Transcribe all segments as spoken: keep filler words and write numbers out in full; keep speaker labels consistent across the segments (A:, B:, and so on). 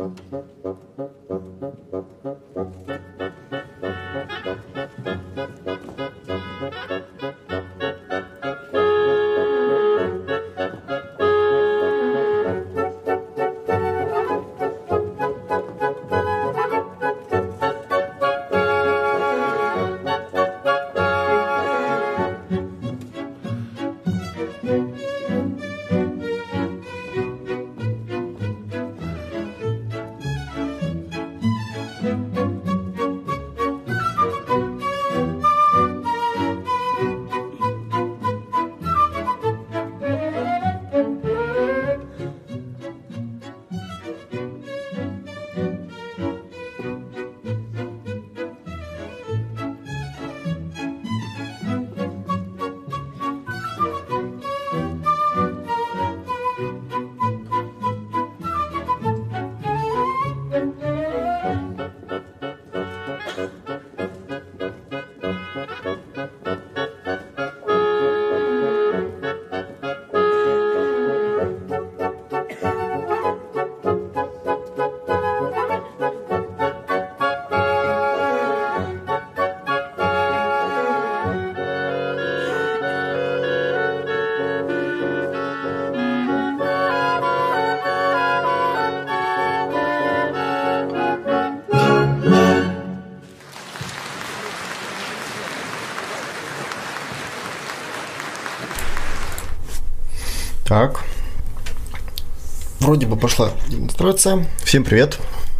A: Так, вроде бы пошла демонстрация. Всем привет.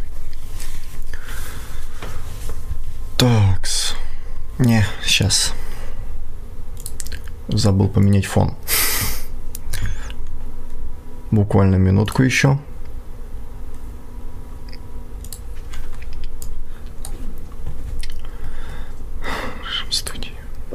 A: Такс. Не, сейчас. Забыл поменять фон. Буквально минутку еще. Студия.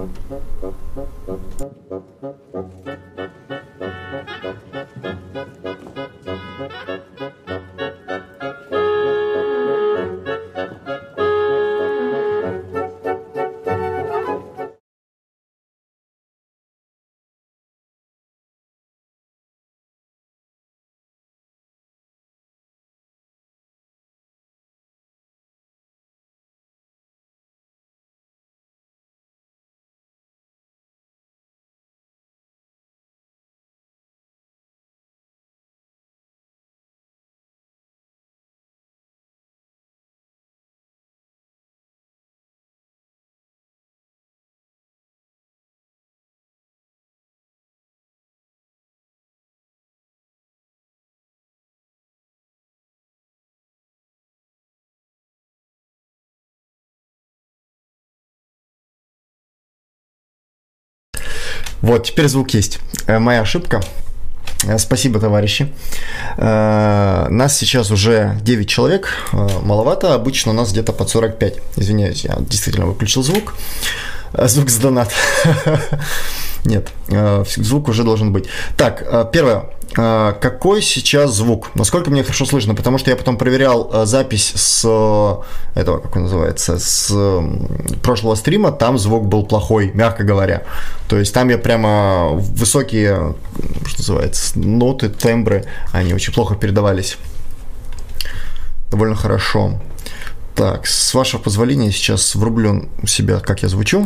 A: Вот, теперь звук есть. Моя ошибка. Спасибо, товарищи. Нас сейчас уже девять человек. Маловато. Обычно у нас где-то под сорок пять. Извиняюсь, я действительно выключил звук. Звук с донат. Нет, звук уже должен быть. Так, первое. Какой сейчас звук? Насколько мне хорошо слышно? Потому что я потом проверял запись с этого, как он называется, с прошлого стрима. Там звук был плохой, мягко говоря. То есть там я прямо высокие, что называется, ноты, тембры, они очень плохо передавались. Довольно хорошо. Так, с вашего позволения сейчас врублю себя, как я звучу.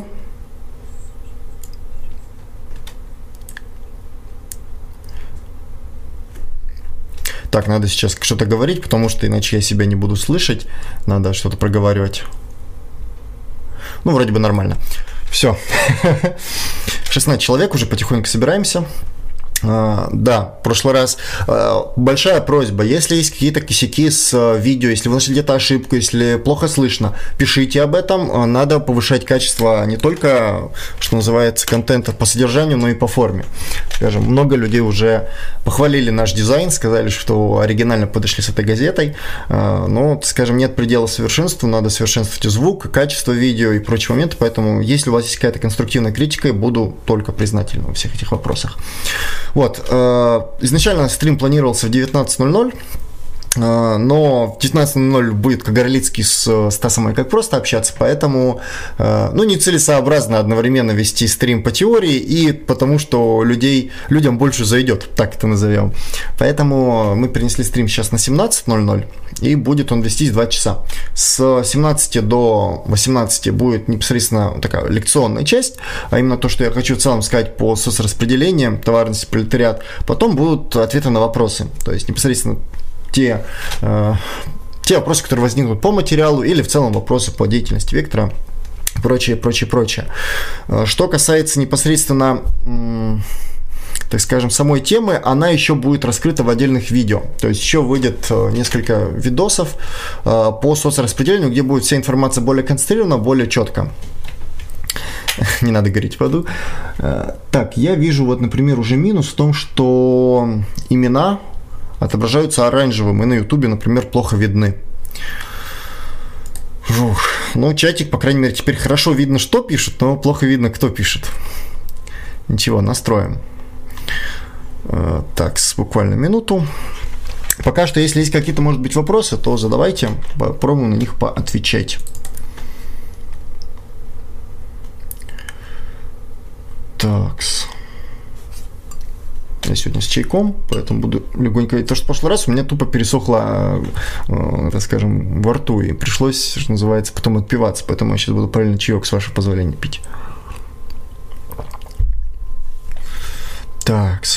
A: Так, надо сейчас что-то говорить, потому что иначе я себя не буду слышать. Надо что-то проговаривать. Ну, вроде бы нормально. Все. шестнадцать человек, уже потихоньку собираемся. Uh, да, в прошлый раз uh, большая просьба, если есть какие-то косяки с uh, видео, если вы нашли где-то ошибку, если плохо слышно, пишите об этом. Uh, надо повышать качество не только, что называется, контента по содержанию, но и по форме. Скажем, много людей уже похвалили наш дизайн, сказали, что оригинально подошли с этой газетой. Uh, но, скажем, нет предела совершенству, надо совершенствовать и звук, и качество видео и прочие моменты, поэтому если у вас есть какая-то конструктивная критика, я буду только признателен во всех этих вопросах. Вот, изначально стрим планировался в девятнадцать ноль ноль, Но в девятнадцать ноль ноль будет Кагарлицкий с Стасом и как просто общаться, поэтому ну, нецелесообразно одновременно вести стрим по теории и потому что людей, людям больше зайдет, так это назовем. Поэтому мы перенесли стрим сейчас на семнадцать ноль ноль и будет он вестись два часа. С семнадцати до восемнадцати будет непосредственно такая лекционная часть, а именно то, что я хочу в целом сказать по соцраспределению, товарности, пролетариат. Потом будут ответы на вопросы, то есть непосредственно те, э, те вопросы, которые возникнут по материалу или в целом вопросы по деятельности вектора, прочее, прочее, прочее. Что касается непосредственно, м, так скажем, самой темы, она еще будет раскрыта в отдельных видео. То есть еще выйдет несколько видосов э, по соцраспределению, где будет вся информация более концентрирована, более четко. Не надо гореть в аду. Так, я вижу, вот, например, уже минус в том, что имена отображаются оранжевым, и на ютубе, например, плохо видны. Фух. Ну, чатик, по крайней мере, теперь хорошо видно, что пишет, но плохо видно, кто пишет. Ничего, настроим. Так, буквально минуту. Пока что, если есть какие-то, может быть, вопросы, то задавайте, попробуем на них поотвечать. Такс. Я сегодня с чайком, поэтому буду легонько... То, что в прошлый раз у меня тупо пересохло, э, так скажем, во рту, и пришлось, что называется, потом отпиваться, поэтому я сейчас буду правильно чаек, с вашего позволения, пить. Такс.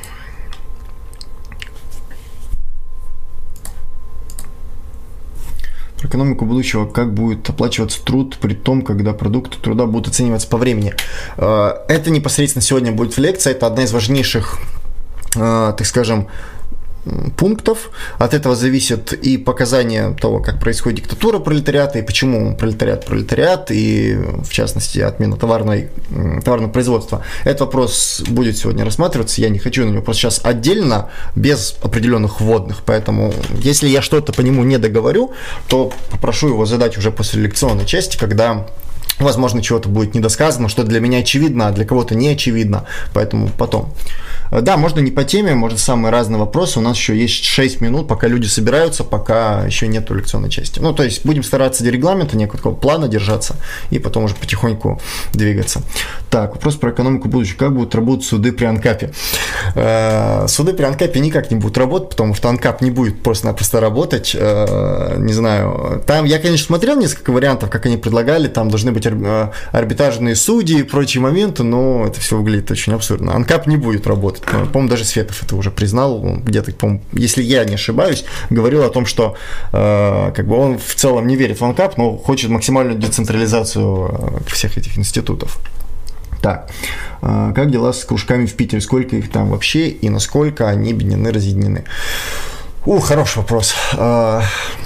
A: Про экономику будущего, как будет оплачиваться труд при том, когда продукты труда будут оцениваться по времени. Это непосредственно сегодня будет в лекции, это одна из важнейших, так скажем, пунктов. От этого зависит и показания того, как происходит диктатура пролетариата, и почему пролетариат пролетариат, и в частности отмена товарной, товарного производства. Этот вопрос будет сегодня рассматриваться, я не хочу на него просто сейчас отдельно, без определенных вводных, поэтому если я что-то по нему не договорю, то попрошу его задать уже после лекционной части, когда возможно, чего-то будет недосказано, что для меня очевидно, а для кого-то не очевидно, поэтому потом. Да, можно не по теме, можно самые разные вопросы, у нас еще есть шесть минут, пока люди собираются, пока еще нету лекционной части. Ну, то есть, будем стараться до регламента, некого плана держаться, и потом уже потихоньку двигаться. Так, вопрос про экономику будущего. Как будут работать суды при анкапе? Суды при анкапе никак не будут работать, потому что анкап не будет просто-напросто работать, не знаю. Там, я, конечно, смотрел несколько вариантов, как они предлагали, там должны быть арбитражные судьи и прочие моменты, но это все выглядит очень абсурдно. Анкап не будет работать. По-моему, даже Светов это уже признал. Где-то, по-моему, если я не ошибаюсь, говорил о том, что э, как бы он в целом не верит в анкап, но хочет максимальную децентрализацию всех этих институтов. Так, э, как дела с кружками в Питере? Сколько их там вообще и насколько они объединены, разъединены? У, хороший вопрос. Э,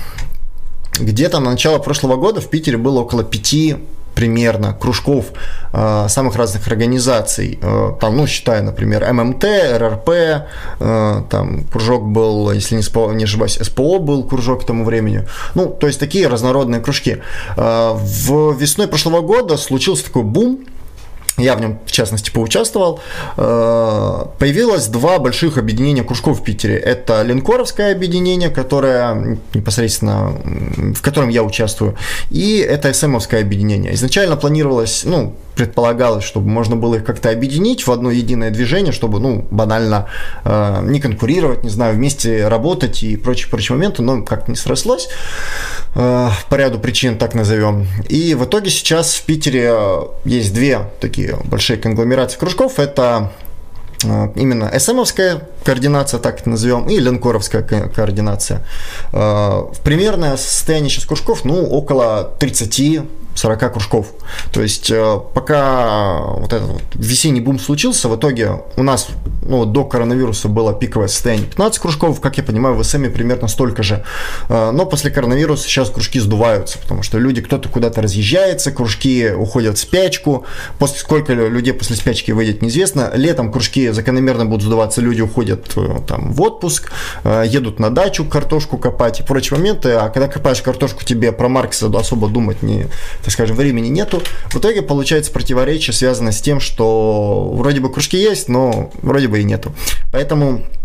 A: где-то на начало прошлого года в Питере было около пяти примерно кружков э, самых разных организаций, э, там, ну, считая, например, эм эм тэ, эр эр пэ, э, там кружок был, если не, спо, не ошибаюсь, эс пэ о был кружок к тому времени, ну, то есть такие разнородные кружки. Э, в весной прошлого года случился такой бум, я в нем, в частности, поучаствовал. Появилось два больших объединения кружков в Питере. Это Линкоровское объединение, которое непосредственно, в котором я участвую, и это эс эм-овское объединение. Изначально планировалось, ну, предполагалось, чтобы можно было их как-то объединить в одно единое движение, чтобы, ну, банально э, не конкурировать, не знаю, вместе работать и прочие-прочие моменты, но как-то не срослось э, по ряду причин, так назовем. И в итоге сейчас в Питере есть две такие большие конгломерации кружков. Это э, именно эс эм-овская координация, так это назовем, и линкоровская ко- координация. Э, примерное состояние сейчас кружков, ну, около тридцати сорока кружков. То есть пока вот этот вот весенний бум случился, в итоге у нас, ну, до коронавируса было пиковое состояние пятнадцать кружков, как я понимаю, в эс эм примерно столько же. Но после коронавируса сейчас кружки сдуваются, потому что люди, кто-то куда-то разъезжается, кружки уходят в спячку. После, сколько людей после спячки выйдет, неизвестно. Летом кружки закономерно будут сдуваться, люди уходят там в отпуск, едут на дачу картошку копать и прочие моменты. А когда копаешь картошку, тебе про Маркса особо думать не, так скажем, времени нету. В итоге получается противоречие, связанное с тем, что вроде бы кружки есть, но вроде бы и нету. Поэтому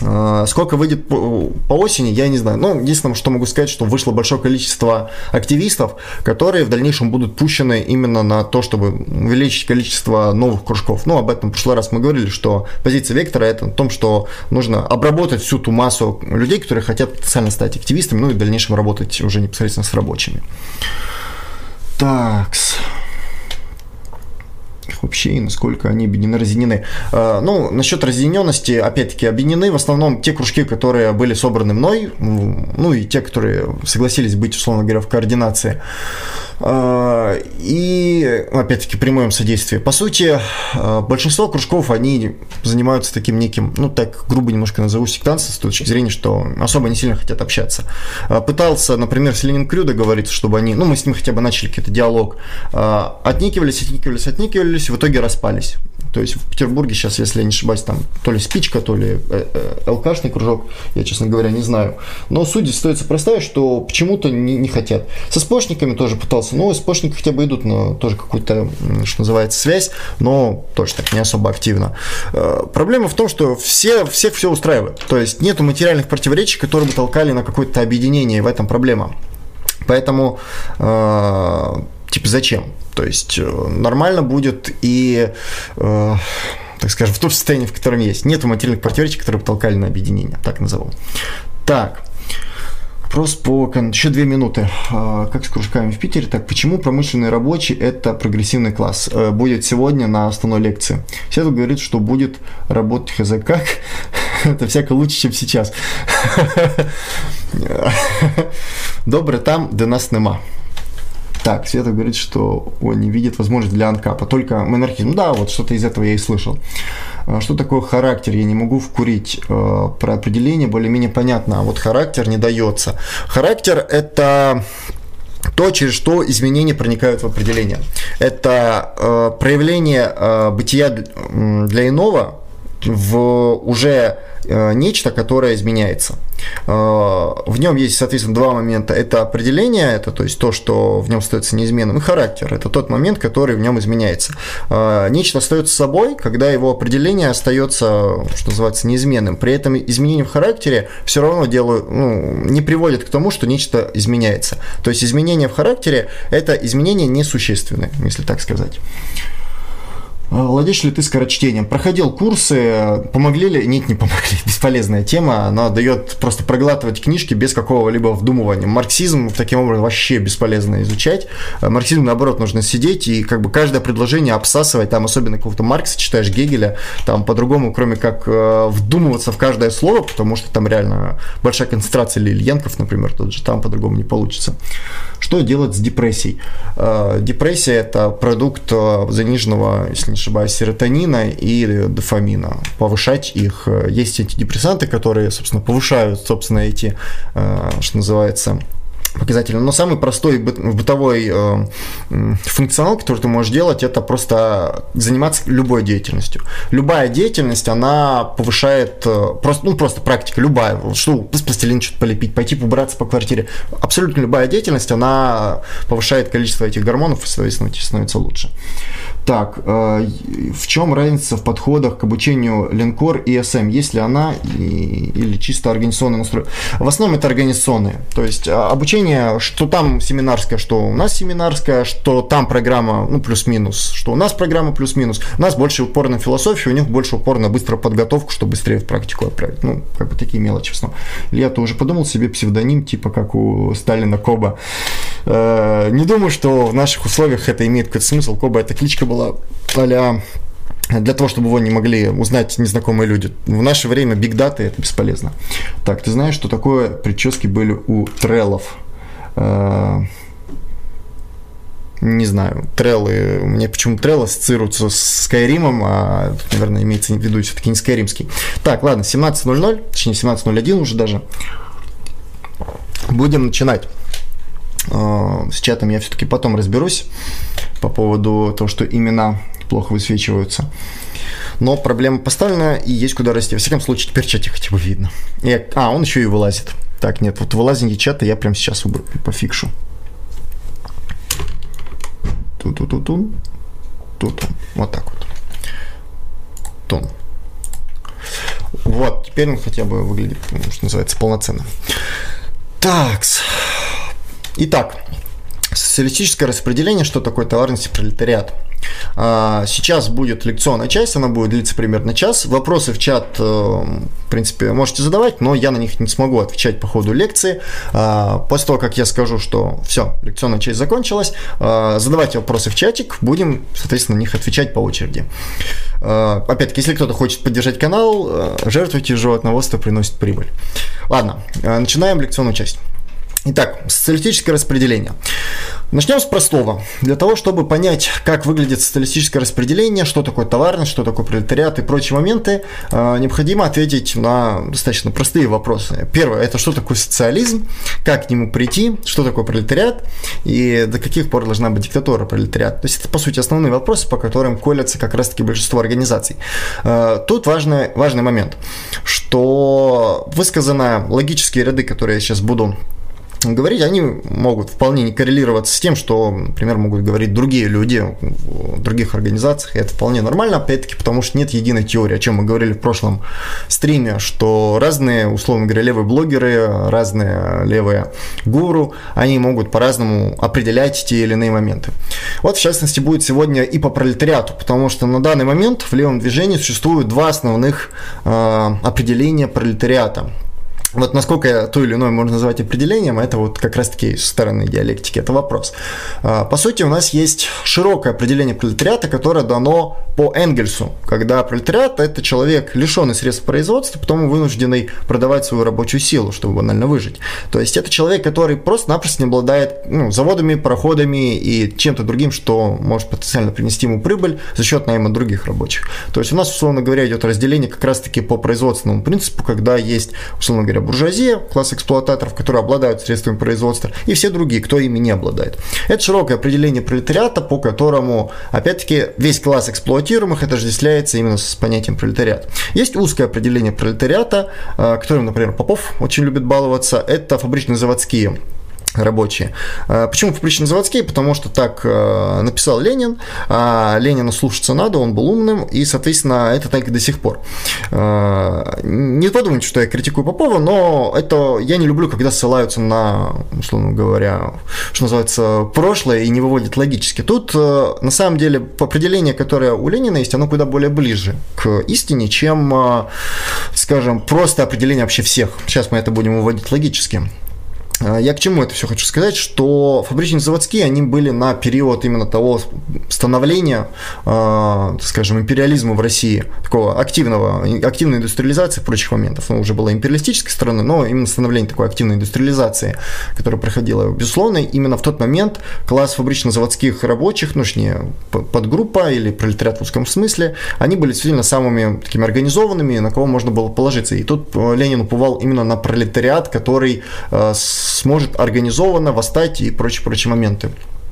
A: Сколько выйдет по, по осени, я не знаю. Но единственное, что могу сказать, что вышло большое количество активистов, которые в дальнейшем будут пущены именно на то, чтобы увеличить количество новых кружков. Ну, об этом в прошлый раз мы говорили, что позиция Вектора – это в том, что нужно обработать всю ту массу людей, которые хотят потенциально стать активистами, ну и в дальнейшем работать уже непосредственно с рабочими. Такс. Вообще, и насколько они объединены, разъединены. Ну, насчет разъединенности, опять-таки, объединены в основном те кружки, которые были собраны мной, ну и те, которые согласились быть, условно говоря, в координации. И, опять-таки, при моем содействии. По сути, большинство кружков, они занимаются таким неким, ну, так грубо немножко назову, сектантством, с точки зрения, что особо не сильно хотят общаться. Пытался, например, с Ленин Крю договориться, чтобы они, ну, мы с ним хотя бы начали какой-то диалог, отникивались, отникивались, отникивались, в итоге распались. То есть в Петербурге сейчас, если я не ошибаюсь, там то ли спичка, то ли ЛКшный кружок, я, честно говоря, не знаю. Но суть остается простая, что почему-то не, не хотят. Со СПОшниками тоже пытался, но СПОшники хотя бы идут на тоже какую-то, что называется, связь, но тоже так не особо активно. Проблема в том, что все, всех все устраивает. То есть нету материальных противоречий, которые бы толкали на какое-то объединение, и в этом проблема. Поэтому типа зачем? То есть нормально будет и, э, так скажем, в том состоянии, в котором есть. Нету материальных противоречий, которые бы толкали на объединение, так назову. Так, вопрос по... Еще две минуты. Как с кружками в Питере? Так, почему промышленный рабочий – это прогрессивный класс? Будет сегодня на основной лекции. Все тут говорят, что будет работать хз как. Это всяко лучше, чем сейчас. Добре там, де нас нема. Так, Света говорит, что он не видит возможность для анкапа, только монархизм. Да, вот что-то из этого я и слышал. Что такое характер? Я не могу вкурить. Про определение более-менее понятно, а вот характер не дается. Характер – это то, через что изменения проникают в определение. Это проявление бытия для иного в уже нечто, которое изменяется. В нем есть, соответственно, два момента. Это определение, это то есть то, что в нем остается неизменным, и характер. Это тот момент, который в нем изменяется. Нечто остается собой, когда его определение остается, что называется, неизменным. При этом изменения в характере все равно делают, ну, не приводят к тому, что нечто изменяется. То есть изменения в характере – это изменения несущественные, если так сказать. Владеешь ли ты скорочтением? Проходил курсы, помогли ли? Нет, не помогли. Бесполезная тема, она дает просто проглатывать книжки без какого-либо вдумывания. Марксизм таким образом вообще бесполезно изучать. Марксизм, наоборот, нужно сидеть и как бы каждое предложение обсасывать, там особенно какого-то Маркса читаешь, Гегеля, там по-другому, кроме как вдумываться в каждое слово, потому что там реально большая концентрация, или Ильенков, например, тот же, там по-другому не получится. Что делать с депрессией? Депрессия – это продукт заниженного, если не ошибаюсь, серотонина и дофамина. Повышать их. Есть антидепрессанты, которые, собственно, повышают, собственно, эти, что называется, показатели. Но самый простой бытовой э, функционал, который ты можешь делать, это просто заниматься любой деятельностью. Любая деятельность, она повышает, э, просто, ну, просто практика, любая, что с пластилина что-то полепить, пойти побраться по квартире. Абсолютно любая деятельность, она повышает количество этих гормонов и, соответственно, становится лучше. Так, э, в чем разница в подходах к обучению линкор и эс эм? Есть ли она и, или чисто организационное настрой? В основном это организационные. То есть обучение, что там семинарское, что у нас семинарское, что там программа, ну, плюс-минус, что у нас программа плюс-минус. У нас больше упор на философию, у них больше упор на быструю подготовку, чтобы быстрее в практику отправить. Ну, как бы такие мелочи в основном. Я-то уже подумал себе псевдоним, типа как у Сталина Коба. Э, не думаю, что в наших условиях это имеет какой-то смысл. Коба — это кличка была а-ля для того, чтобы его не могли узнать незнакомые люди. В наше время биг дата — это бесполезно. Так, ты знаешь, что такое прически были у треллов? Э, не знаю. Треллы, мне почему треллы ассоциируются с Скайримом, а тут, наверное, имеется в виду все-таки не скайримский. Так, ладно, семнадцать ноль ноль, точнее семнадцать ноль один уже даже. Будем начинать. С чатом я все-таки потом разберусь по поводу того, что имена плохо высвечиваются. Но проблема поставлена, и есть куда расти. Во всяком случае, теперь в чате хотя бы видно. И, а, он еще и вылазит. Так, нет, вот вылазение чата я прямо сейчас пофикшу. Ту-ту-ту-тун. Тут. Вот так вот. Тун. Вот, теперь он хотя бы выглядит, что называется, полноценно. Так. Итак, социалистическое распределение, что такое товарность и пролетариат. Сейчас будет лекционная часть, она будет длиться примерно час. Вопросы в чат, в принципе, можете задавать, но я на них не смогу отвечать по ходу лекции. После того, как я скажу, что все, лекционная часть закончилась, задавайте вопросы в чатик, будем, соответственно, на них отвечать по очереди. Опять-таки, если кто-то хочет поддержать канал, жертвуйте, животноводство приносит прибыль. Ладно, начинаем лекционную часть. Итак, социалистическое распределение. Начнем с простого. Для того, чтобы понять, как выглядит социалистическое распределение, что такое товарность, что такое пролетариат и прочие моменты, необходимо ответить на достаточно простые вопросы. Первое – это что такое социализм, как к нему прийти, что такое пролетариат и до каких пор должна быть диктатура пролетариата. То есть это, по сути, основные вопросы, по которым колятся как раз-таки большинство организаций. Тут важный, важный момент, что высказаны логические ряды, которые я сейчас буду говорить, они могут вполне не коррелироваться с тем, что, например, могут говорить другие люди в других организациях, и это вполне нормально, опять-таки, потому что нет единой теории, о чем мы говорили в прошлом стриме, что разные, условно говоря, левые блогеры, разные левые гуру, они могут по-разному определять те или иные моменты. Вот, в частности, будет сегодня и по пролетариату, потому что на данный момент в левом движении существуют два основных э, определения пролетариата. Вот насколько то или иное можно назвать определением, это вот как раз-таки со стороны диалектики, это вопрос. По сути, у нас есть широкое определение пролетариата, которое дано по Энгельсу, когда пролетариат – это человек, лишенный средств производства, потом вынужденный продавать свою рабочую силу, чтобы банально выжить. То есть это человек, который просто-напросто не обладает ну, заводами, пароходами и чем-то другим, что может потенциально принести ему прибыль за счет найма других рабочих. То есть у нас, условно говоря, идет разделение как раз-таки по производственному принципу, когда есть, условно говоря, буржуазия, класс эксплуататоров, которые обладают средствами производства, и все другие, кто ими не обладает. Это широкое определение пролетариата, по которому, опять-таки, весь класс эксплуатируемых отождествляется именно с понятием пролетариат. Есть узкое определение пролетариата, которым, например, Попов очень любит баловаться, это фабрично-заводские рабочие. Почему фабрично-заводские? Потому что так написал Ленин, а Ленина слушаться надо, он был умным, и, соответственно, это так и до сих пор. Не подумайте, что я критикую Попова, но это я не люблю, когда ссылаются на, условно говоря, что называется, прошлое и не выводят логически. Тут, на самом деле, определение, которое у Ленина есть, оно куда более ближе к истине, чем, скажем, просто определение вообще всех. Сейчас мы это будем выводить логически. Я к чему это все хочу сказать, что фабрично-заводские, они были на период именно того становления, э, скажем, империализма в России, такого активного, активной индустриализации и прочих моментов. Ну, уже была империалистической стороны, но именно становление такой активной индустриализации, которая проходила, безусловно, именно в тот момент класс фабрично-заводских рабочих, ну, точнее, подгруппа или пролетариат в узком смысле, они были действительно самыми такими организованными, на кого можно было положиться. И тут Ленин уповал именно на пролетариат, который э, сможет организованно восстать и прочие-прочие моменты.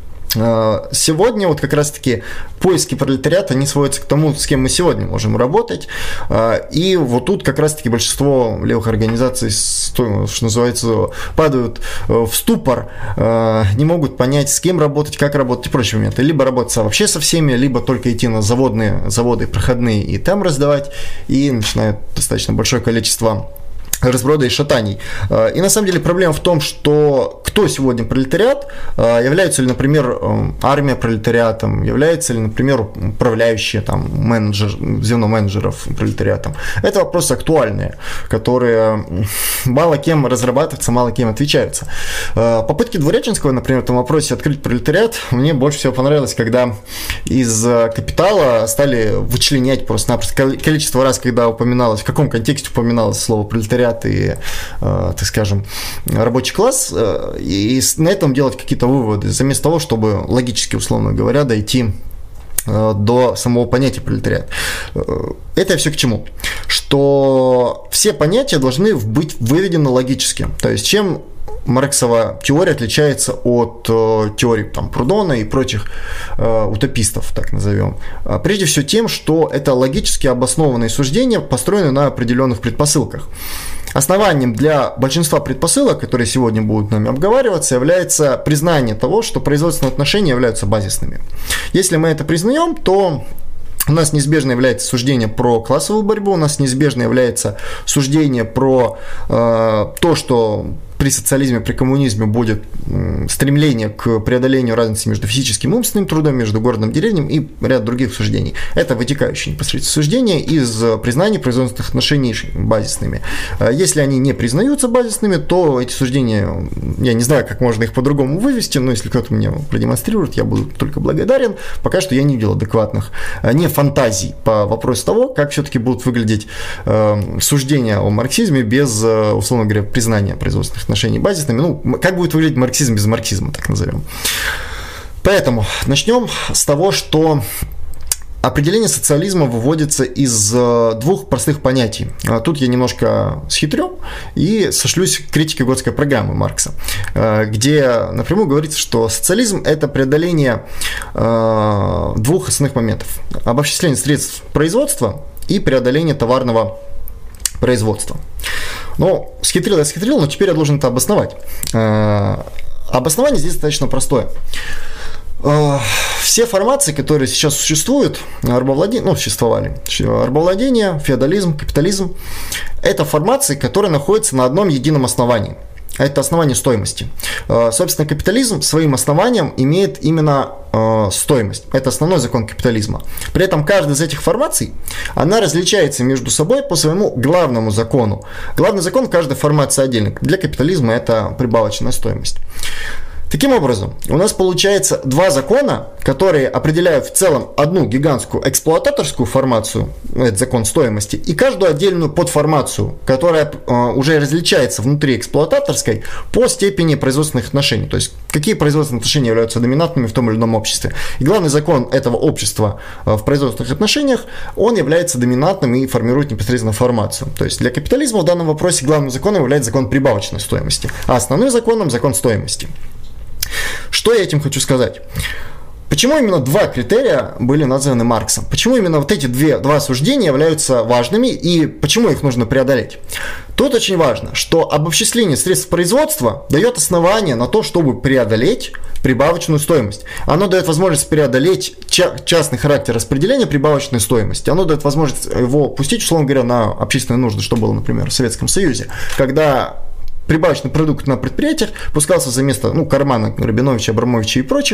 A: Сегодня вот как раз-таки поиски пролетариата, они сводятся к тому, с кем мы сегодня можем работать, и вот тут как раз-таки большинство левых организаций, что называется, падают в ступор, не могут понять, с кем работать, как работать и прочие моменты. Либо работать вообще со всеми, либо только идти на заводные, заводы проходные и там раздавать, и начинают достаточно большое количество разброда и шатаний. И на самом деле проблема в том, что кто сегодня пролетариат, является ли, например, армия пролетариатом, является ли, например, управляющие там менеджер, звено менеджеров пролетариатом. Это вопросы актуальные, которые мало кем разрабатываются, мало кем отвечаются. Попытки Двуреченского, например, в этом вопросе открыть пролетариат, мне больше всего понравилось, когда из «Капитала» стали вычленять просто-напросто количество раз, когда упоминалось, в каком контексте упоминалось слово пролетариат и, э, так скажем, рабочий класс, э, и на этом делать какие-то выводы, вместо того, чтобы логически, условно говоря, дойти э, до самого понятия пролетариат. Это все к чему? Что все понятия должны быть выведены логически. То есть, чем Марксова теория отличается от э, теории там, Прудона и прочих э, утопистов, так назовем. Прежде всего тем, что это логически обоснованные суждения, построенные на определенных предпосылках. Основанием для большинства предпосылок, которые сегодня будут нами обговариваться, является признание того, что производственные отношения являются базисными. Если мы это признаем, то У нас неизбежно является суждение про классовую борьбу, у нас неизбежно является суждение про э, то, что при социализме, при коммунизме будет стремление к преодолению разницы между физическим и умственным трудом, между городом и деревней и ряд других суждений. Это вытекающие непосредственно суждения из признания производственных отношений базисными. Если они не признаются базисными, то эти суждения, я не знаю, как можно их по-другому вывести, но если кто-то мне продемонстрирует, я буду только благодарен. Пока что я не видел адекватных, не фантазий по вопросу того, как все-таки будут выглядеть суждения о марксизме без, условно говоря, признания производственных отношений базисными. Ну, как будет выглядеть марксизм без марксизма, так назовем. Поэтому начнем с того, что определение социализма выводится из двух простых понятий. Тут я немножко схитрю и сошлюсь к критике Готской программы Маркса, где напрямую говорится, что социализм – это преодоление двух основных моментов. Обобщение средств производства и преодоление товарного производства. Ну, схитрил я схитрил, но теперь я должен это обосновать. Обоснование здесь достаточно простое. Все формации, которые сейчас существуют, рабовладение, ну, существовали, рабовладение, феодализм, капитализм, это формации, которые находятся на одном едином основании. Это основание стоимости. Собственно, капитализм своим основанием имеет именно стоимость. Это основной закон капитализма. При этом каждая из этих формаций, она различается между собой по своему главному закону. Главный закон каждой формации отдельно. Для капитализма это прибавочная стоимость. Таким образом, у нас получается два закона, которые определяют в целом одну гигантскую эксплуататорскую формацию, это закон стоимости, и каждую отдельную подформацию, которая э, уже различается внутри эксплуататорской по степени производственных отношений. То есть, какие производственные отношения являются доминантными в том или ином обществе. И главный закон этого общества э, в производственных отношениях, он является доминантным и формирует непосредственно формацию. То есть, для капитализма в данном вопросе главным законом является закон прибавочной стоимости, а основным законом закон стоимости. Что я этим хочу сказать? Почему именно два критерия были названы Марксом? Почему именно вот эти две, два суждения являются важными и почему их нужно преодолеть? Тут очень важно, что обобщение средств производства дает основание на то, чтобы преодолеть прибавочную стоимость. Оно дает возможность преодолеть частный характер распределения прибавочной стоимости. Оно дает возможность его пустить, условно говоря, на общественные нужды, что было, например, в Советском Союзе, когда прибавочный продукт на предприятиях пускался за место, ну, кармана Рабиновича, Абрамовича и прочих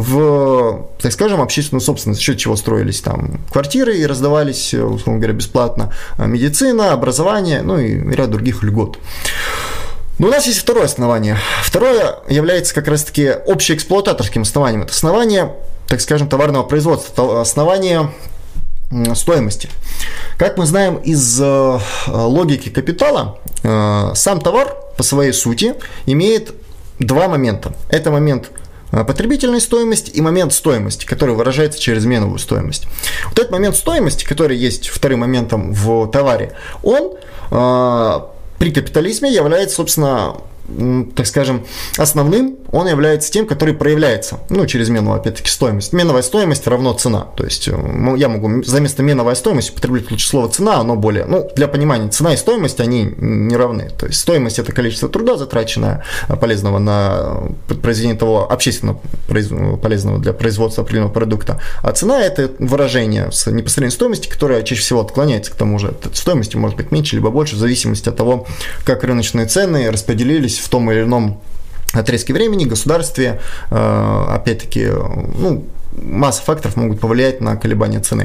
A: в, так скажем, общественную собственность, за счет чего строились там квартиры и раздавались, условно говоря, бесплатно медицина, образование, ну и ряд других льгот. Но у нас есть второе основание. Второе является как раз-таки общеэксплуататорским основанием. Это основание, так скажем, товарного производства, основание стоимости. Как мы знаем из э, логики капитала, э, сам товар по своей сути имеет два момента. Это момент потребительной стоимости и момент стоимости, который выражается через меновую стоимость. Вот этот момент стоимости, который есть вторым моментом в товаре, он э, при капитализме является, собственно, так скажем, основным, он является тем, который проявляется, ну, через меновую, опять-таки, стоимость. Меновая стоимость равно цена. То есть, я могу за место меновая стоимость употреблять лучше слово цена, оно более, ну, для понимания, цена и стоимость, они не равны. То есть, стоимость – это количество труда, затраченное полезного на произведение того общественно полезного для производства определенного продукта. А цена – это выражение с непосредственной стоимости, которая чаще всего отклоняется к тому же. Стоимости может быть меньше либо больше, в зависимости от того, как рыночные цены распределились в том или ином отрезке времени, государстве, опять-таки, ну, масса факторов могут повлиять на колебания цены.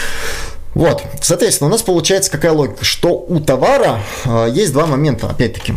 A: Вот, соответственно, у нас получается какая логика, что у товара есть два момента, опять-таки,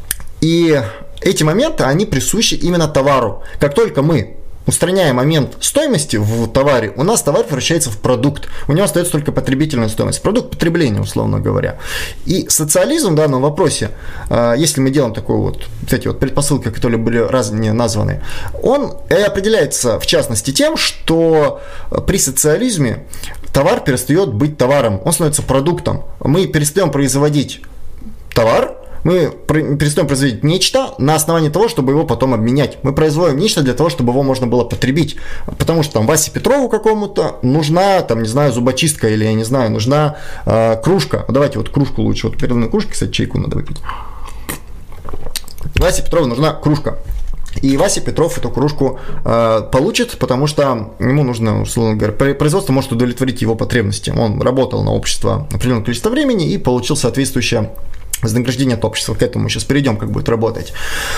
A: и эти моменты, они присущи именно товару. Как только мы устраняя момент стоимости в товаре, у нас товар превращается в продукт. У него остается только потребительная стоимость. Продукт потребления, условно говоря. И социализм в данном вопросе, если мы делаем такую вот, эти вот предпосылки, которые были ранее названы, он и определяется, в частности, тем, что при социализме товар перестает быть товаром, он становится продуктом. Мы перестаем производить товар, мы перестаем производить нечто на основании того, чтобы его потом обменять. Мы производим нечто для того, чтобы его можно было потребить. Потому что там Васе Петрову какому-то нужна, там, не знаю, зубочистка или, я не знаю, нужна э, кружка. Давайте вот кружку лучше. Вот перед мной кружка, кстати, чайку надо выпить. Васе Петрову нужна кружка. И Вася Петров эту кружку э, получит, потому что ему нужно, условно говоря, производство может удовлетворить его потребности. Он работал на общество определенное количество времени и получил соответствующее вознаграждение от общества. К этому мы сейчас перейдем, как будет работать.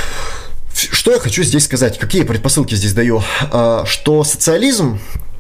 A: Что я хочу здесь сказать? Какие предпосылки здесь даю? Э, что социализм,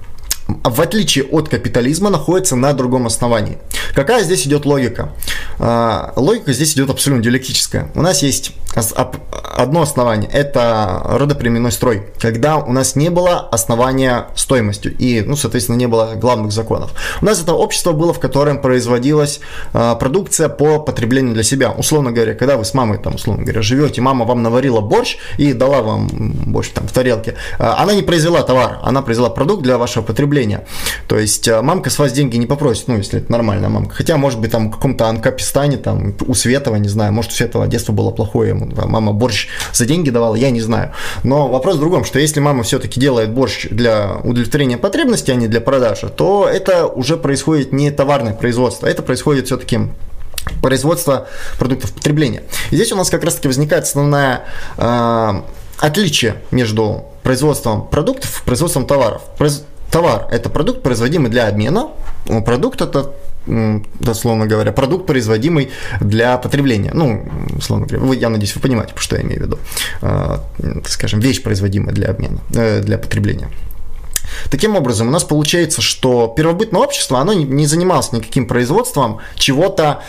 A: в отличие от капитализма, находится на другом основании. Какая здесь идет логика? Э, логика здесь идет абсолютно диалектическая. У нас есть одно основание – это родоплеменной строй, когда у нас не было основания стоимостью и, ну, соответственно, не было главных законов. У нас это общество было, в котором производилась э, продукция по потреблению для себя. Условно говоря, когда вы с мамой, там, условно говоря, живете, мама вам наварила борщ и дала вам борщ там в тарелке, э, она не произвела товар, она произвела продукт для вашего потребления. То есть э, мамка с вас деньги не попросит, ну, если это нормальная мамка. Хотя, может быть, там в каком-то Анкапистане, там, у Светова, не знаю, может, у Светова детство было плохое, ему мама борщ за деньги давала, я не знаю. Но вопрос в другом, что если мама все-таки делает борщ для удовлетворения потребностей, а не для продажи, то это уже происходит не товарное производство, это происходит все-таки производство продуктов потребления. И здесь у нас как раз-таки возникает основное э, отличие между производством продуктов и производством товаров. Произ... Товар – это продукт, производимый для обмена, продукт – это, дословно говоря, продукт, производимый для потребления. Ну, условно говоря, вы, я надеюсь, вы понимаете, что я имею в виду. Э, скажем, вещь, производимая для обмена, э, для потребления. Таким образом, у нас получается, что первобытное общество, оно не занималось никаким производством чего-то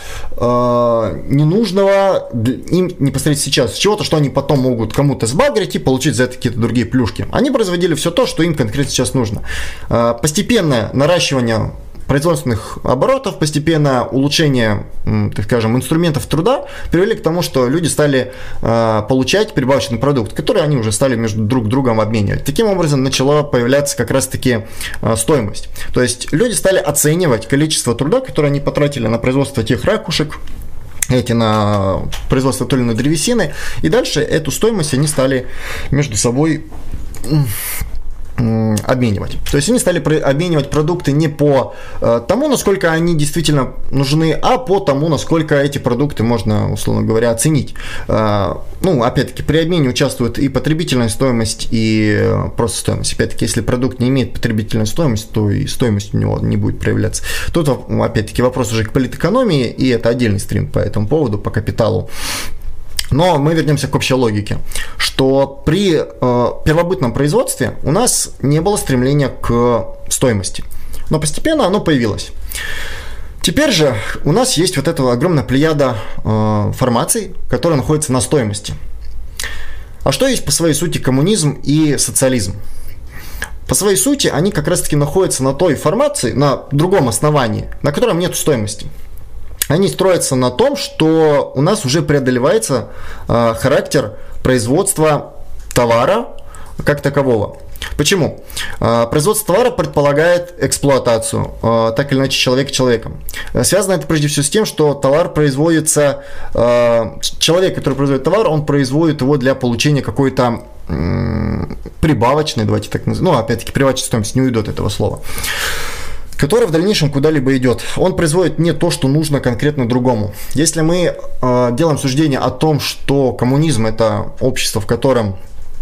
A: э, ненужного им непосредственно сейчас, чего-то, что они потом могут кому-то сбагрить и получить за это какие-то другие плюшки. Они производили все то, что им конкретно сейчас нужно. Э, постепенное наращивание производственных оборотов, постепенно улучшение, так скажем, инструментов труда привели к тому, что люди стали э, получать прибавочный продукт, который они уже стали между друг другом обменивать. Таким образом, начала появляться как раз-таки э, стоимость. То есть люди стали оценивать количество труда, которое они потратили на производство тех ракушек, эти на производство той или иной древесины, и дальше эту стоимость они стали между собой обменивать. То есть они стали обменивать продукты не по э, тому, насколько они действительно нужны, а по тому, насколько эти продукты можно, условно говоря, оценить. Э, ну, опять-таки, при обмене участвует и потребительная стоимость, и э, просто стоимость. Опять-таки, если продукт не имеет потребительную стоимость, то и стоимость у него не будет проявляться. Тут, опять-таки, вопрос уже к политэкономии, и это отдельный стрим по этому поводу, по капиталу. Но мы вернемся к общей логике, что при э, первобытном производстве у нас не было стремления к стоимости, но постепенно оно появилось. Теперь же у нас есть вот эта огромная плеяда э, формаций, которая находится на стоимости. А что есть по своей сути коммунизм и социализм? По своей сути они как раз-таки находятся на той формации, на другом основании, на котором нет стоимости. Они строятся на том, что у нас уже преодолевается э, характер производства товара как такового. Почему? Э, производство товара предполагает эксплуатацию, э, так или иначе, человека человеком. Связано это прежде всего с тем, что товар производится, э, человек, который производит товар, он производит его для получения какой-то э, прибавочной, давайте так назовем, ну, опять-таки, прибавочной стоимости, не уйду от этого слова, который в дальнейшем куда-либо идет. Он производит не то, что нужно конкретно другому. Если мы э, делаем суждение о том, что коммунизм – это общество, в котором,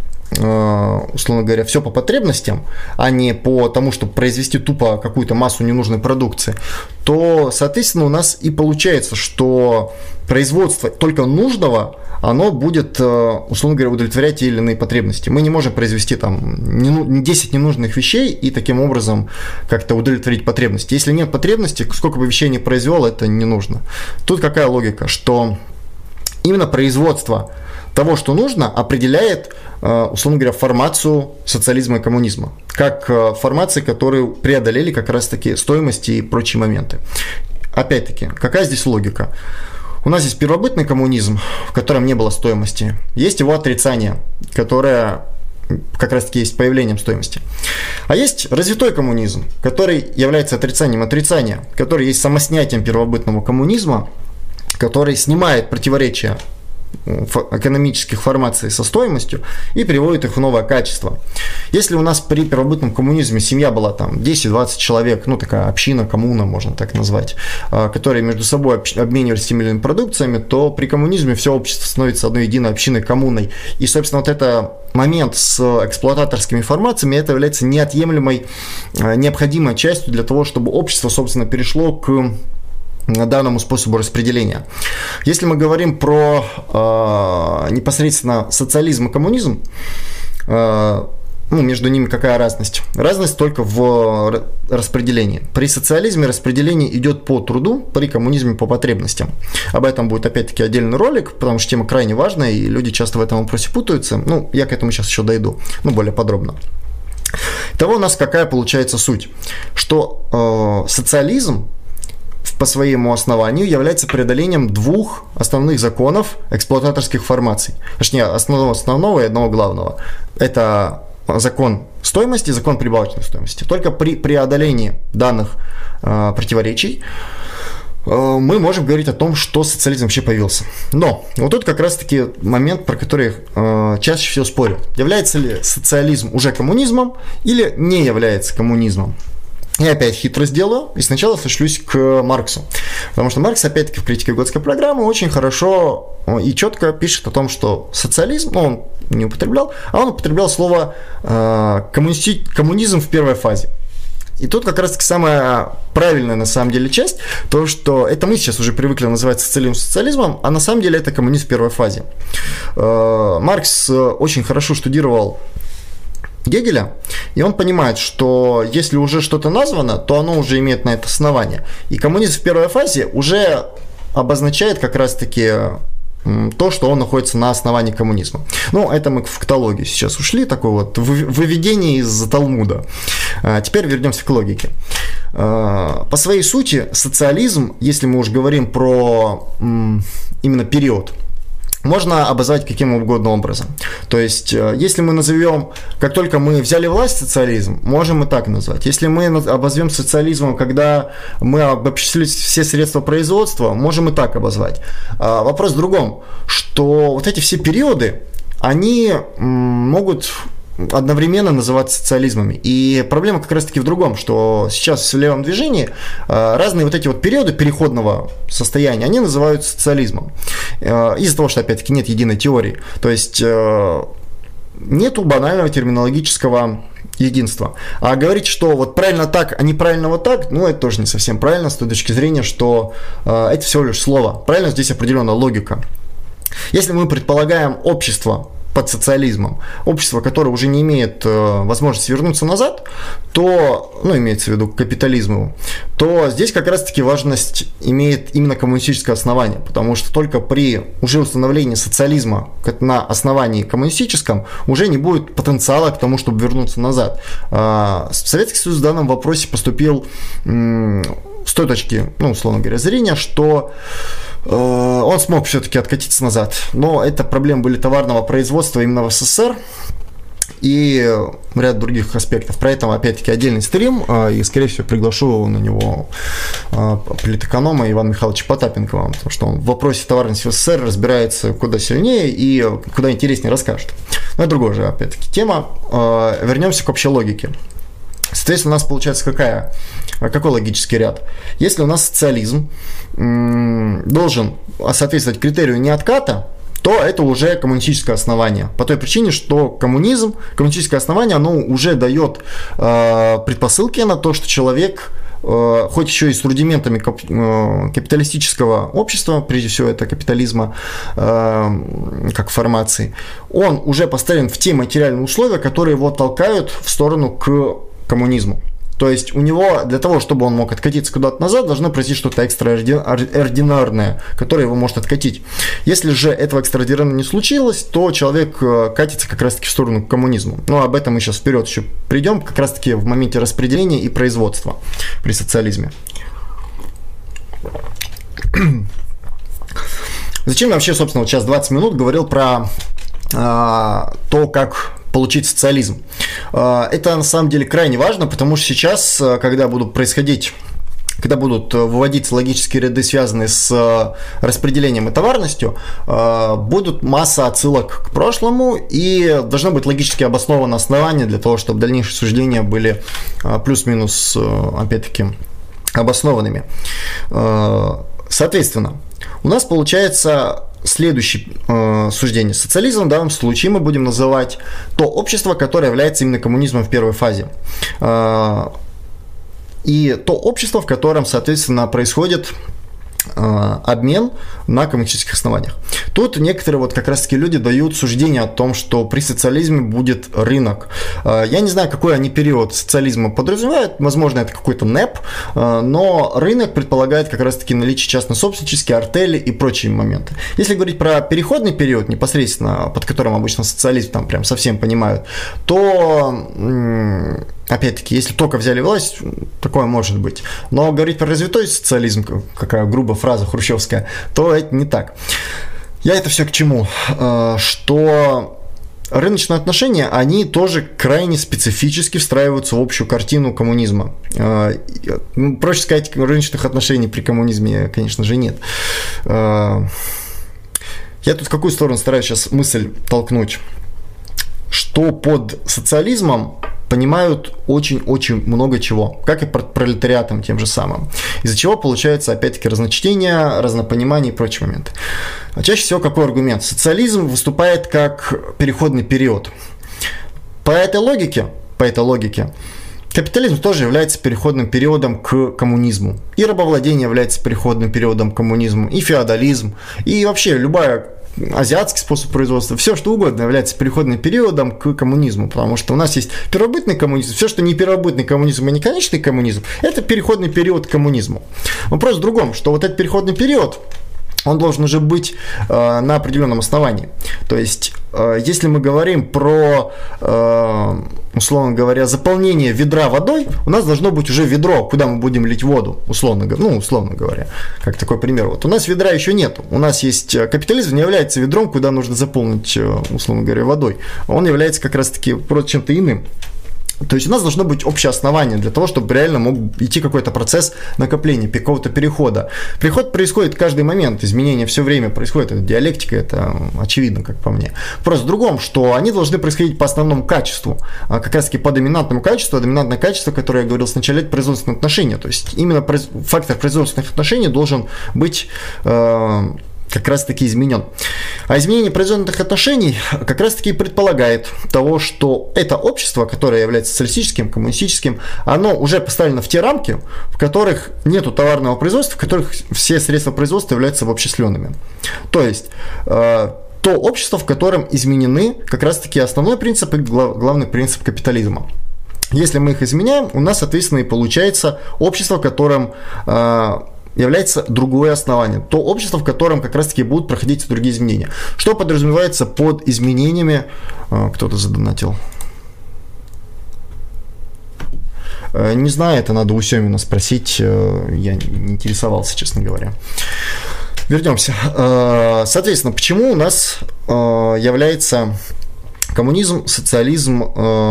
A: э, условно говоря, все по потребностям, а не по тому, чтобы произвести тупо какую-то массу ненужной продукции, то, соответственно, у нас и получается, что производство только нужного, оно будет, условно говоря, удовлетворять те или иные потребности. Мы не можем произвести там десять ненужных вещей и таким образом как-то удовлетворить потребности. Если нет потребности, сколько бы вещей не произвел, это не нужно. Тут какая логика, что именно производство того, что нужно, определяет, условно говоря, формацию социализма и коммунизма, как формации, которые преодолели как раз-таки стоимости и прочие моменты. Опять-таки, какая здесь логика? У нас есть первобытный коммунизм, в котором не было стоимости. Есть его отрицание, которое как раз-таки есть появлением стоимости. А есть развитой коммунизм, который является отрицанием отрицания, который есть самоснятием первобытного коммунизма, который снимает противоречия экономических формаций со стоимостью и переводит их в новое качество. Если у нас при первобытном коммунизме семья была там десять-двадцать человек, ну такая община, коммуна, можно так назвать, которые между собой обменивались теми или иными продукциями, то при коммунизме все общество становится одной единой общиной, коммуной. И, собственно, вот это момент с эксплуататорскими формациями, это является неотъемлемой, необходимой частью для того, чтобы общество, собственно, перешло к данному способу распределения. Если мы говорим про э, непосредственно социализм и коммунизм, э, ну, между ними какая разность? Разность только в распределении. При социализме распределение идет по труду, при коммунизме по потребностям. Об этом будет опять-таки отдельный ролик, потому что тема крайне важная, и люди часто в этом вопросе путаются. Ну, я к этому сейчас еще дойду, ну, более подробно. Итого у нас какая получается суть? Что э, социализм по своему основанию является преодолением двух основных законов эксплуататорских формаций. Точнее, основного основного и одного главного. Это закон стоимости и закон прибавочной стоимости. Только при преодолении данных э, противоречий э, мы можем говорить о том, что социализм вообще появился. Но вот тут как раз-таки момент, про который э, чаще всего спорят. Является ли социализм уже коммунизмом или не является коммунизмом? Я опять хитро сделаю, и сначала сошлюсь к Марксу. Потому что Маркс, опять-таки, в критике Готской программы очень хорошо и четко пишет о том, что социализм, ну, он не употреблял, а он употреблял слово э, коммунисти- коммунизм в первой фазе. И тут как раз-таки самая правильная на самом деле часть, то, что это мы сейчас уже привыкли называть социализм социализмом, а на самом деле это коммунизм в первой фазе. Э, Маркс очень хорошо штудировал Гегеля, и он понимает, что если уже что-то названо, то оно уже имеет на это основание. И коммунизм в первой фазе уже обозначает как раз-таки то, что он находится на основании коммунизма. Ну, это мы в каталоге сейчас ушли, такое вот выведение из Талмуда. Теперь вернемся к логике. По своей сути, социализм, если мы уж говорим про именно период, можно обозвать каким угодно образом. То есть, если мы назовем, как только мы взяли власть, социализм, можем и так назвать. Если мы обозовем социализмом, когда мы обобщили все средства производства, можем и так обозвать. Вопрос в другом, что вот эти все периоды, они могут одновременно называться социализмами. И проблема как раз-таки в другом, что сейчас в левом движении разные вот эти вот периоды переходного состояния, они называются социализмом. Из-за того, что, опять-таки, нет единой теории. То есть, нету банального терминологического единства. А говорить, что вот правильно так, а неправильно вот так, ну, это тоже не совсем правильно с той точки зрения, что это всего лишь слово. Правильно здесь определенная логика. Если мы предполагаем общество под социализмом, общество, которое уже не имеет э, возможности вернуться назад, то, ну, имеется в виду капитализм, то здесь как раз-таки важность имеет именно коммунистическое основание, потому что только при уже установлении социализма на основании коммунистическом уже не будет потенциала к тому, чтобы вернуться назад. Э, Советский Союз в данном вопросе поступил э, с той точки, ну, условно говоря, зрения, что он смог все-таки откатиться назад. Но это проблемы были товарного производства именно в СССР и ряд других аспектов. Про это, опять-таки, отдельный стрим, и, скорее всего, приглашу на него политэконома Ивана Михайловича Потапенкова, потому что он в вопросе товарности в СССР разбирается куда сильнее и куда интереснее расскажет. Но это другая же, опять-таки, тема. Вернемся к общей логике. Соответственно, у нас получается какая, какой логический ряд? Если у нас социализм м, должен соответствовать критерию неотката, то это уже коммунистическое основание. По той причине, что коммунизм, коммунистическое основание, оно уже дает э, предпосылки на то, что человек, э, хоть еще и с рудиментами кап, э, капиталистического общества, прежде всего это капитализма э, как формации, он уже поставлен в те материальные условия, которые его толкают в сторону к коммунизму. То есть у него для того, чтобы он мог откатиться куда-то назад, должно произойти что-то экстраординарное, которое его может откатить. Если же этого экстраординарного не случилось, то человек катится как раз-таки в сторону к коммунизму. Но об этом мы сейчас вперед еще придем, как раз-таки в моменте распределения и производства при социализме. Зачем я вообще, собственно, вот сейчас двадцать минут говорил про а, то, как получить социализм. Это на самом деле крайне важно, потому что сейчас, когда будут происходить когда будут выводиться логические ряды, связанные с распределением и товарностью, будут масса отсылок к прошлому, и должно быть логически обосновано основание для того, чтобы дальнейшие суждения были плюс-минус, опять-таки, обоснованными. Соответственно, у нас получается следующее э, суждение. Социализм в данном случае мы будем называть то общество, которое является именно коммунизмом в первой фазе. Э, и то общество, в котором, соответственно, происходит обмен на коммунистических основаниях. Тут некоторые вот как раз-таки люди дают суждение о том, что при социализме будет рынок. Я не знаю, какой они период социализма подразумевают, возможно, это какой-то НЭП, но рынок предполагает как раз-таки наличие частно-собственнические, артели и прочие моменты. Если говорить про переходный период, непосредственно под которым обычно социализм там прям совсем понимают, то... Опять-таки, если только взяли власть, такое может быть. Но говорить про развитой социализм, какая грубая фраза хрущевская, то это не так. Я это все к чему? Что рыночные отношения, они тоже крайне специфически встраиваются в общую картину коммунизма. Проще сказать, рыночных отношений при коммунизме, конечно же, нет. Я тут в какую сторону стараюсь сейчас мысль толкнуть? Что под социализмом понимают очень-очень много чего, как и под пролетариатом тем же самым. Из-за чего получается, опять-таки, разночтение, разнопонимание и прочие моменты. А чаще всего какой аргумент? Социализм выступает как переходный период. По этой логике, по этой логике, капитализм тоже является переходным периодом к коммунизму. И рабовладение является переходным периодом к коммунизму, и феодализм, и вообще любая азиатский способ производства, все что угодно является переходным периодом к коммунизму, потому что у нас есть первобытный коммунизм, все, что не первобытный коммунизм и не конечный коммунизм, это переходный период к коммунизму. Вопрос в другом, что вот этот переходный период, он должен уже быть э, на определенном основании. То есть, э, если мы говорим про, э, условно говоря, заполнение ведра водой, у нас должно быть уже ведро, куда мы будем лить воду, условно, ну, условно говоря, как такой пример. Вот у нас ведра еще нет. У нас есть капитализм, не является ведром, куда нужно заполнить, условно говоря, водой. Он является как раз-таки просто чем-то иным. То есть у нас должно быть общее основание для того, чтобы реально мог идти какой-то процесс накопления, какого-то перехода. Переход происходит каждый момент, изменения все время происходят, это диалектика, это очевидно, как по мне. Просто в другом, что они должны происходить по основному качеству, а как раз таки по доминантному качеству, а доминантное качество, которое я говорил сначала, это производственные отношения. То есть именно фактор производственных отношений должен быть... Э- как раз-таки изменен. А изменение производственных отношений как раз-таки предполагает того, что это общество, которое является социалистическим, коммунистическим, оно уже поставлено в те рамки, в которых нету товарного производства, в которых все средства производства являются обобщисленными. То есть, э, то общество, в котором изменены как раз-таки основной принцип и глав, главный принцип капитализма. Если мы их изменяем, у нас, соответственно, и получается общество, в котором... Э, является другое основание, то общество, в котором как раз-таки будут проходить другие изменения. Что подразумевается под изменениями? Кто-то задонатил. Не знаю, это надо у Семина спросить, я не интересовался, честно говоря. Вернемся. Соответственно, почему у нас является коммунизм, социализм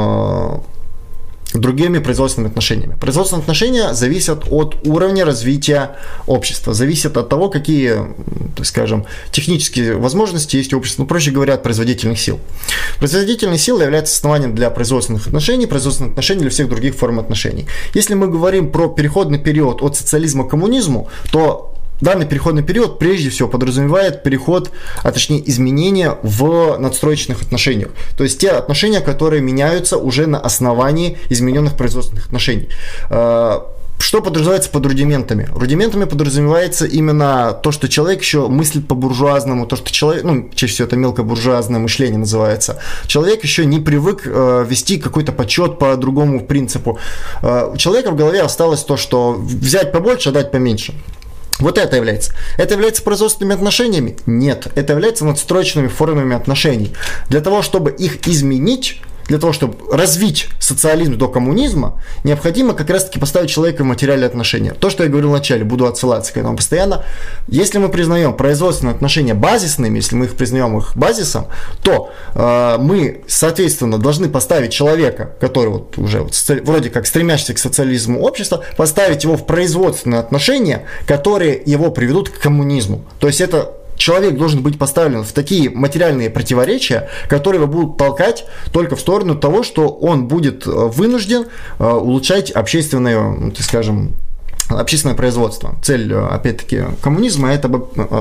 A: другими производственными отношениями. Производственные отношения зависят от уровня развития общества, зависят от того, какие, так скажем, технические возможности есть у общества, ну, проще говоря, от производительных сил. Производительные силы являются основанием для производственных отношений, производственных отношений для всех других форм отношений. Если мы говорим про переходный период от социализма к коммунизму, то данный переходный период прежде всего подразумевает переход, а точнее изменения в надстроечных отношениях. То есть те отношения, которые меняются уже на основании измененных производственных отношений. Что подразумевается под рудиментами? Рудиментами подразумевается именно то, что человек еще мыслит по-буржуазному, то, что человек, ну, чаще всего это мелкобуржуазное мышление называется. Человек еще не привык э, вести какой-то подсчет по другому принципу. Э, у человека в голове осталось то, что взять побольше, а дать поменьше. Вот это является. Это является производственными отношениями? Нет. Это является надстроечными формами отношений. Для того, чтобы их изменить, для того, чтобы развить социализм до коммунизма, необходимо как раз-таки поставить человека в материальные отношения. То, что я говорил вначале, буду отсылаться к этому постоянно. Если мы признаем производственные отношения базисными, если мы их признаем их базисом, то э, мы, соответственно, должны поставить человека, который вот уже вот, вроде как стремящийся к социализму общества, поставить его в производственные отношения, которые его приведут к коммунизму. То есть это человек должен быть поставлен в такие материальные противоречия, которые его будут толкать только в сторону того, что он будет вынужден улучшать общественное, так скажем, общественное производство. Цель, опять-таки, коммунизма – это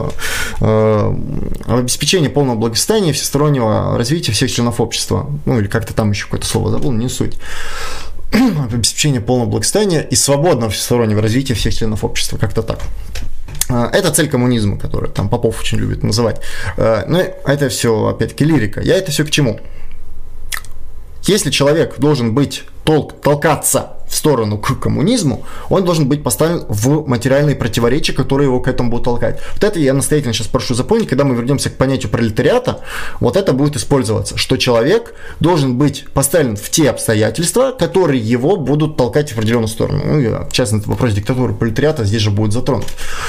A: обеспечение полного благосостояния, всестороннего развития всех членов общества. Ну, или как-то там еще какое-то слово забыл, не суть. Обеспечение полного благосостояния и свободного всестороннего развития всех членов общества. Как-то так. Это цель коммунизма, которую там Попов очень любит называть. Но это все, опять-таки, лирика. Я это все к чему? Если человек должен быть тол- толкаться в сторону к коммунизму, он должен быть поставлен в материальные противоречия, которые его к этому будут толкать. Вот это я настоятельно сейчас прошу запомнить, когда мы вернемся к понятию пролетариата, вот это будет использоваться, что человек должен быть поставлен в те обстоятельства, которые его будут толкать в определенную сторону. Ну, в частности, вопрос диктатуры пролетариата здесь же будет затронут.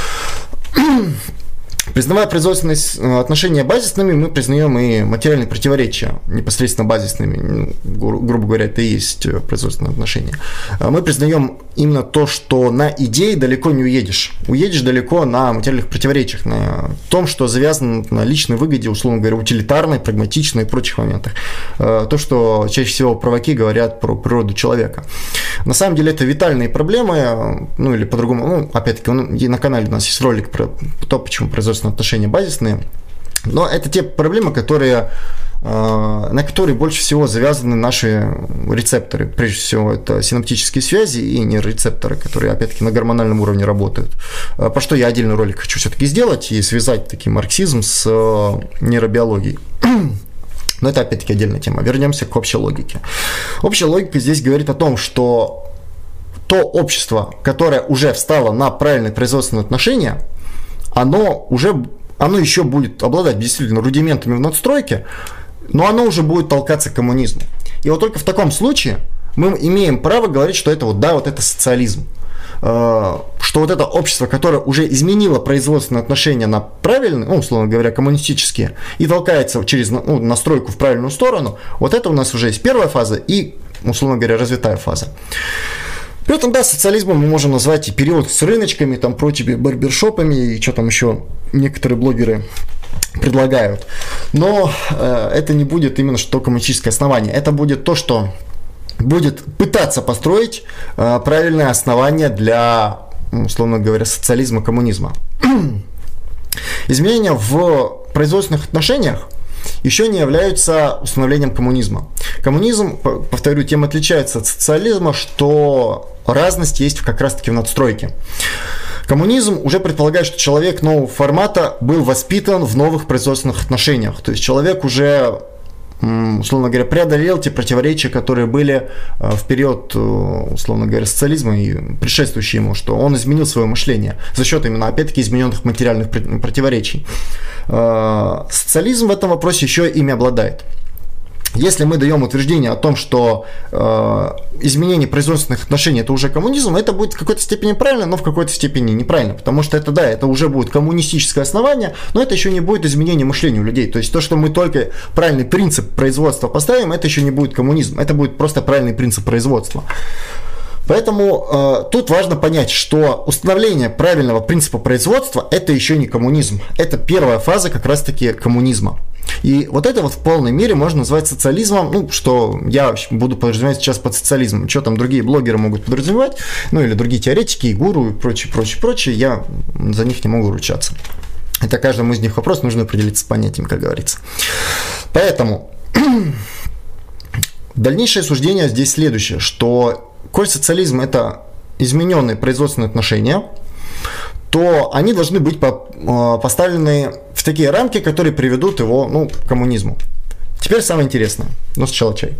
A: Признавая производственные отношения базисными, мы признаем и материальные противоречия непосредственно базисными. Ну, гру- грубо говоря, это и есть производственные отношения. Мы признаем именно то, что на идее далеко не уедешь. Уедешь далеко на материальных противоречиях, на том, что завязано на личной выгоде, условно говоря, утилитарной, прагматичной и прочих моментах. То, что чаще всего праваки говорят про природу человека. На самом деле это витальные проблемы, ну или по-другому, ну, опять-таки, на канале у нас есть ролик про то, почему производственные отношения базисные, но это те проблемы, которые, на которые больше всего завязаны наши рецепторы. Прежде всего, это синаптические связи и нейрорецепторы, которые, опять-таки, на гормональном уровне работают. По что я отдельный ролик хочу все-таки сделать и связать таки марксизм с нейробиологией. Но это, опять-таки, отдельная тема. Вернемся к общей логике. Общая логика здесь говорит о том, что то общество, которое уже встало на правильные производственные отношения, оно уже, оно еще будет обладать действительно рудиментами в надстройке, но оно уже будет толкаться к коммунизму. И вот только в таком случае мы имеем право говорить, что это вот, да, вот это социализм. Что вот это общество, которое уже изменило производственные отношения на правильные, ну, условно говоря, коммунистические, и толкается через, ну, настройку в правильную сторону, вот это у нас уже есть первая фаза и, условно говоря, развитая фаза. При этом, да, социализмом мы можем назвать и период с рыночками, там, прочими барбершопами, и что там еще некоторые блогеры предлагают. Но э, это не будет именно что коммунистическое основание. Это будет то, что будет пытаться построить э, правильное основание для, условно говоря, социализма, коммунизма. Изменения в производственных отношениях еще не являются установлением коммунизма. Коммунизм, повторю, тем отличается от социализма, что разность есть как раз-таки в надстройке. Коммунизм уже предполагает, что человек нового формата был воспитан в новых производственных отношениях. То есть человек уже, условно говоря, преодолел те противоречия, которые были в период, условно говоря, социализма и предшествующие ему, что он изменил свое мышление за счет именно, опять-таки, измененных материальных противоречий. Социализм в этом вопросе еще ими обладает. Если мы даем утверждение о том, что э, изменение производственных отношений – это уже коммунизм, это будет в какой-то степени правильно, но в какой-то степени неправильно, потому что это, да, это уже будет коммунистическое основание, но это еще не будет изменение мышления у людей. То есть то, что мы только правильный принцип производства поставим, это еще не будет коммунизм, это будет просто правильный принцип производства. Поэтому э, тут важно понять, что установление правильного принципа производства – это еще не коммунизм. Это первая фаза как раз-таки коммунизма. И вот это вот в полной мере можно назвать социализмом, ну, что я буду подразумевать сейчас под социализмом. Что там другие блогеры могут подразумевать, ну, или другие теоретики, и гуру, и прочее, прочее, прочее, я за них не могу ручаться. Это каждому из них вопрос, нужно определиться с понятием, как говорится. Поэтому дальнейшее суждение здесь следующее, что коль социализм – это измененные производственные отношения, то они должны быть поставлены в такие рамки, которые приведут его, ну, к коммунизму. Теперь самое интересное. Но сначала чай.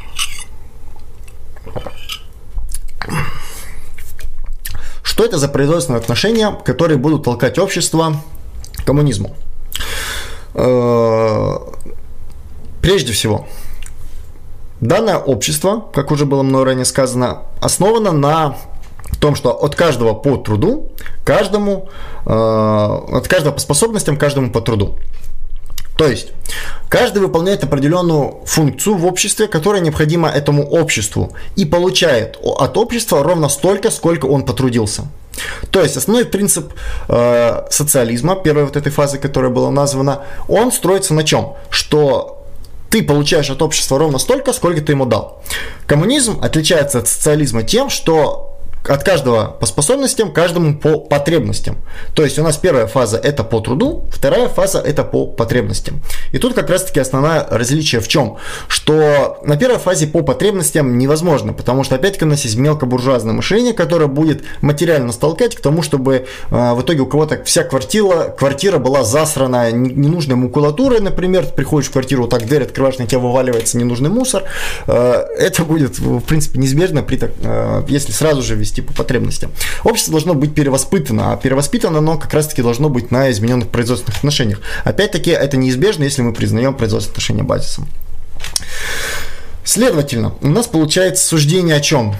A: Что это за производственные отношения, которые будут толкать общество к коммунизму? Прежде всего, Данное общество, как уже было мной ранее сказано, основано на том, что от каждого по труду, каждому, э, от каждого по способностям, каждому по труду. То есть, каждый выполняет определенную функцию в обществе, которая необходима этому обществу, и получает от общества ровно столько, сколько он потрудился. То есть, основной принцип э, социализма, первой вот этой фазы, которая была названа, он строится на чем? Что ты получаешь от общества ровно столько, сколько ты ему дал. Коммунизм отличается от социализма тем, что от каждого по способностям, каждому по потребностям. То есть у нас первая фаза это по труду, вторая фаза это по потребностям. И тут как раз таки основное различие в чем? Что на первой фазе по потребностям невозможно, потому что опять-таки у нас есть мелкобуржуазное мышление, которое будет материально нас толкать к тому, чтобы э, в итоге у кого-то вся квартира, квартира была засрана ненужной макулатурой, например, ты приходишь в квартиру, вот так дверь открываешь, на тебя вываливается ненужный мусор. Э, это будет в принципе неизбежно, при, э, если сразу же вести по потребностям. Общество должно быть перевоспитано, а перевоспитано оно как раз-таки должно быть на измененных производственных отношениях. Опять-таки, это неизбежно, если мы признаем производственные отношения базисом. Следовательно, у нас получается суждение о чем?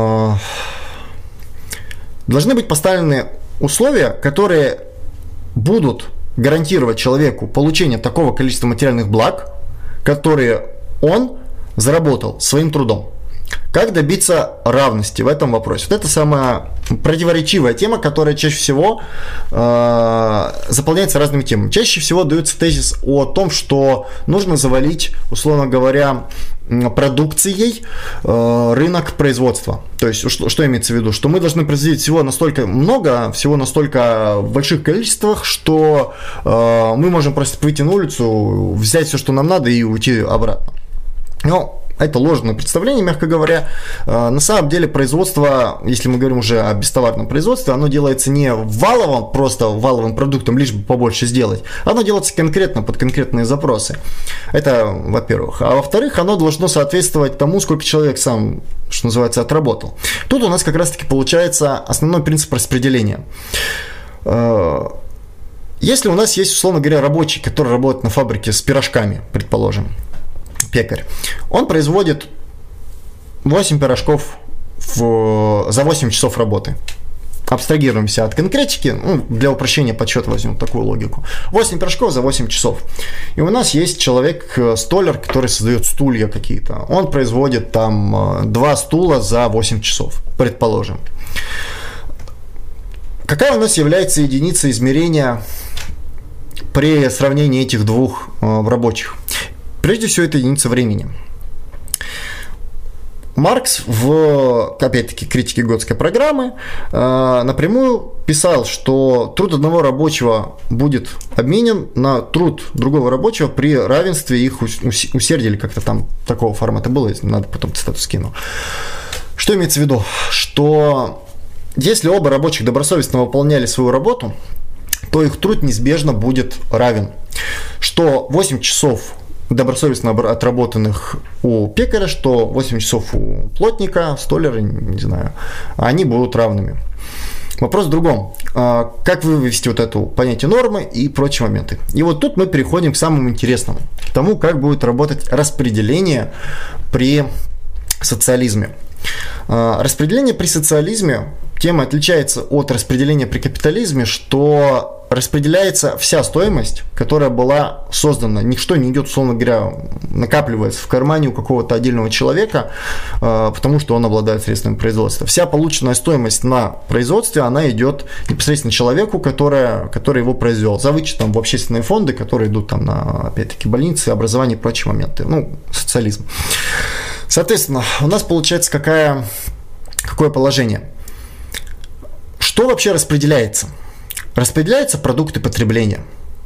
A: Должны быть поставлены условия, которые будут гарантировать человеку получение такого количества материальных благ, которые он заработал своим трудом. Как добиться равности в этом вопросе? Вот это самая противоречивая тема, которая чаще всего э, заполняется разными темами. Чаще всего дается тезис о том, что нужно завалить, условно говоря, продукцией э, рынок производства. То есть, что, что имеется в виду? Что мы должны производить всего настолько много, всего настолько в больших количествах, что э, мы можем просто выйти на улицу, взять все, что нам надо, и уйти обратно. Но это ложное представление, мягко говоря. На самом деле производство, если мы говорим уже о бестоварном производстве, оно делается не валовым, просто валовым продуктом, лишь бы побольше сделать. Оно делается конкретно под конкретные запросы. Это, во-первых. А во-вторых, оно должно соответствовать тому, сколько человек сам, что называется, отработал. Тут у нас как раз-таки получается основной принцип распределения. Если у нас есть, условно говоря, рабочий, который работает на фабрике с пирожками, предположим, пекарь, он производит восемь пирожков в, за восемь часов работы. Абстрагируемся от конкретики, ну, для упрощения подсчета возьмем такую логику. восемь пирожков за восемь часов. И у нас есть человек-столяр, который создает стулья какие-то. Он производит там два стула за восемь часов, предположим. Какая у нас является единица измерения при сравнении этих двух э, рабочих? Прежде всего, это единица времени. Маркс в, опять-таки, критике Готской программы э, напрямую писал, что труд одного рабочего будет обменен на труд другого рабочего при равенстве их усердия, или как-то там такого формата было, надо потом цитату скину. Что имеется в виду? Что если оба рабочих добросовестно выполняли свою работу, то их труд неизбежно будет равен. Что восемь часов добросовестно отработанных у пекаря, что восемь часов у плотника, столяра, не знаю, они будут равными. Вопрос в другом. Как вывести вот это понятие нормы и прочие моменты? И вот тут мы переходим к самому интересному, к тому, как будет работать распределение при социализме. Распределение при социализме тема отличается от распределения при капитализме, что распределяется вся стоимость, которая была создана. Ничто не идет, условно говоря, накапливается в кармане у какого-то отдельного человека, потому что он обладает средствами производства. Вся полученная стоимость на производстве, она идет непосредственно человеку, который, который его произвел, за вычетом в общественные фонды, которые идут там на, опять-таки, больницы, образование и прочие моменты. Ну, социализм. Соответственно, у нас получается какая, какое положение? Что вообще распределяется? Распределяются продукты потребления.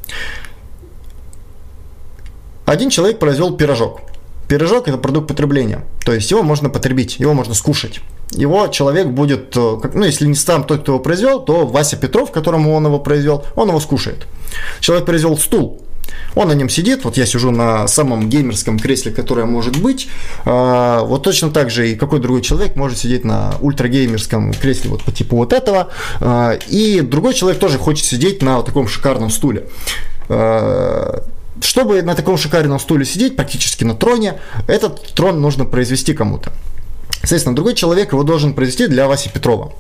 A: Один человек произвел пирожок. Пирожок – это продукт потребления. То есть его можно потребить, его можно скушать. Его человек будет, ну если не сам тот, кто его произвел, то Вася Петров, которому он его произвел, он его скушает. Человек произвел стул. Он на нем сидит, вот я сижу на самом геймерском кресле, которое может быть, вот точно так же и какой другой человек может сидеть на ультрагеймерском кресле вот по типу вот этого, и другой человек тоже хочет сидеть на вот таком шикарном стуле. чтобы на таком шикарном стуле сидеть, практически на троне, этот трон нужно произвести кому-то. Соответственно, другой человек его должен произвести для Васи Петрова.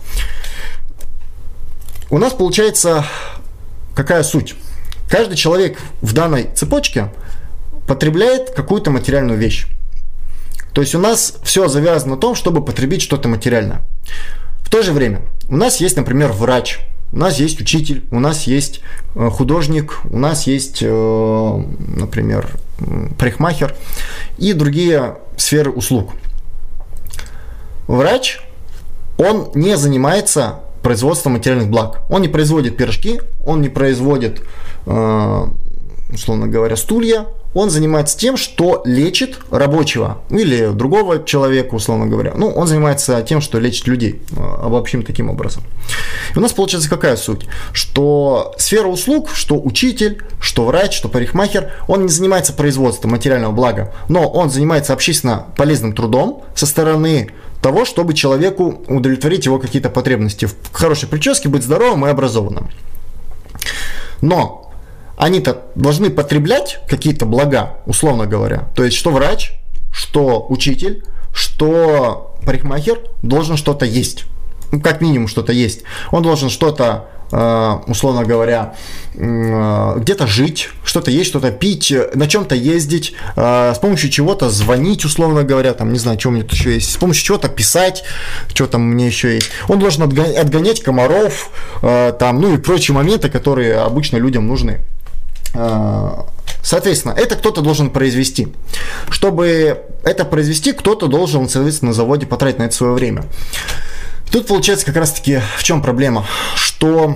A: У нас получается какая суть? Каждый человек в данной цепочке потребляет какую-то материальную вещь. То есть у нас все завязано на том, чтобы потребить что-то материальное. В то же время у нас есть, например, врач, у нас есть учитель, у нас есть художник, у нас есть, например, парикмахер и другие сферы услуг. Врач, он не занимается производством материальных благ. Он не производит пирожки, он не производит, условно говоря, стулья. Он занимается тем, что лечит рабочего или другого человека, условно говоря. Ну, он занимается тем, что лечит людей, обобщим таким образом. И у нас получается какая суть? Что сфера услуг, что учитель, что врач, что парикмахер, он не занимается производством материального блага, но он занимается общественно полезным трудом со стороны того, чтобы человеку удовлетворить его какие-то потребности в хорошей прическе, быть здоровым и образованным. Но они-то должны потреблять какие-то блага, условно говоря. То есть, что врач, что учитель, что парикмахер должен что-то есть. Ну, как минимум что-то есть. Он должен что-то, условно говоря, где-то жить, что-то есть, что-то пить, на чем-то ездить, с помощью чего-то звонить, условно говоря, там, не знаю, что у меня тут еще есть, с помощью чего-то писать, что там у меня еще есть. Он должен отгонять комаров, там, ну и прочие моменты, которые обычно людям нужны. Соответственно, это кто-то должен произвести. Чтобы это произвести, кто-то должен, соответственно, на заводе потратить на это свое время. Тут получается как раз-таки в чем проблема, что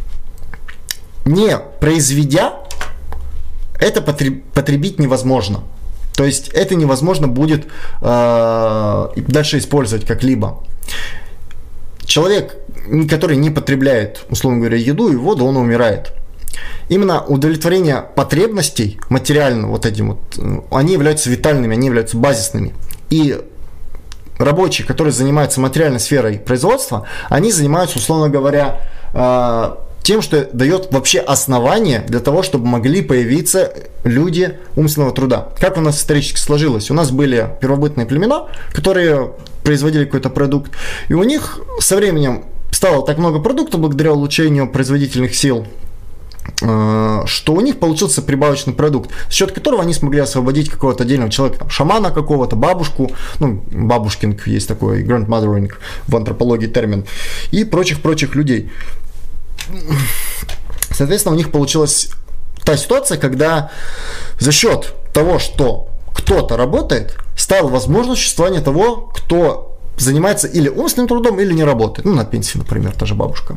A: не произведя, это потребить невозможно. То есть это невозможно будет э, дальше использовать как-либо. Человек, который не потребляет, условно говоря, еду и воду, он умирает. Именно удовлетворение потребностей материально вот этим вот, они являются витальными, они являются базисными. И рабочие, которые занимаются материальной сферой производства, они занимаются, условно говоря, тем, что дает вообще основание для того, чтобы могли появиться люди умственного труда. Как у нас исторически сложилось? У нас были первобытные племена, которые производили какой-то продукт, и у них со временем стало так много продуктов благодаря улучшению производительных сил, что у них получился прибавочный продукт, за счет которого они смогли освободить какого-то отдельного человека, там, шамана какого-то, бабушку, ну, бабушкинг, есть такой grandmothering в антропологии термин, и прочих-прочих людей. Соответственно, у них получилась та ситуация, когда за счет того, что кто-то работает, стало возможно существование того, кто занимается или умственным трудом, или не работает. Ну, на пенсии, например, та же бабушка.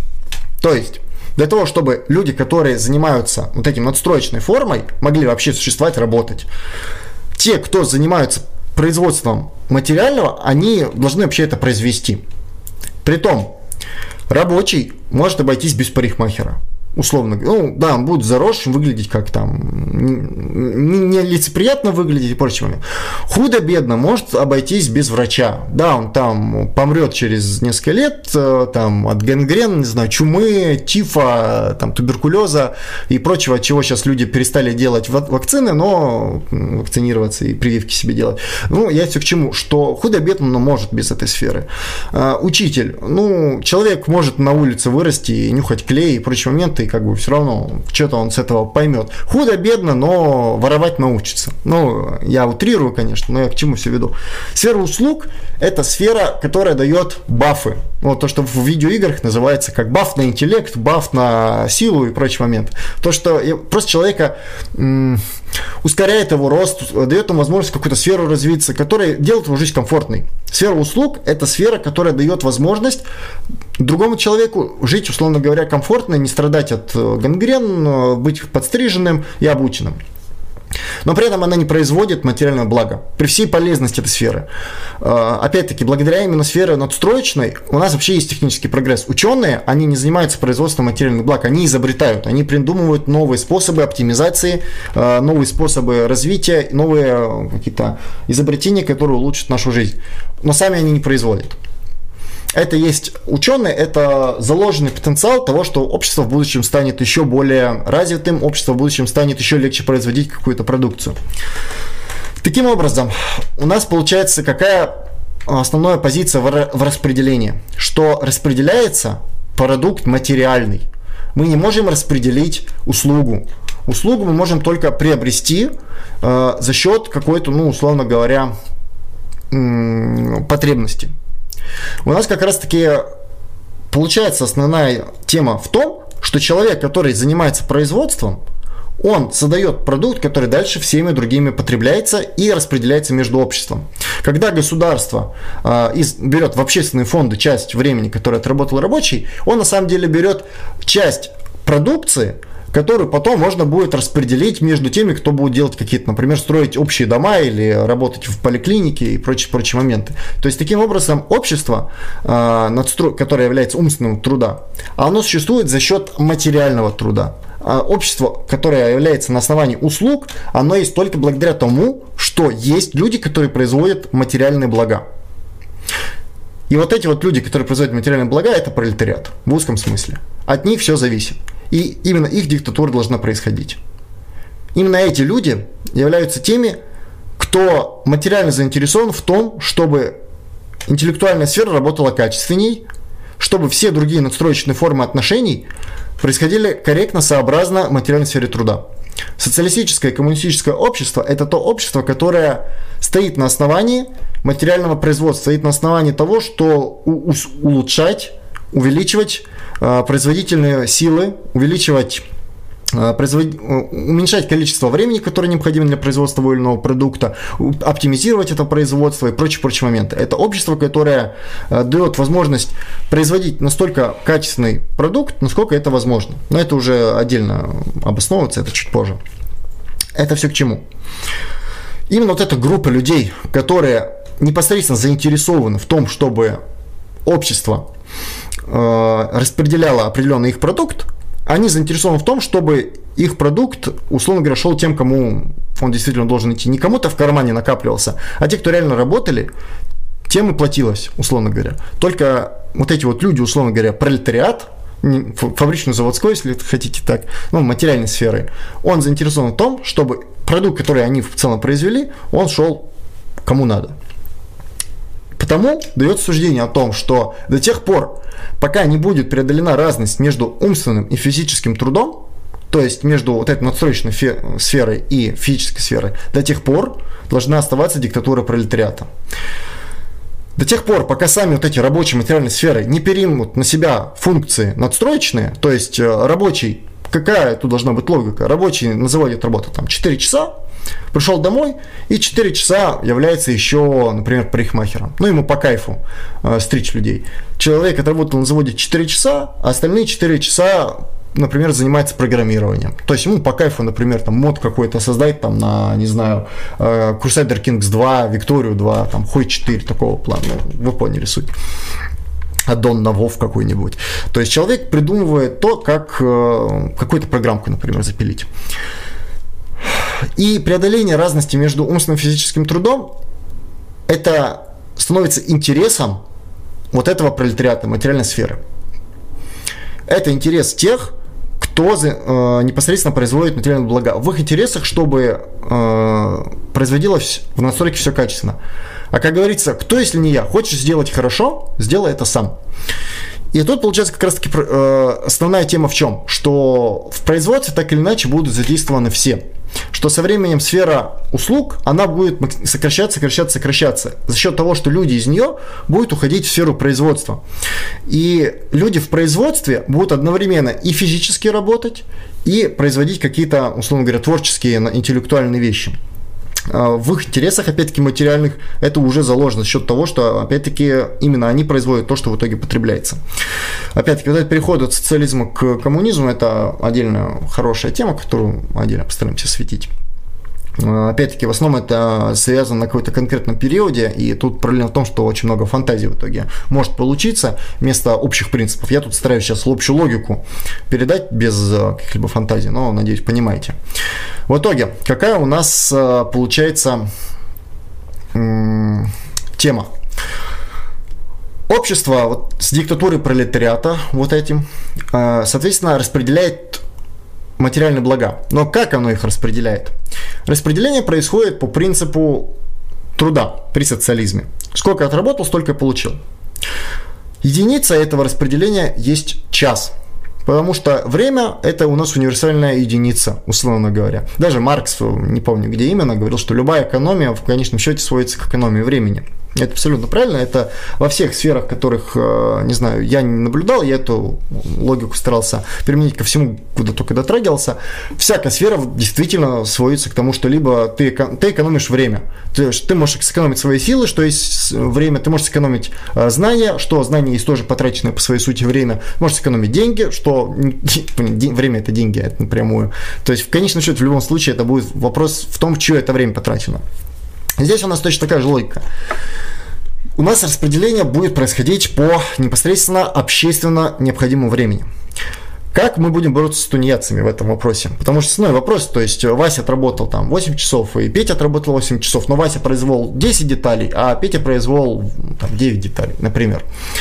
A: То есть для того, чтобы люди, которые занимаются вот этим надстроечной формой, могли вообще существовать, работать, те, кто занимаются производством материального, они должны вообще это произвести. Притом, рабочий может обойтись без парикмахера. Условно, ну да, он будет заросшим, выглядеть как там, нелицеприятно выглядеть и прочее момент. Худо-бедно может обойтись без врача. Да, он там помрет через несколько лет, там, от гангрен, не знаю, чумы, тифа, там, туберкулеза и прочего, от чего сейчас люди перестали делать вакцины, но вакцинироваться и прививки себе делать. Ну, я все к чему, что худо-бедно, но может без этой сферы. Учитель, ну, человек может на улице вырасти и нюхать клей и прочие моменты, и как бы все равно что-то он с этого поймет. Худо-бедно, но воровать научится. Ну, я утрирую, конечно, но я к чему все веду. Сфера услуг – это сфера, которая дает бафы. Вот то, что в видеоиграх называется как баф на интеллект, баф на силу и прочий момент. То, что просто человека м- ускоряет его рост, дает ему возможность в какую-то сферу развиться, которая делает его жизнь комфортной. Сфера услуг – это сфера, которая дает возможность другому человеку жить, условно говоря, комфортно, не страдать от гангрен, быть подстриженным и обученным. Но при этом она не производит материального блага. При всей полезности этой сферы. Опять-таки, благодаря именно сфере надстроечной у нас вообще есть технический прогресс. Ученые, они не занимаются производством материальных благ, они изобретают, они придумывают новые способы оптимизации, новые способы развития, новые какие-то изобретения, которые улучшат нашу жизнь. Но сами они не производят. это есть ученые, это заложенный потенциал того, что общество в будущем станет еще более развитым, общество в будущем станет еще легче производить какую-то продукцию. Таким образом, у нас получается какая основная позиция в распределении, что распределяется продукт материальный. Мы не можем распределить услугу. Услугу мы можем только приобрести э, за счет какой-то, ну, условно говоря, м- потребности. У нас как раз-таки получается основная тема в том, что человек, который занимается производством, он создает продукт, который дальше всеми другими потребляется и распределяется между обществом. Когда государство э, из, берет в общественные фонды часть времени, которое отработал рабочий, он на самом деле берет часть продукции, которую потом можно будет распределить между теми, кто будет делать какие-то, например, строить общие дома или работать в поликлинике и прочие, прочие моменты. То есть, таким образом, общество, э, надстро... которое является умственным труда, оно существует за счет материального труда. А общество, которое является на основании услуг, оно есть только благодаря тому, что есть люди, которые производят материальные блага. И вот эти вот люди, которые производят материальные блага, это пролетариат в узком смысле. От них все зависит. И именно их диктатура должна происходить. Именно эти люди являются теми, кто материально заинтересован в том, чтобы интеллектуальная сфера работала качественней, чтобы все другие надстроечные формы отношений происходили корректно, сообразно материальной сфере труда. Социалистическое и коммунистическое общество – это то общество, которое стоит на основании материального производства, стоит на основании того, что у- улучшать, увеличивать э, производительные силы, увеличивать, э, производ... уменьшать количество времени, которое необходимо для производства того или иного продукта, оптимизировать это производство и прочие-прочие моменты. Это общество, которое э, дает возможность производить настолько качественный продукт, насколько это возможно. Но это уже отдельно обосновывается, это чуть позже. Это все к чему? Именно вот эта группа людей, которые непосредственно заинтересованы в том, чтобы общество э, распределяло определенный их продукт, они заинтересованы в том, чтобы их продукт, условно говоря, шел тем, кому он действительно должен идти. Не кому-то в кармане накапливался, а те, кто реально работали, тем и платилось, условно говоря. Только вот эти вот люди, условно говоря, пролетариат, фабрично-заводской, если хотите так, ну, материальной сферы, он заинтересован в том, чтобы продукт, который они в целом произвели, он шел кому надо. Потому дается суждение о том, что до тех пор, пока не будет преодолена разность между умственным и физическим трудом, то есть между вот этой надстроечной сферой и физической сферой, до тех пор должна оставаться диктатура пролетариата. До тех пор, пока сами вот эти рабочие материальные сферы не переймут на себя функции надстроечные, то есть рабочий, какая тут должна быть логика? Рабочий на заводе отработал там четыре часа, пришел домой и четыре часа является еще, например, парикмахером. Ну, ему по кайфу э, стричь людей. Человек отработал на заводе четыре часа, а остальные четыре часа, например, занимается программированием. То есть ему по кайфу, например, там мод какой-то создать там на, не знаю, э, Crusader Kings два, Victoria два, там Хой четыре, такого плана. Ну, вы поняли суть. Аддон на Вов какой-нибудь. То есть человек придумывает то, как э, какую-то программку, например, запилить. И преодоление разности между умственным и физическим трудом, это становится интересом вот этого пролетариата, материальной сферы. Это интерес тех, кто э, непосредственно производит материальные блага. В их интересах, чтобы э, производилось в надстройке все качественно. А как говорится, кто, если не я, хочешь сделать хорошо, сделай это сам. И тут получается как раз-таки э, основная тема в чем? Что в производстве так или иначе будут задействованы все. Что со временем сфера услуг, она будет сокращаться, сокращаться, сокращаться. За счет того, что люди из нее будут уходить в сферу производства. И люди в производстве будут одновременно и физически работать, и производить какие-то, условно говоря, творческие, интеллектуальные вещи. В их интересах, опять-таки, материальных, это уже заложено за счет того, что, опять-таки, именно они производят то, что в итоге потребляется. Опять-таки, когда переход от социализма к коммунизму, это отдельно хорошая тема, которую отдельно постараемся осветить. Опять-таки, в основном это связано на какой-то конкретном периоде, и тут проблема в том, что очень много фантазий в итоге может получиться вместо общих принципов. Я тут стараюсь сейчас общую логику передать без каких-либо фантазий, но, надеюсь, понимаете. В итоге, какая у нас получается тема? Общество вот, с диктатурой пролетариата, вот этим, соответственно, распределяет материальные блага. Но как оно их распределяет? Распределение происходит по принципу труда при социализме. Сколько отработал, столько получил. Единица этого распределения есть час. Потому что время – это у нас универсальная единица, условно говоря. Даже Маркс, не помню где именно, говорил, что любая экономия в конечном счете сводится к экономии времени. Это абсолютно правильно. Это во всех сферах, которых, не знаю, я не наблюдал, я эту логику старался применить ко всему, куда только дотрагивался. Всякая сфера действительно сводится к тому, что либо ты, ты экономишь время. То есть ты можешь сэкономить свои силы, что есть время, ты можешь сэкономить знания, что знания есть тоже потраченное по своей сути время, можешь сэкономить деньги, что время – это деньги, это напрямую. То есть в конечном счете в любом случае это будет вопрос в том, в чье это время потрачено. Здесь у нас точно такая же логика. У нас распределение будет происходить по непосредственно общественно необходимому времени. Как мы будем бороться с тунеядцами в этом вопросе? Потому что основной вопрос, то есть Вася отработал там восемь часов, и Петя отработал восемь часов, но Вася произвел десять деталей, а Петя произвел там, девять деталей, например.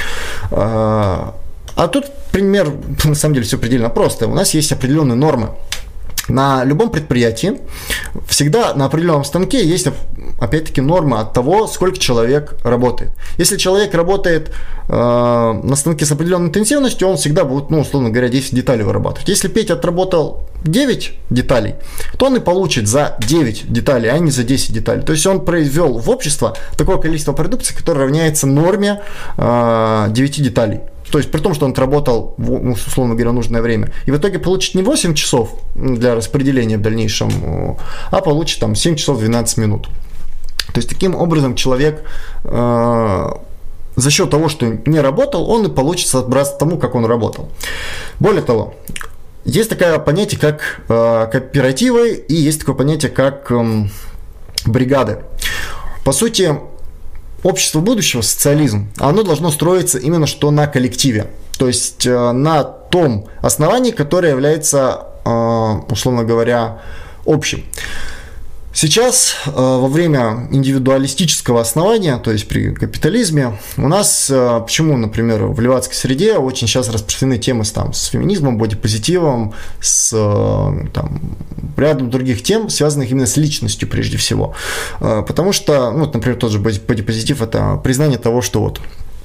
A: А тут пример, на самом деле, все предельно просто. У нас есть определенные нормы. На любом предприятии всегда на определенном станке есть, опять-таки, норма от того, сколько человек работает. Если человек работает э, на станке с определенной интенсивностью, он всегда будет, ну, условно говоря, десять деталей вырабатывать. Если Петя отработал девять деталей, то он и получит за девять деталей, а не за десять деталей. То есть он произвел в общество такое количество продукции, которое равняется норме э, девяти деталей. То есть при том, что он отработал, условно говоря, нужное время. И в итоге получит не восемь часов для распределения в дальнейшем, а получит там семь часов двенадцать минут. То есть таким образом человек э, за счет того, что не работал, он и получит сообразно тому, как он работал. Более того, есть такое понятие, как э, кооперативы, и есть такое понятие, как э, бригады. По сути, общество будущего, социализм, оно должно строиться именно что на коллективе. То есть э, на том основании, которое является, э, условно говоря, общим. Сейчас, э, во время индивидуалистического основания, то есть при капитализме, у нас, э, почему, например, в левацкой среде очень сейчас распространены темы с, там, с феминизмом, бодипозитивом, с э, там, рядом других тем, связанных именно с личностью прежде всего. Э, потому что, ну, например, тот же бодипозитив – это признание того, что вот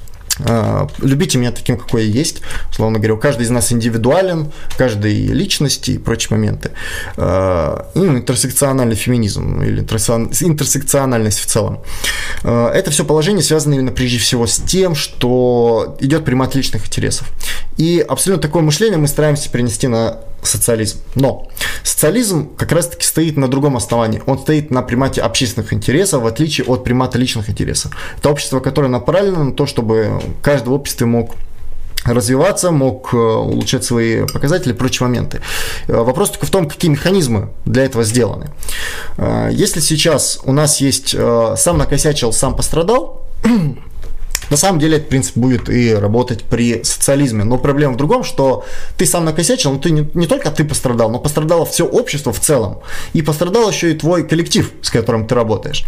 A: любите меня таким, какой я есть, условно говоря, каждый из нас индивидуален, каждой личности и прочие моменты. Ну, интерсекциональный феминизм или интерсекциональность в целом. Это все положение связано именно прежде всего с тем, что идет примат личных интересов. И абсолютно такое мышление мы стараемся перенести на социализм. Но социализм как раз-таки стоит на другом основании. Он стоит на примате общественных интересов, в отличие от примата личных интересов. Это общество, которое направлено на то, чтобы каждый в обществе мог развиваться, мог улучшать свои показатели и прочие моменты. Вопрос только в том, какие механизмы для этого сделаны. Если сейчас у нас есть «сам накосячил, сам пострадал», на самом деле этот принцип будет и работать при социализме. Но проблема в другом, что ты сам накосячил, но ты не, не только ты пострадал, но пострадало все общество в целом. И пострадал еще и твой коллектив, с которым ты работаешь.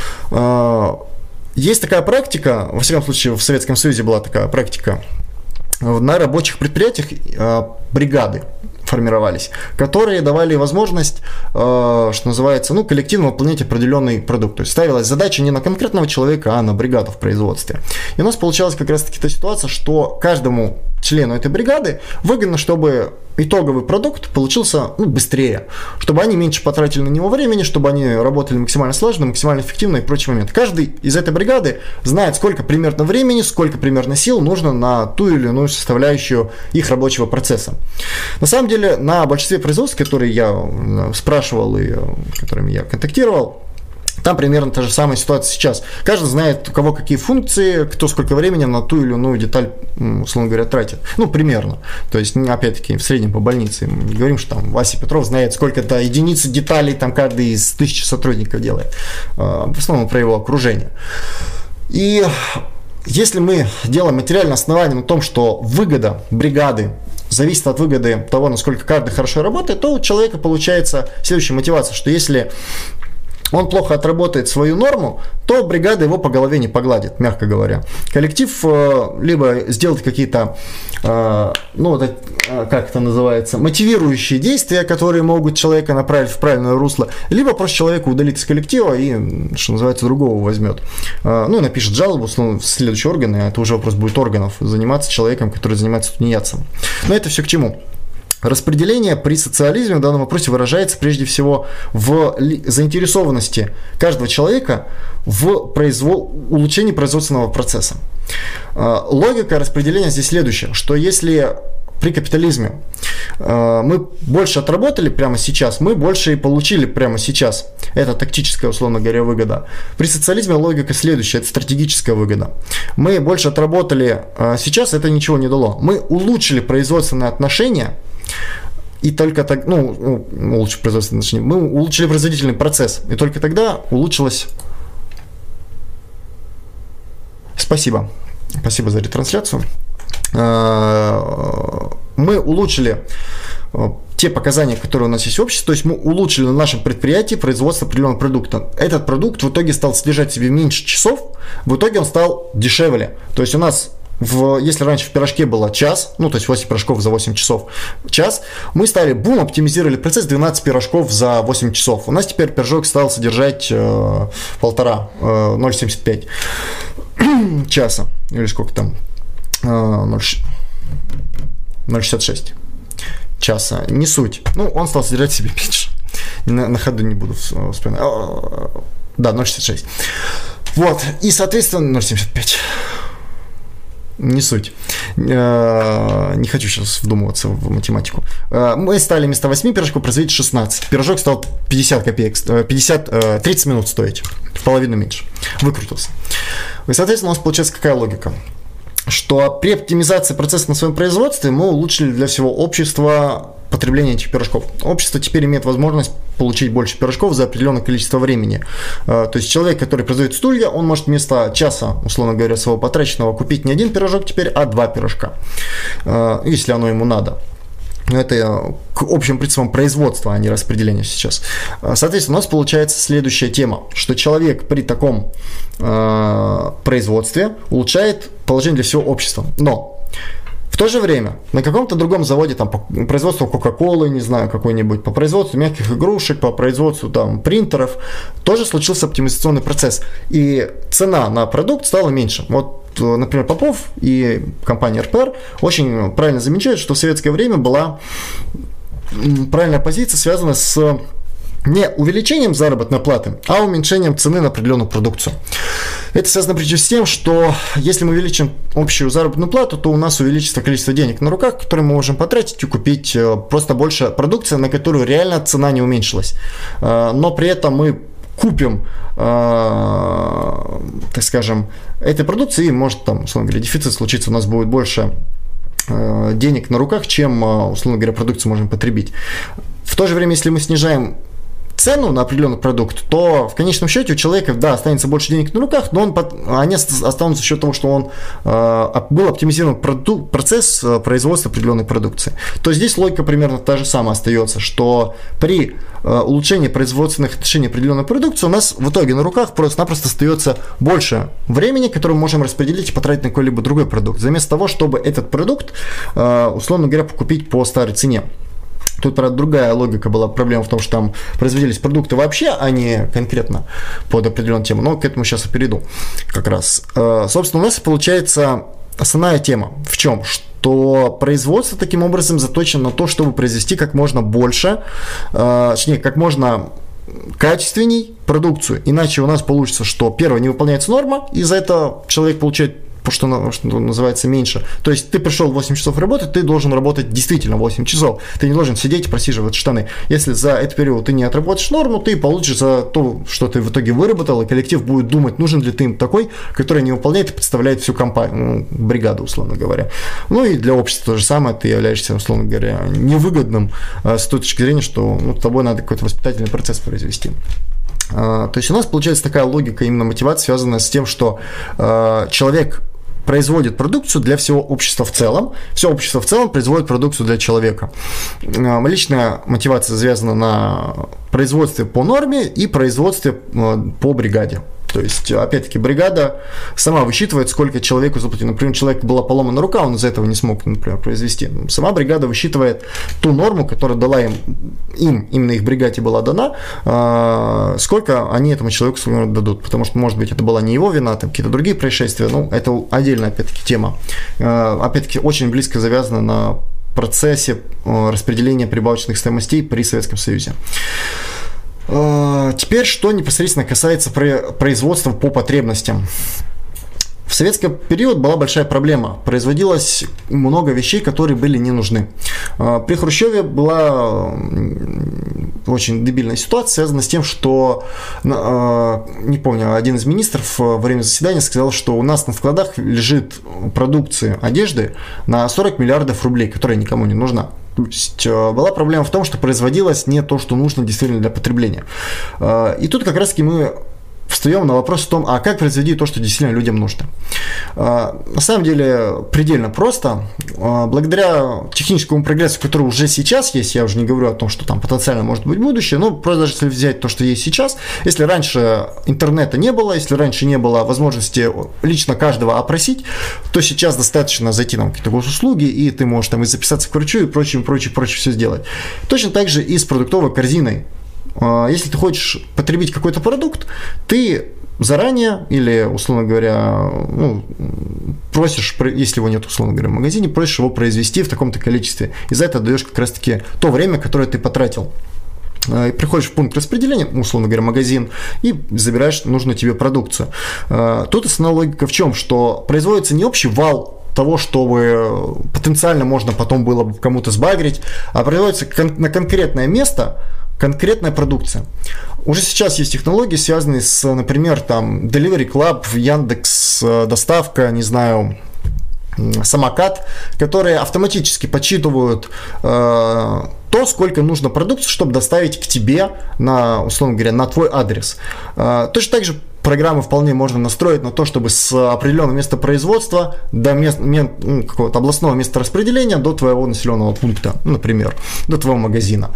A: Есть такая практика, во всяком случае в Советском Союзе была такая практика, на рабочих предприятиях бригады формировались, которые давали возможность, что называется, ну, коллективно выполнять определенный продукт. То есть ставилась задача не на конкретного человека, а на бригаду в производстве. И у нас получалась как раз-таки та ситуация, что каждому члену этой бригады выгодно, чтобы итоговый продукт получился, ну, быстрее, чтобы они меньше потратили на него времени, чтобы они работали максимально слаженно, максимально эффективно и прочие моменты. Каждый из этой бригады знает, сколько примерно времени, сколько примерно сил нужно на ту или иную составляющую их рабочего процесса. На самом деле, на большинстве производств, которые я спрашивал и которыми я контактировал, там примерно та же самая ситуация сейчас. Каждый знает, у кого какие функции, кто сколько времени на ту или иную деталь, условно говоря, тратит. Ну, примерно. То есть, опять-таки, в среднем по больнице. Мы не говорим, что там Вася Петров знает, сколько-то единиц деталей там каждый из тысячи сотрудников делает. В основном про его окружение. И если мы делаем материальное основание на том, что выгода бригады зависит от выгоды того, насколько каждый хорошо работает, то у человека получается следующая мотивация, что если он плохо отработает свою норму, то бригада его по голове не погладит, мягко говоря. Коллектив э, либо сделает какие-то, э, ну, это, э, как это называется, мотивирующие действия, которые могут человека направить в правильное русло, либо просто человека удалит из коллектива и, что называется, другого возьмет. Э, ну, и напишет жалобу ну, в следующие органы, это уже вопрос будет органов, заниматься человеком, который занимается тунеядцем. Но это все к чему? Распределение при социализме в данном вопросе выражается прежде всего в заинтересованности каждого человека в произвол... улучшении производственного процесса. Логика распределения здесь следующая, что если при капитализме мы больше отработали прямо сейчас, мы больше и получили прямо сейчас. Это тактическая, условно говоря, выгода. При социализме логика следующая, это стратегическая выгода. Мы больше отработали сейчас, это ничего не дало. Мы улучшили производственные отношения, и только так, ну, улучшили производственные отношения, мы улучшили производительный процесс, и только тогда улучшилось. Спасибо. Спасибо за ретрансляцию. Мы улучшили те показания, которые у нас есть в обществе, то есть мы улучшили на нашем предприятии производство определенного продукта. Этот продукт в итоге стал содержать в себе меньше часов, в итоге он стал дешевле. То есть у нас В, если раньше в пирожке было час, ну, то есть восемь пирожков за восемь часов, час, мы стали, бум, оптимизировали процесс, двенадцать пирожков за восемь часов. У нас теперь пирожок стал содержать э, полтора, э, ноль целых семьдесят пять часа, или сколько там, э, ноль целых шестьдесят шесть часа, не суть. Ну, он стал содержать в себе меньше. На, на ходу не буду вспоминать. Да, ноль целых шестьдесят шесть. Вот, и, соответственно, ноль целых семьдесят пять. Не суть. Не хочу сейчас вдумываться в математику. Мы стали вместо восьми пирожков производить шестнадцать. Пирожок стал пятьдесят копеек, пятьдесят, тридцать минут стоить. В половину меньше. Выкрутился. И, соответственно, у нас получается какая логика? Что при оптимизации процесса на своем производстве мы улучшили для всего общества потребление этих пирожков. Общество теперь имеет возможность получить больше пирожков за определенное количество времени. То есть человек, который производит стулья, он может вместо часа, условно говоря, своего потраченного купить не один пирожок теперь, а два пирожка, если оно ему надо. Это к общим принципам производства, а не распределения сейчас. Соответственно, у нас получается следующая тема, что человек при таком э, производстве улучшает положение для всего общества. Но в то же время на каком-то другом заводе, там, по производству Кока-Колы, не знаю, какой-нибудь, по производству мягких игрушек, по производству там, принтеров, тоже случился оптимизационный процесс. И цена на продукт стала меньше. Вот, например, Попов и компания эр пэ эр очень правильно замечают, что в советское время была правильная позиция, связана с не увеличением заработной платы, а уменьшением цены на определенную продукцию. Это связано прежде всего с тем, что если мы увеличим общую заработную плату, то у нас увеличится количество денег на руках, которые мы можем потратить и купить просто больше продукции, на которую реально цена не уменьшилась. Но при этом мы купим, так скажем, этой продукции, и может там, условно говоря, дефицит случится, у нас будет больше денег на руках, чем, условно говоря, продукцию можем потребить. В то же время, если мы снижаем цену на определенный продукт, то в конечном счете у человека, да, останется больше денег на руках, но он, они останутся за счет того, что он э, был оптимизирован проду- процесс производства определенной продукции. То здесь логика примерно та же самая остается, что при э, улучшении производственных отношений определенной продукции у нас в итоге на руках просто-напросто остается больше времени, которое мы можем распределить и потратить на какой-либо другой продукт, вместо того, чтобы этот продукт, э, условно говоря, покупить по старой цене. Тут, правда, другая логика была. Проблема в том, что там производились продукты вообще, а не конкретно под определенную тему. Но к этому сейчас я перейду как раз. Собственно, у нас получается основная тема в чем? Что производство таким образом заточено на то, чтобы произвести как можно больше, точнее, как можно качественней продукцию. Иначе у нас получится, что первое, не выполняется норма, из-за этого человек получает, что, что называется, меньше. То есть ты пришел восемь часов работать, ты должен работать действительно восемь часов. Ты не должен сидеть и просиживать штаны. Если за этот период ты не отработаешь норму, ты получишь за то, что ты в итоге выработал, и коллектив будет думать, нужен ли ты им такой, который не выполняет и представляет всю компанию, ну, бригаду, условно говоря. Ну и для общества то же самое, ты являешься, условно говоря, невыгодным с той точки зрения, что ну, с тобой надо какой-то воспитательный процесс произвести. То есть у нас получается такая логика именно мотивации, связанная с тем, что человек производит продукцию для всего общества в целом. Все общество в целом производит продукцию для человека. Личная мотивация завязана на производстве по норме и производстве по бригаде. То есть, опять-таки, бригада сама высчитывает, сколько человеку заплатить. Например, у человека была поломана рука, он из-за этого не смог, например, произвести. Сама бригада высчитывает ту норму, которая дала им, им именно их бригаде была дана, сколько они этому человеку дадут. Потому что, может быть, это была не его вина, там какие-то другие происшествия. Ну, это отдельная, опять-таки, тема. Опять-таки, очень близко завязана на процессе распределения прибавочных стоимостей при Советском Союзе. Теперь, что непосредственно касается производства по потребностям. В советский период была большая проблема. Производилось много вещей, которые были не нужны. При Хрущеве была очень дебильная ситуация, связанная с тем, что, не помню, один из министров во время заседания сказал, что у нас на складах лежит продукция одежды на сорок миллиардов рублей, которая никому не нужна. То есть была проблема в том, что производилось не то, что нужно действительно для потребления. И тут как раз-таки мы встаем на вопрос о том, а как производить то, что действительно людям нужно. На самом деле предельно просто. Благодаря техническому прогрессу, который уже сейчас есть, я уже не говорю о том, что там потенциально может быть будущее, но просто даже если взять то, что есть сейчас, если раньше интернета не было, если раньше не было возможности лично каждого опросить, то сейчас достаточно зайти на какие-то госуслуги, и ты можешь там и записаться к врачу, и прочее, прочее, прочее все сделать. Точно так же и с продуктовой корзиной. Если ты хочешь потребить какой-то продукт, ты заранее или, условно говоря, ну, просишь, если его нет, условно говоря, в магазине, просишь его произвести в таком-то количестве. И за это даешь как раз-таки то время, которое ты потратил. И приходишь в пункт распределения, условно говоря, магазин, и забираешь нужную тебе продукцию. Тут основная логика в чем? Что производится не общий вал того, чтобы потенциально можно потом было бы кому-то сбагрить, а производится на конкретное место конкретная продукция. Уже сейчас есть технологии, связанные с, например, там, Delivery Club, Яндекс, доставка, не знаю, Самокат, которые автоматически подсчитывают э, то, сколько нужно продукции, чтобы доставить к тебе, на, условно говоря, на твой адрес. Э, точно так же программы вполне можно настроить на то, чтобы с определенного места производства до мест, ну, какого-то областного места распределения до твоего населенного пункта, например, до твоего магазина.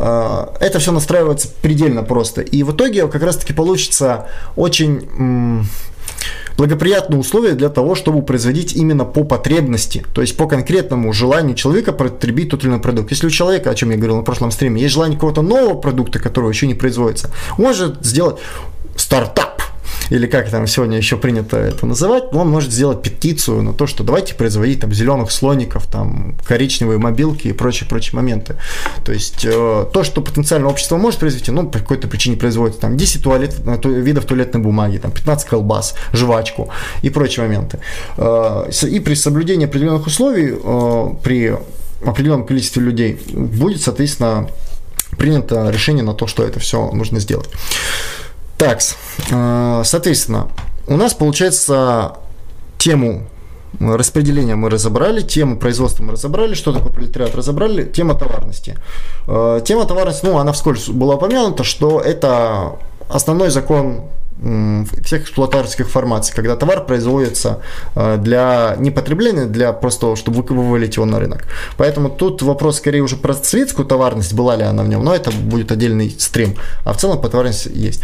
A: Это все настраивается предельно просто. И в итоге как раз-таки получится очень благоприятные условия для того, чтобы производить именно по потребности, то есть по конкретному желанию человека потребить тот или иной продукт. Если у человека, о чем я говорил на прошлом стриме, есть желание какого-то нового продукта, который еще не производится, он может сделать стартап, или как там сегодня еще принято это называть, он может сделать петицию на то, что давайте производить там зеленых слоников, там коричневые мобилки и прочие-прочие моменты. То есть э, то, что потенциально общество может произвести, ну, по какой-то причине производится, там десять туалет, видов туалетной бумаги, там пятнадцать колбас, жвачку и прочие моменты. Э, и при соблюдении определенных условий, э, при определенном количестве людей будет, соответственно, принято решение на то, что это все нужно сделать. Так, соответственно, у нас получается тему распределения мы разобрали, тему производства мы разобрали, что такое пролетариат разобрали, тема товарности. Тема товарности, ну, она вскользь была упомянута, что это основной закон всех эксплуататорских формаций, когда товар производится для не потребления, для просто, чтобы вывалить его на рынок. Поэтому тут вопрос скорее уже про светскую товарность, была ли она в нем, но это будет отдельный стрим, а в целом по товарности есть.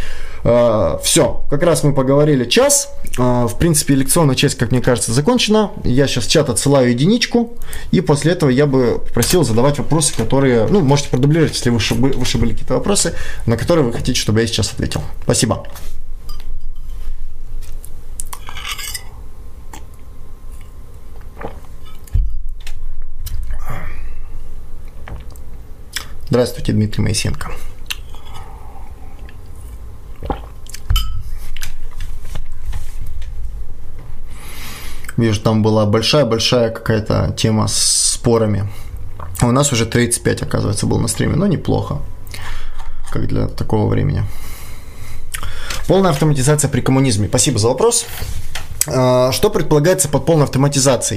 A: Все, как раз мы поговорили час, в принципе лекционная часть, как мне кажется, закончена. Я сейчас в чат отсылаю единичку, и после этого я бы попросил задавать вопросы, которые, ну, можете продублировать, если выше, выше были какие-то вопросы, на которые вы хотите, чтобы я сейчас ответил. Спасибо. Здравствуйте, Дмитрий Моисенко. Вижу, там была большая-большая какая-то тема с спорами. У нас уже тридцать пять, оказывается, был на стриме, но неплохо, как для такого времени. Полная автоматизация при коммунизме. Спасибо за вопрос. Что предполагается под полной автоматизацией?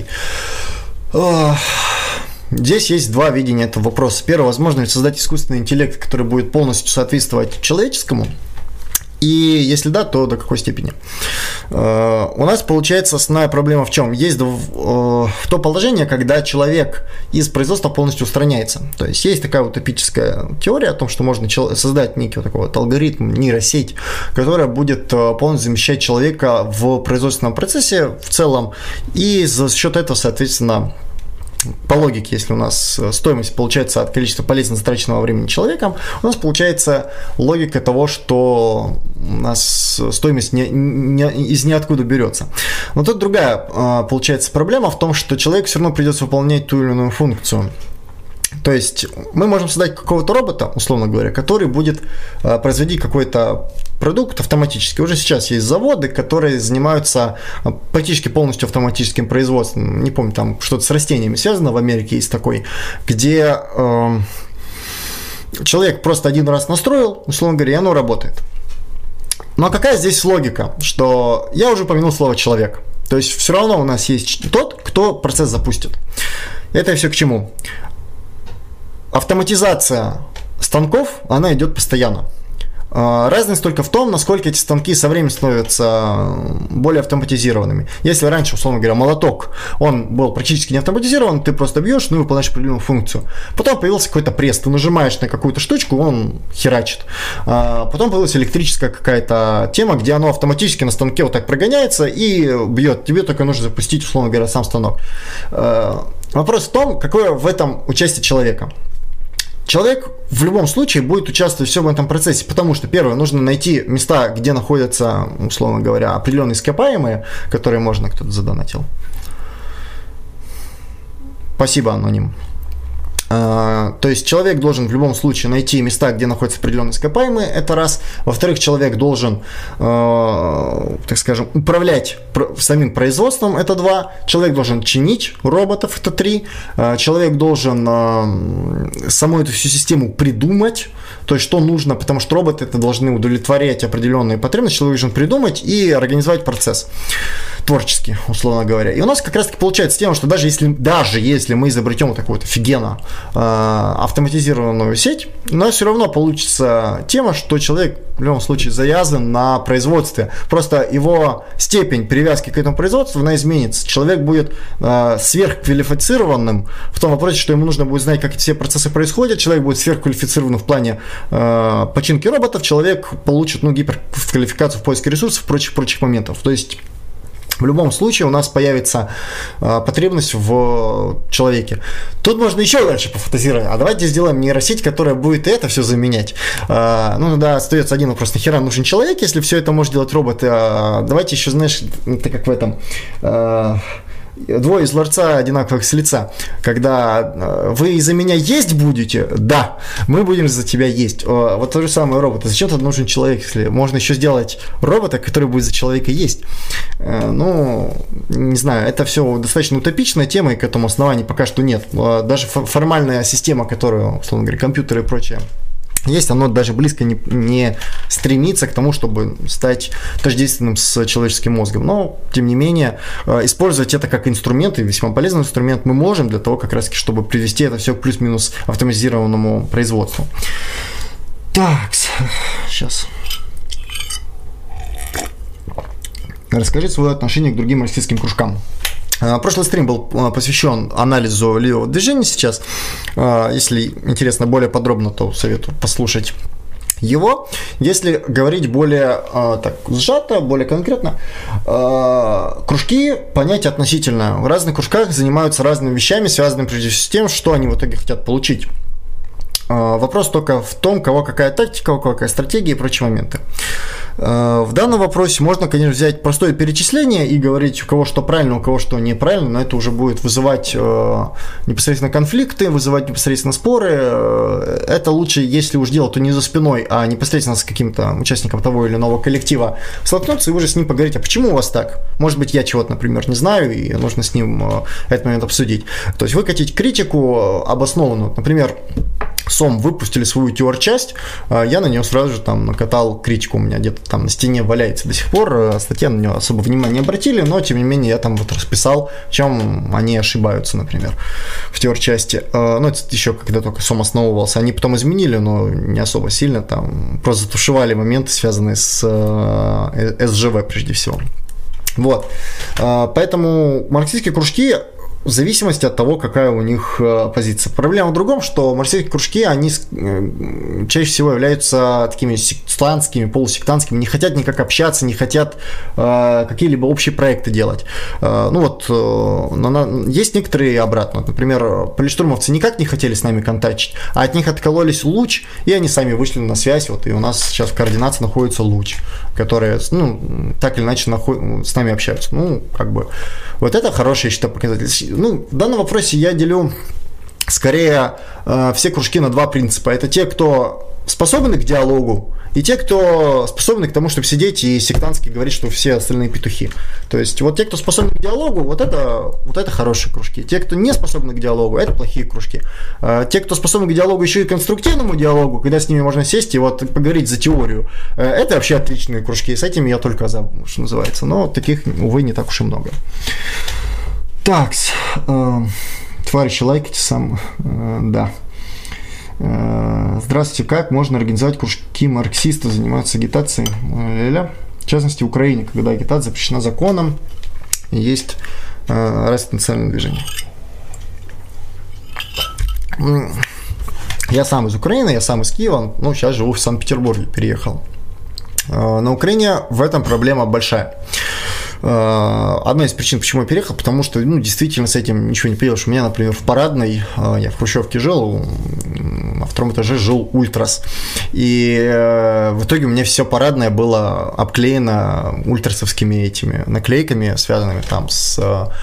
A: Здесь есть два видения этого вопроса. Первое, возможно создать искусственный интеллект, который будет полностью соответствовать человеческому. И если да, то до какой степени? У нас получается основная проблема в чем? Есть то положение, когда человек из производства полностью устраняется. То есть есть такая утопическая теория о том, что можно создать некий вот такой вот алгоритм, нейросеть, которая будет полностью замещать человека в производственном процессе в целом, и за счет этого, соответственно, по логике, если у нас стоимость получается от количества полезно затраченного времени человеком, у нас получается логика того, что у нас стоимость не, не, из ниоткуда берется. Но тут другая получается проблема в том, что человеку все равно придется выполнять ту или иную функцию. То есть мы можем создать какого-то робота, условно говоря, который будет э, производить какой-то продукт автоматически. Уже сейчас есть заводы, которые занимаются практически полностью автоматическим производством. Не помню, там что-то с растениями связано, в Америке есть такой, где э, человек просто один раз настроил, условно говоря, и оно работает. Но какая здесь логика? Что я уже упомянул слово «человек». То есть все равно у нас есть тот, кто процесс запустит. Это все к чему? Автоматизация станков, она идет постоянно. Разница только в том, насколько эти станки со временем становятся более автоматизированными. Если раньше, условно говоря, молоток, он был практически не автоматизирован, ты просто бьешь, ну и выполняешь определенную функцию. Потом появился какой-то пресс, ты нажимаешь на какую-то штучку, он херачит. Потом появилась электрическая какая-то тема, где оно автоматически на станке вот так прогоняется и бьет. Тебе только нужно запустить, условно говоря, сам станок. Вопрос в том, какое в этом участие человека. Человек в любом случае будет участвовать в всем этом процессе, потому что, первое, нужно найти места, где находятся, условно говоря, определенные ископаемые, которые можно, кто-то задонатил. Спасибо, аноним. То есть человек должен в любом случае найти места, где находятся определенные ископаемые, это раз. Во-вторых, человек должен, так скажем, управлять самим производством, это два. Человек должен чинить роботов, это три. Человек должен саму эту всю систему придумать, то есть что нужно, потому что роботы это должны удовлетворять определенные потребности, человек должен придумать и организовать процесс творчески, условно говоря. И у нас как раз-таки получается тема, что даже если, даже если мы изобретем вот такую вот офигенно э, автоматизированную сеть, у нас все равно получится тема, что человек в любом случае завязан на производстве. Просто его степень привязки к этому производству, она изменится. Человек будет э, сверхквалифицированным в том вопросе, что ему нужно будет знать, как эти все процессы происходят. Человек будет сверхквалифицированным в плане э, починки роботов. Человек получит, ну, гиперквалификацию в поиске ресурсов и прочих-прочих моментов. То есть в любом случае у нас появится э, потребность в человеке. Тут можно еще дальше пофантазировать. А давайте сделаем нейросеть, которая будет это все заменять. Э, ну да, остается один вопрос. Нахера нужен человек, если все это может делать робот? Э, давайте еще, знаешь, это как в этом... Э, Двое из ларца одинаковых с лица. Когда вы из-за меня есть будете, да, мы будем за тебя есть. Вот то же самое роботы. Зачем тут нужен человек, если можно еще сделать робота, который будет за человека есть? Ну, не знаю, это все достаточно утопичная тема, и к этому основанию пока что нет. Даже формальная система, которую, условно говоря, компьютеры и прочее есть, оно даже близко не, не стремится к тому, чтобы стать тождественным с человеческим мозгом. Но, тем не менее, использовать это как инструмент, и весьма полезный инструмент, мы можем для того, как раз, чтобы привести это все к плюс-минус автоматизированному производству. Так, сейчас. Расскажи свое отношение к другим марксистским кружкам. Прошлый стрим был посвящен анализу левого движения сейчас. Если интересно более подробно, то советую послушать его. Если говорить более так, сжато, более конкретно, кружки понятие относительно. В разных кружках занимаются разными вещами, связанными прежде всего с тем, что они в итоге хотят получить. Вопрос только в том, кого какая тактика, у кого какая стратегия и прочие моменты. В данном вопросе можно, конечно, взять простое перечисление и говорить, у кого что правильно, у кого что неправильно, но это уже будет вызывать непосредственно конфликты, вызывать непосредственно споры. Это лучше, если уж делать, то не за спиной, а непосредственно с каким-то участником того или иного коллектива столкнуться и уже с ним поговорить, а почему у вас так? Может быть, я чего-то, например, не знаю, и нужно с ним этот момент обсудить. То есть выкатить критику обоснованную. Например, СОМ выпустили свою ти эй ар-часть, я на нее сразу же там накатал критику, у меня где-то там на стене валяется до сих пор, статья на нее особо внимания не обратили, но тем не менее я там вот расписал, в чем они ошибаются, например, в ти эй ар-части. Ну, это еще когда только СОМ основывался, они потом изменили, но не особо сильно, там просто затушевали моменты, связанные с эс джи ви прежде всего. Вот, поэтому марксистские кружки в зависимости от того, какая у них э, позиция. Проблема в другом, что марксистские кружки, они э, чаще всего являются такими сектантскими, полусектантскими, не хотят никак общаться, не хотят э, какие-либо общие проекты делать. Э, ну вот, э, на, есть некоторые обратно. Например, политштурмовцы никак не хотели с нами контактить, а от них откололись Луч, и они сами вышли на связь, вот, и у нас сейчас в координации находится Луч, которые, ну, так или иначе наход... с нами общаются. Ну, как бы, вот это хороший, я считаю, показатель. Ну, в данном вопросе я делю скорее э, все кружки на два принципа. Это те, кто способны к диалогу, и те, кто способны к тому, чтобы сидеть и сектантски говорить, что все остальные петухи. То есть вот те, кто способны к диалогу, вот это, вот это хорошие кружки. Те, кто не способны к диалогу, это плохие кружки. Э, те, кто способны к диалогу, еще и конструктивному диалогу, когда с ними можно сесть и вот поговорить за теорию, э, это вообще отличные кружки. С этими я только за, что называется. Но таких, увы, не так уж и много. Так, э, товарищи, лайкайте сам, э, да. Э, здравствуйте, как можно организовать кружки марксистов, заниматься агитацией? Ля-ля. В частности, в Украине, когда агитация запрещена законом, есть э, раз национальное движение. Я сам из Украины, я сам из Киева, ну, сейчас живу в Санкт-Петербурге, переехал. Э, на Украине в этом проблема большая. Одна из причин, почему я переехал, потому что, ну, действительно с этим ничего не поделаешь. У меня, например, в Парадной, я в Хрущевке жил, на втором этаже жил Ультрас. И в итоге у меня все Парадное было обклеено ультрасовскими этими наклейками, связанными там с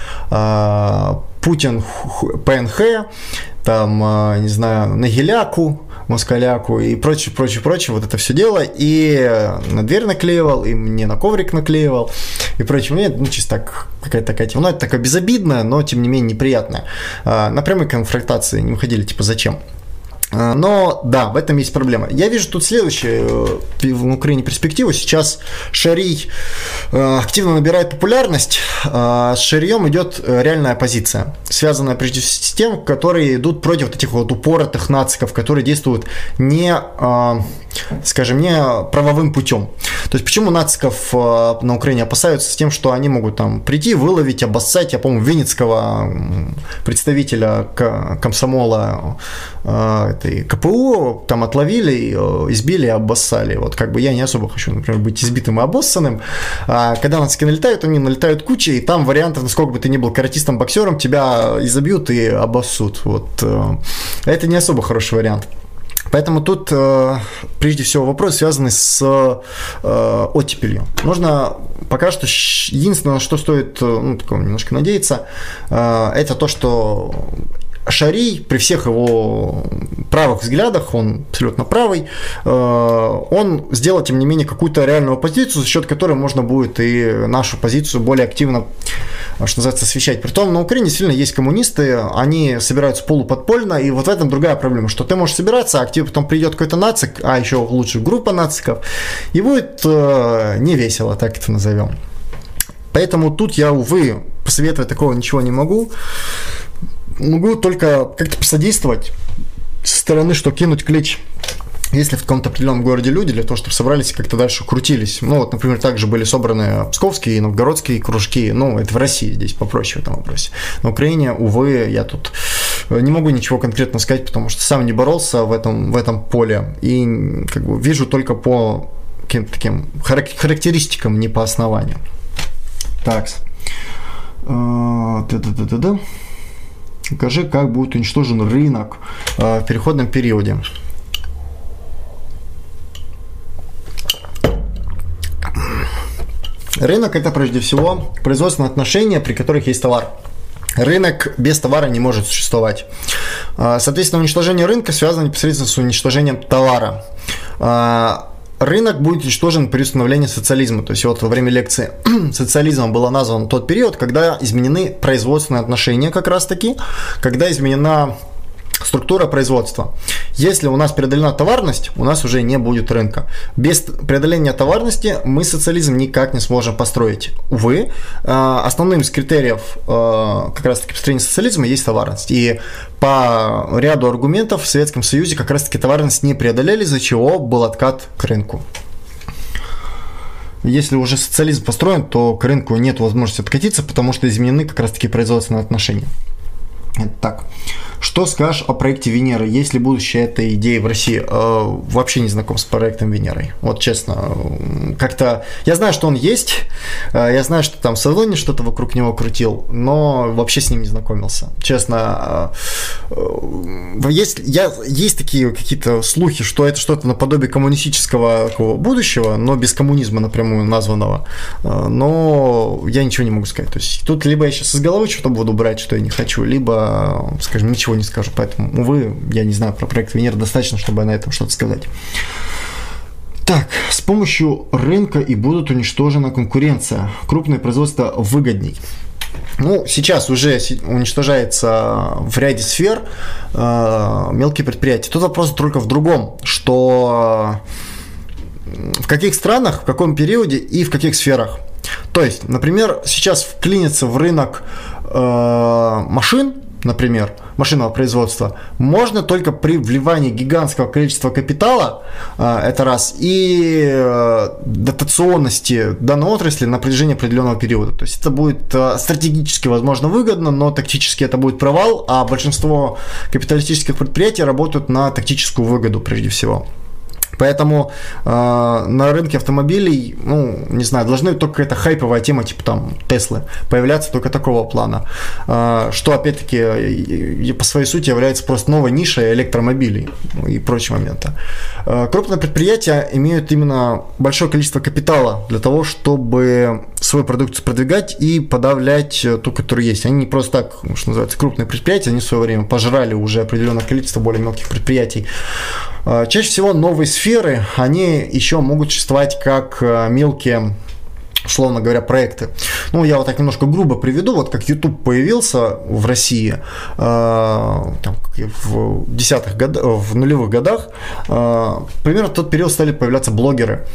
A: Путин, ПНХ, там, не знаю, Нагиляку, Москаляку и прочее, прочее, прочее, вот это все дело, и на дверь наклеивал, и мне на коврик наклеивал, и прочее. Мне, ну, чисто так, какая-то такая тема, ну, это такая безобидная, но, тем не менее, неприятная. На прямой конфронтации не уходили, типа, зачем? Но да, в этом есть проблема. Я вижу тут следующую в Украине перспективу. Сейчас Шарий активно набирает популярность. С Шарием идет реальная оппозиция, связанная прежде всего с тем, которые идут против вот этих вот упоротых нациков, которые действуют не, скажем, не правовым путем. То есть почему нациков на Украине опасаются с тем, что они могут там прийти, выловить, обоссать, я помню, винницкого представителя комсомола этой КПУ там отловили, избили и обоссали. Вот как бы я не особо хочу, например, быть избитым и обоссанным. А когда нацики налетают, они налетают кучей, и там вариантов, насколько бы ты ни был каратистом-боксером, тебя изобьют и обоссут. Вот. Это не особо хороший вариант. Поэтому тут, прежде всего, вопрос, связанный с оттепелью. Нужно пока что, единственное, на что стоит, ну, немножко надеяться, это то, что Шарий, при всех его правых взглядах, он абсолютно правый, он сделал, тем не менее, какую-то реальную позицию, за счет которой можно будет и нашу позицию более активно, что называется, освещать. Притом на Украине сильно есть коммунисты, они собираются полуподпольно, и вот в этом другая проблема, что ты можешь собираться, а к тебе потом придет какой-то нацик, а еще лучше группа нациков, и будет не весело, так это назовем. Поэтому тут я, увы, посоветовать такого ничего не могу. Могу только как-то посодействовать со стороны, что кинуть клич, если в каком-то определенном городе люди, для того, чтобы собрались и как-то дальше крутились. Ну, вот, например, также были собраны псковские и новгородские кружки. Ну, это в России, здесь попроще в этом вопросе. На Украине, увы, я тут не могу ничего конкретно сказать, потому что сам не боролся в этом, в этом поле. И как бы вижу только по каким-то таким характеристикам, не по основанию. Так. Да-да-да-да-да. Покажи, как будет уничтожен рынок э, в переходном периоде. Рынок – это прежде всего производственные отношения, при которых есть товар. Рынок без товара не может существовать. Э, соответственно, уничтожение рынка связано непосредственно с уничтожением товара. Э, Рынок будет уничтожен при установлении социализма. То есть вот во время лекции социализмом было назван тот период, когда изменены производственные отношения как раз таки, когда изменена структура производства. Если у нас преодолена товарность, у нас уже не будет рынка. Без преодоления товарности мы социализм никак не сможем построить. Увы, основным из критериев как раз-таки построения социализма есть товарность. И по ряду аргументов в Советском Союзе как раз-таки товарность не преодолели, из-за чего был откат к рынку. Если уже социализм построен, то к рынку нет возможности откатиться, потому что изменены как раз-таки производственные отношения. Так, что скажешь о проекте Венеры? Есть ли будущее этой идеи в России? Э, вообще не знаком с проектом Венерой. Вот честно, как-то... Я знаю, что он есть, э, я знаю, что там Савони что-то вокруг него крутил, но вообще с ним не знакомился. Честно, э, э, есть, я, есть такие какие-то слухи, что это что-то наподобие коммунистического такого будущего, но без коммунизма напрямую названного. Э, но я ничего не могу сказать. То есть тут либо я сейчас из головы что-то буду брать, что я не хочу, либо, скажем, ничего не скажу. Поэтому, увы, я не знаю про проект Венера достаточно, чтобы на этом что-то сказать. Так, с помощью рынка и будут уничтожена конкуренция. Крупное производство выгодней. Ну, сейчас уже уничтожается в ряде сфер э, мелкие предприятия. Тут вопрос только в другом, что в каких странах, в каком периоде и в каких сферах. То есть, например, сейчас вклиниться в рынок э, машин, например, машинного производства, можно только при вливании гигантского количества капитала, э, это раз, и э, дотационности данной отрасли на протяжении определенного периода. То есть это будет э, стратегически, возможно, выгодно, но тактически это будет провал, а большинство капиталистических предприятий работают на тактическую выгоду прежде всего. Поэтому э, на рынке автомобилей, ну, не знаю, должны только какая-то хайповая тема, типа там Теслы, появляться только такого плана, э, что, опять-таки, по своей сути является просто новой нишей электромобилей и прочие моменты. Э, крупные предприятия имеют именно большое количество капитала для того, чтобы свою продукцию продвигать и подавлять ту, которая есть. Они не просто так, что называется, крупные предприятия, они в свое время пожрали уже определенное количество более мелких предприятий. Чаще всего новые сферы, они еще могут существовать как мелкие, условно говоря, проекты. Ну, я вот так немножко грубо приведу, вот как YouTube появился в России э, там, в десятых годах, в нулевых годах, э, примерно в тот период стали появляться блогеры.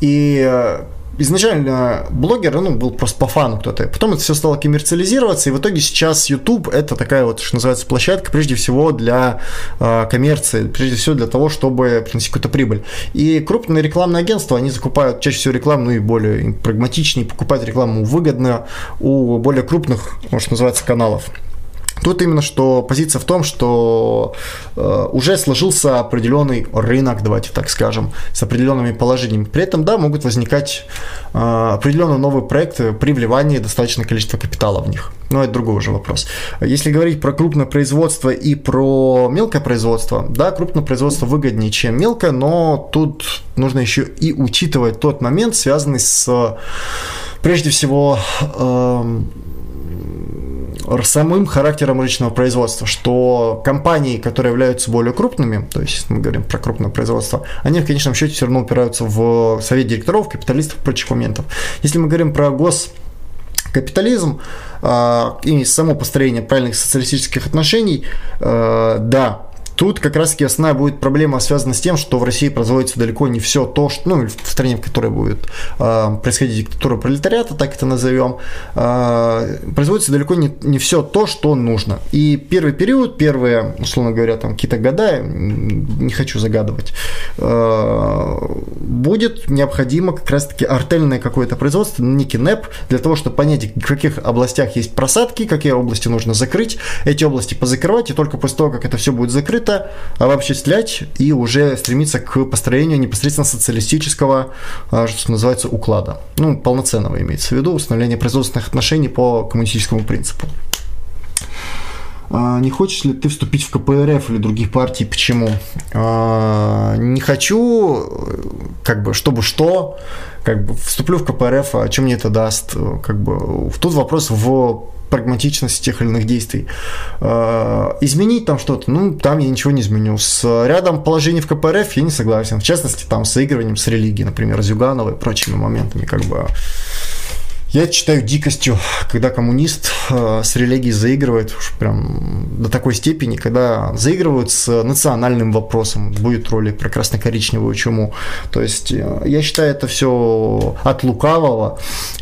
A: И изначально блогер, ну, был просто по фану кто-то. Потом это все стало коммерциализироваться, и в итоге сейчас YouTube – это такая вот, что называется, площадка, прежде всего, для э, коммерции, прежде всего для того, чтобы приносить какую-то прибыль. И крупные рекламные агентства, они закупают чаще всего рекламу, ну, и более прагматичнее, покупают рекламу выгодно у более крупных, что называется, каналов. Тут именно что позиция в том, что э, уже сложился определенный рынок, давайте так скажем, с определенными положениями. При этом, да, могут возникать э, определенные новые проекты при вливании достаточного количества капитала в них. Но это другой уже вопрос. Если говорить про крупное производство и про мелкое производство, да, крупное производство выгоднее, чем мелкое, но тут нужно еще и учитывать тот момент, связанный с, прежде всего, э, самым характером рыночного производства, что компании, которые являются более крупными, то есть мы говорим про крупное производство, они в конечном счете все равно упираются в совет директоров, капиталистов и прочих моментов. Если мы говорим про госкапитализм и само построение правильных социалистических отношений, да, тут как раз-таки основная будет проблема связана с тем, что в России производится далеко не все то, что, ну, в стране, в которой будет э, происходить диктатура пролетариата, так это назовем, э, производится далеко не, не все то, что нужно. И первый период, первые, условно говоря, там какие-то года, не хочу загадывать, э, будет необходимо как раз-таки артельное какое-то производство, некий НЭП, для того, чтобы понять, в каких областях есть просадки, какие области нужно закрыть, эти области позакрывать, и только после того, как это все будет закрыто, обобществлять и уже стремиться к построению непосредственно социалистического, что называется, уклада. Ну, полноценного имеется в виду, установление производственных отношений по коммунистическому принципу. Не хочешь ли ты вступить в ка пэ эр эф или других партий? Почему? Не хочу, как бы, чтобы что, как бы, вступлю в ка пэ эр эф, а что мне это даст? Как бы, тут вопрос в прагматичности тех или иных действий. Изменить там что-то, ну, там я ничего не изменю. С рядом положений в ка пэ эр эф я не согласен. В частности, там, с заигрыванием с религией, например, Зюганова и прочими моментами, как бы. Я считаю дикостью, когда коммунист э, с религией заигрывает уж прям до такой степени, когда заигрывают с национальным вопросом, будет роли про красно-коричневую чуму. То есть э, я считаю это все от лукавого,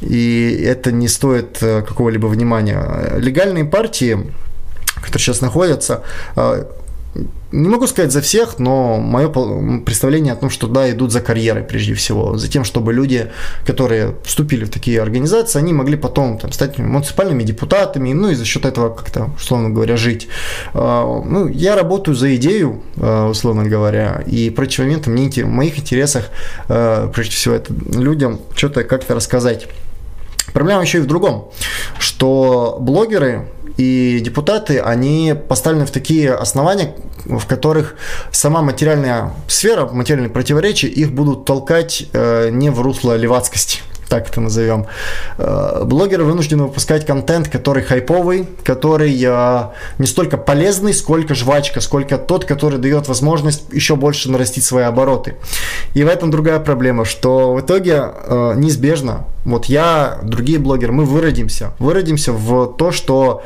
A: и это не стоит э, какого-либо внимания. Легальные партии, которые сейчас находятся, э, не могу сказать за всех, но мое представление о том, что да, идут за карьерой прежде всего, за тем, чтобы люди, которые вступили в такие организации, они могли потом там, стать муниципальными депутатами, ну и за счет этого как-то, условно говоря, жить. Ну, я работаю за идею, условно говоря, и против момента мне в моих интересах, прежде всего, это людям что-то как-то рассказать. Проблема еще и в другом, что блогеры и депутаты, они поставлены в такие основания, в которых сама материальная сфера, материальные противоречия, их будут толкать э, не в русло левацкости, так это назовем. Э, блогеры вынуждены выпускать контент, который хайповый, который э, не столько полезный, сколько жвачка, сколько тот, который дает возможность еще больше нарастить свои обороты. И в этом другая проблема, что в итоге э, неизбежно, вот я, другие блогеры, мы выродимся, выродимся в то, что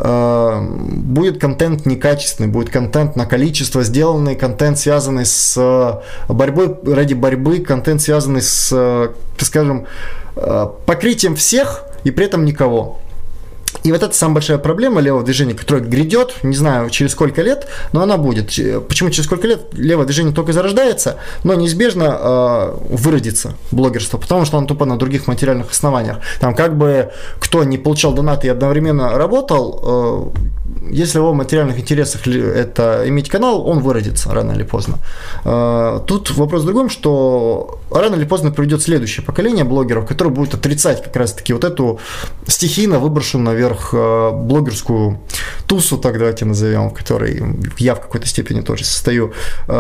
A: э, будет контент некачественный, будет контент на количество сделанный, контент, связанный с борьбой ради борьбы, контент, связанный с, так скажем, э, покрытием всех и при этом никого. И вот это самая большая проблема левого движения, которое грядет, не знаю, через сколько лет, но она будет. Почему через сколько лет? Левое движение только зарождается, но неизбежно э, выродится блогерство, потому что оно тупо на других материальных основаниях. Там как бы кто не получал донаты и одновременно работал, э, если в его материальных интересах это иметь канал, он выродится рано или поздно. Э, тут вопрос в другом, что рано или поздно придет следующее поколение блогеров, которое будет отрицать как раз-таки вот эту стихийно выброшенную наверх блогерскую тусу, так давайте назовем, в которой я в какой-то степени тоже состою,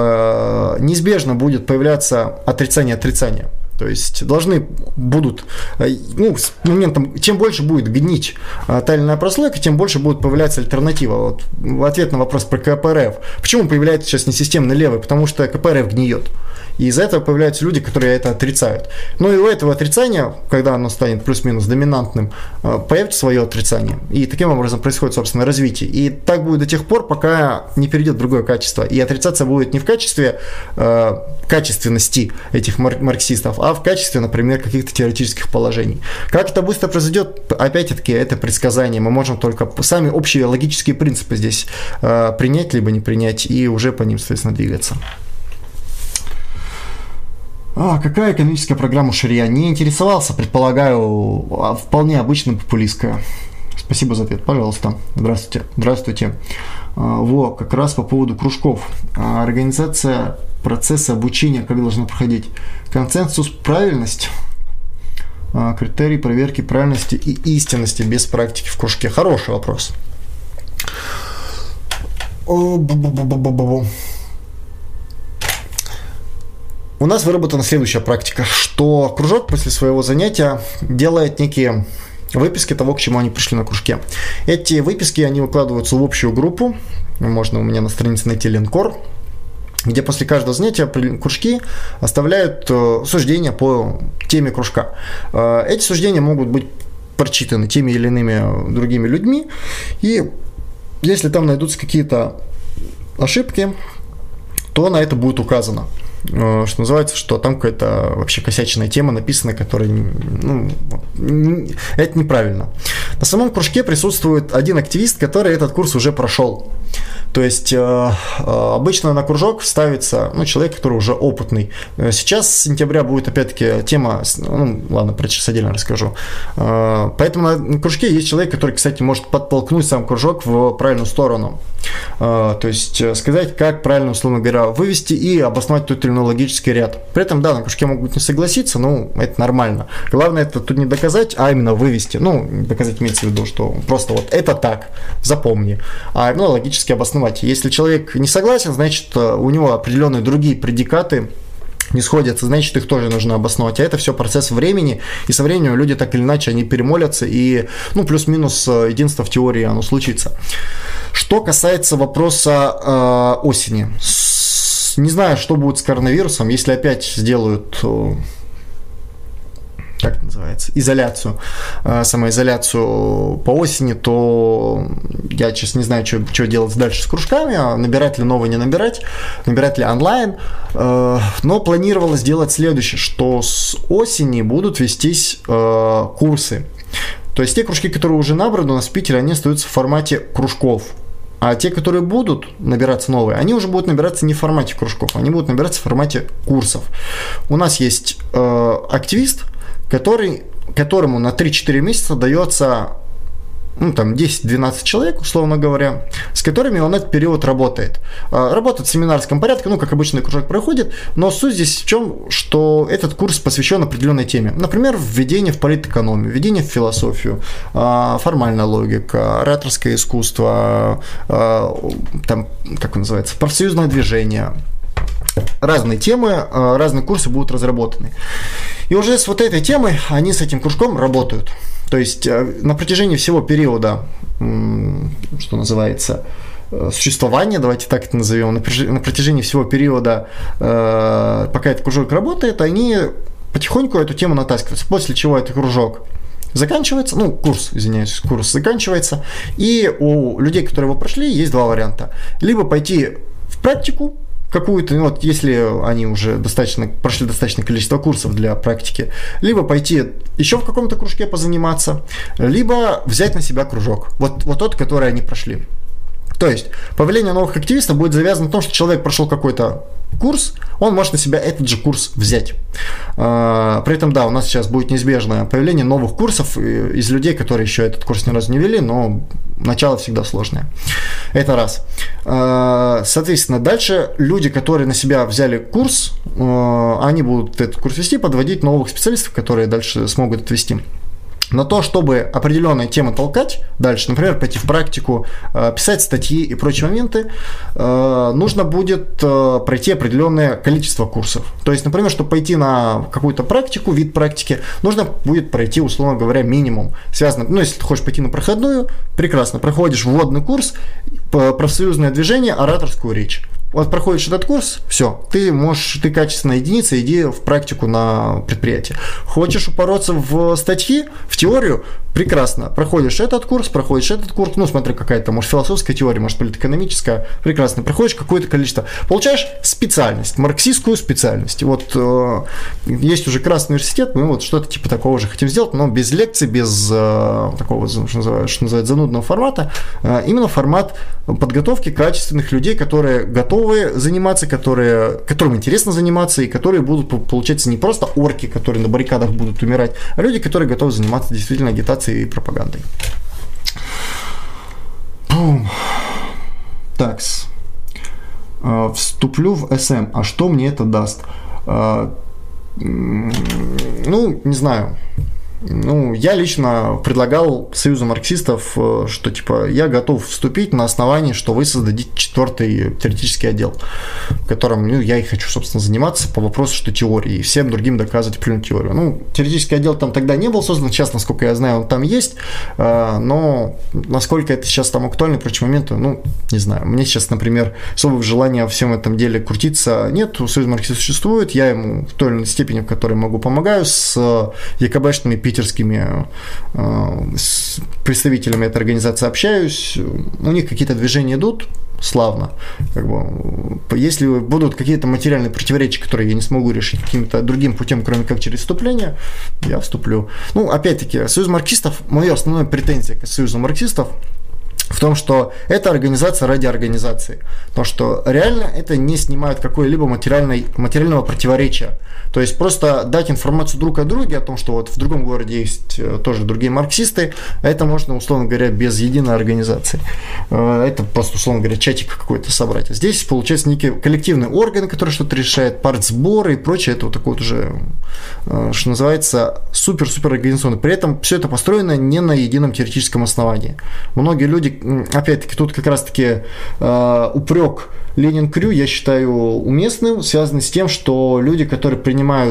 A: неизбежно будет появляться отрицание отрицания. То есть должны будут, ну, с моментом, чем больше будет гнить та или иная прослойка, тем больше будет появляться альтернатива. Вот в ответ на вопрос про ка пэ эр эф. Почему появляется сейчас несистемный левый? Потому что ка пэ эр эф гниет. И из-за этого появляются люди, которые это отрицают. Но и у этого отрицания, когда оно станет плюс-минус доминантным, появится свое отрицание. И таким образом происходит, собственно, развитие. И так будет до тех пор, пока не перейдет в другое качество. И отрицаться будет не в качестве э, качественности этих мар- марксистов, а в качестве, например, каких-то теоретических положений. Как это быстро произойдет, опять-таки, это предсказание. Мы можем только сами общие логические принципы здесь э, принять, либо не принять, и уже по ним, соответственно, двигаться. А, какая экономическая программа Шария? Не интересовался, предполагаю, вполне обычная популистская. Спасибо за ответ, пожалуйста. Здравствуйте. Здравствуйте. А, во, как раз по поводу кружков. А, организация процесса обучения как должна проходить? Консенсус, правильность, а, критерий проверки правильности и истинности без практики в кружке. Хороший вопрос. О, бу-бу-бу-бу-бу-бу. У нас выработана следующая практика, что кружок после своего занятия делает некие выписки того, к чему они пришли на кружке. Эти выписки, они выкладываются в общую группу, можно у меня на странице найти линкор, где после каждого занятия кружки оставляют суждения по теме кружка. Эти суждения могут быть прочитаны теми или иными другими людьми, и если там найдутся какие-то ошибки, то на это будет указано. Что называется, что там какая-то вообще косячная тема написана, которая, ну, это неправильно. На самом кружке присутствует один активист, который этот курс уже прошел. То есть э, обычно на кружок ставится, ну, человек, который уже опытный. Сейчас с сентября будет опять-таки тема, ну, ладно, про сейчас отдельно расскажу. Э, поэтому на кружке есть человек, который, кстати, может подтолкнуть сам кружок в правильную сторону. Э, то есть сказать, как правильно, условно говоря, вывести и обосновать тот или иной логический ряд. При этом, да, на кружке могут не согласиться, но это нормально. Главное это тут не доказать, а именно вывести. Ну, доказать имеется в виду, что просто вот это так, запомни. А именно логически обосновать. Если человек не согласен, значит, у него определенные другие предикаты не сходятся, значит, их тоже нужно обосновать. А это все процесс времени, и со временем люди так или иначе, они перемолятся, и, ну, плюс-минус единство в теории оно случится. Что касается вопроса э, осени. С, не знаю, что будет с коронавирусом, если опять сделают... Э, как это называется, изоляцию, самоизоляцию по осени, то я, честно, не знаю, что, что делать дальше с кружками, набирать ли новые, не набирать, набирать ли онлайн, но планировалось сделать следующее, что с осени будут вестись курсы. То есть те кружки, которые уже набраны у нас в Питере, они остаются в формате кружков. А те, которые будут набираться новые, они уже будут набираться не в формате кружков, они будут набираться в формате курсов. У нас есть э, активист, который, которому на три-четыре месяца дается ну, там, десять-двенадцать человек, условно говоря, с которыми он этот период работает. Работает в семинарском порядке, ну, как обычный кружок проходит, но суть здесь в чем, что этот курс посвящен определенной теме. Например, введение в политэкономию, введение в философию, формальная логика, ораторское искусство, там, как он называется, профсоюзное движение. Разные темы, разные курсы будут разработаны. И уже с вот этой темой они с этим кружком работают. То есть на протяжении всего периода, что называется, существования, давайте так это назовем, на протяжении всего периода, пока этот кружок работает, они потихоньку эту тему натаскиваются. После чего этот кружок заканчивается, ну, курс, извиняюсь, курс заканчивается, и у людей, которые его прошли, есть два варианта. Либо пойти в практику, какую-то, ну, вот если они уже достаточно, прошли достаточное количество курсов для практики, либо пойти еще в каком-то кружке позаниматься, либо взять на себя кружок, вот, вот тот, который они прошли. То есть появление новых активистов будет завязано на том, что человек прошел какой-то курс, он может на себя этот же курс взять. При этом, да, у нас сейчас будет неизбежное появление новых курсов из людей, которые еще этот курс ни разу не вели, но начало всегда сложное. Это раз. Соответственно, дальше люди, которые на себя взяли курс, они будут этот курс вести, подводить новых специалистов, которые дальше смогут это вести. На то, чтобы определенные темы толкать дальше, например, пойти в практику, писать статьи и прочие моменты, нужно будет пройти определенное количество курсов. То есть, например, чтобы пойти на какую-то практику, вид практики, нужно будет пройти, условно говоря, минимум. Связано, ну, если ты хочешь пойти на проходную, прекрасно, проходишь вводный курс, профсоюзное движение, ораторскую речь. Вот проходишь этот курс, все, ты можешь, ты качественная единица, иди в практику на предприятие. Хочешь упороться в статьи, в теорию, прекрасно. Проходишь этот курс, проходишь этот курс, ну, смотри, какая-то, может, философская теория, может, политэкономическая, прекрасно. Проходишь какое-то количество, получаешь специальность, марксистскую специальность. Вот э, есть уже Красный университет, мы вот что-то типа такого же хотим сделать, но без лекций, без э, такого, что называется, что называется, занудного формата, э, именно формат подготовки качественных людей, которые готовы заниматься, которые, которым интересно заниматься, и которые будут, получается, не просто орки, которые на баррикадах будут умирать, а люди, которые готовы заниматься действительно агитацией и пропагандой. Так, вступлю в эс эм. А что мне это даст? Ну, не знаю. Ну, я лично предлагал Союзу марксистов, что, типа, я готов вступить на основании, что вы создадите четвертый теоретический отдел, в котором, ну, я и хочу, собственно, заниматься по вопросу, что теории, и всем другим доказывать определенную теорию. Ну, теоретический отдел там тогда не был создан, сейчас, насколько я знаю, он там есть, но насколько это сейчас там актуально и прочие моменты, ну, не знаю. Мне сейчас, например, особого желания во всем этом деле крутиться нет, Союз марксистов существует, я ему в той или иной степени, в которой могу, помогаю, с якобешными питерскими э, с представителями этой организации общаюсь, у них какие-то движения идут, славно. Как бы, если будут какие-то материальные противоречия, которые я не смогу решить каким-то другим путем, кроме как через вступление, я вступлю. Ну, опять-таки, Союз марксистов, моя основная претензия к Союзу марксистов в том, что это организация ради организации. Потому что реально это не снимает какой-либо материального противоречия. То есть просто дать информацию друг о друге о том, что вот в другом городе есть тоже другие марксисты, это можно, условно говоря, без единой организации. Это просто, условно говоря, чатик какой-то собрать. А здесь получается некий коллективный орган, который что-то решает, партсборы и прочее. Это вот такой вот уже, что называется, супер-супер организационный. При этом все это построено не на едином теоретическом основании. Многие люди, опять-таки, тут как раз-таки э, упрек Ленин-Крю, я считаю, уместным, связанный с тем, что люди, которые принимают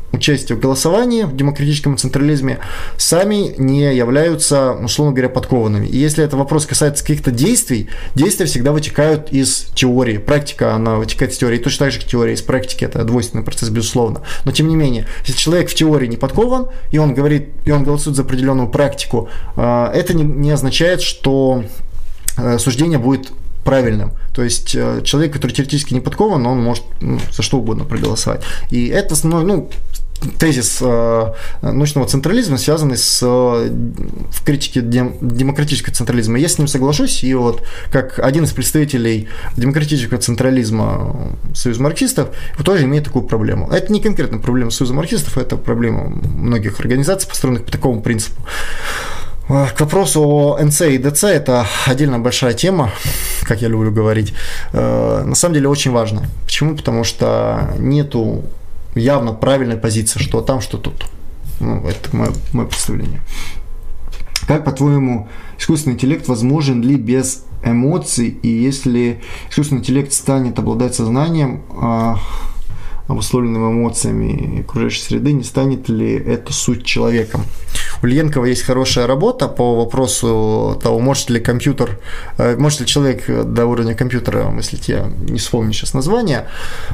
A: участия в голосовании в демократическом централизме сами не являются, условно говоря, подкованными. И если это вопрос касается каких-то действий, действия всегда вытекают из теории. Практика, она вытекает из теории. И точно так же, как теория из практики, это двойственный процесс, безусловно. Но тем не менее, если человек в теории не подкован, и он говорит, и он голосует за определенную практику, это не означает, что суждение будет правильным. То есть человек, который теоретически не подкован, он может ну, за что угодно проголосовать. И это основной, ну, тезис э, научного централизма, связанный с э, в критике дем, демократического централизма. Я с ним соглашусь, и вот как один из представителей демократического централизма Союза марксистов тоже имеет такую проблему. Это не конкретно проблема Союза марксистов, это проблема многих организаций, построенных по такому принципу. К вопросу о эн цэ и дэ цэ, это отдельно большая тема, как я люблю говорить. Э, на самом деле очень важно. Почему? Потому что нету явно правильной позиции, что там, что тут. Ну, это мое, мое представление. Как, по-твоему, искусственный интеллект возможен ли без эмоций? И если искусственный интеллект станет обладать сознанием, а, обусловленным эмоциями окружающей среды, не станет ли это суть человеком? У Ильенкова есть хорошая работа по вопросу того, может ли компьютер, может ли человек до уровня компьютера мыслить, я не вспомню сейчас название,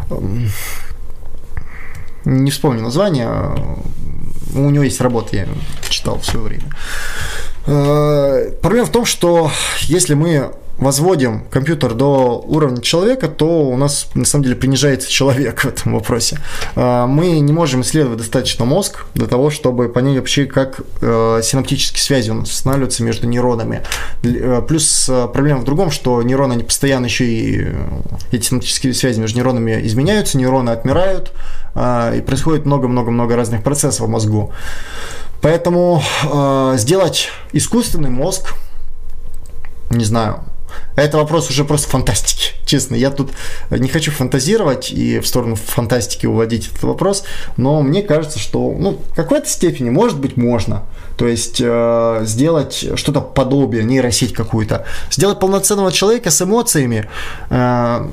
A: не вспомню название, у него есть работа, я читал в свое время. Проблема в том, что если мы возводим компьютер до уровня человека, то у нас на самом деле принижается человек в этом вопросе. Мы не можем исследовать достаточно мозг для того, чтобы понять вообще, как синаптические связи у нас устанавливаются между нейронами. Плюс проблема в другом, что нейроны они постоянно еще и эти синаптические связи между нейронами изменяются, нейроны отмирают, и происходит много-много-много разных процессов в мозгу. Поэтому сделать искусственный мозг, не знаю, это вопрос уже просто фантастики, честно. Я тут не хочу фантазировать и в сторону фантастики уводить этот вопрос, но мне кажется, что ну, в какой-то степени, может быть, можно. То есть э, сделать что-то подобие, нейросеть какую-то, сделать полноценного человека с эмоциями. Э,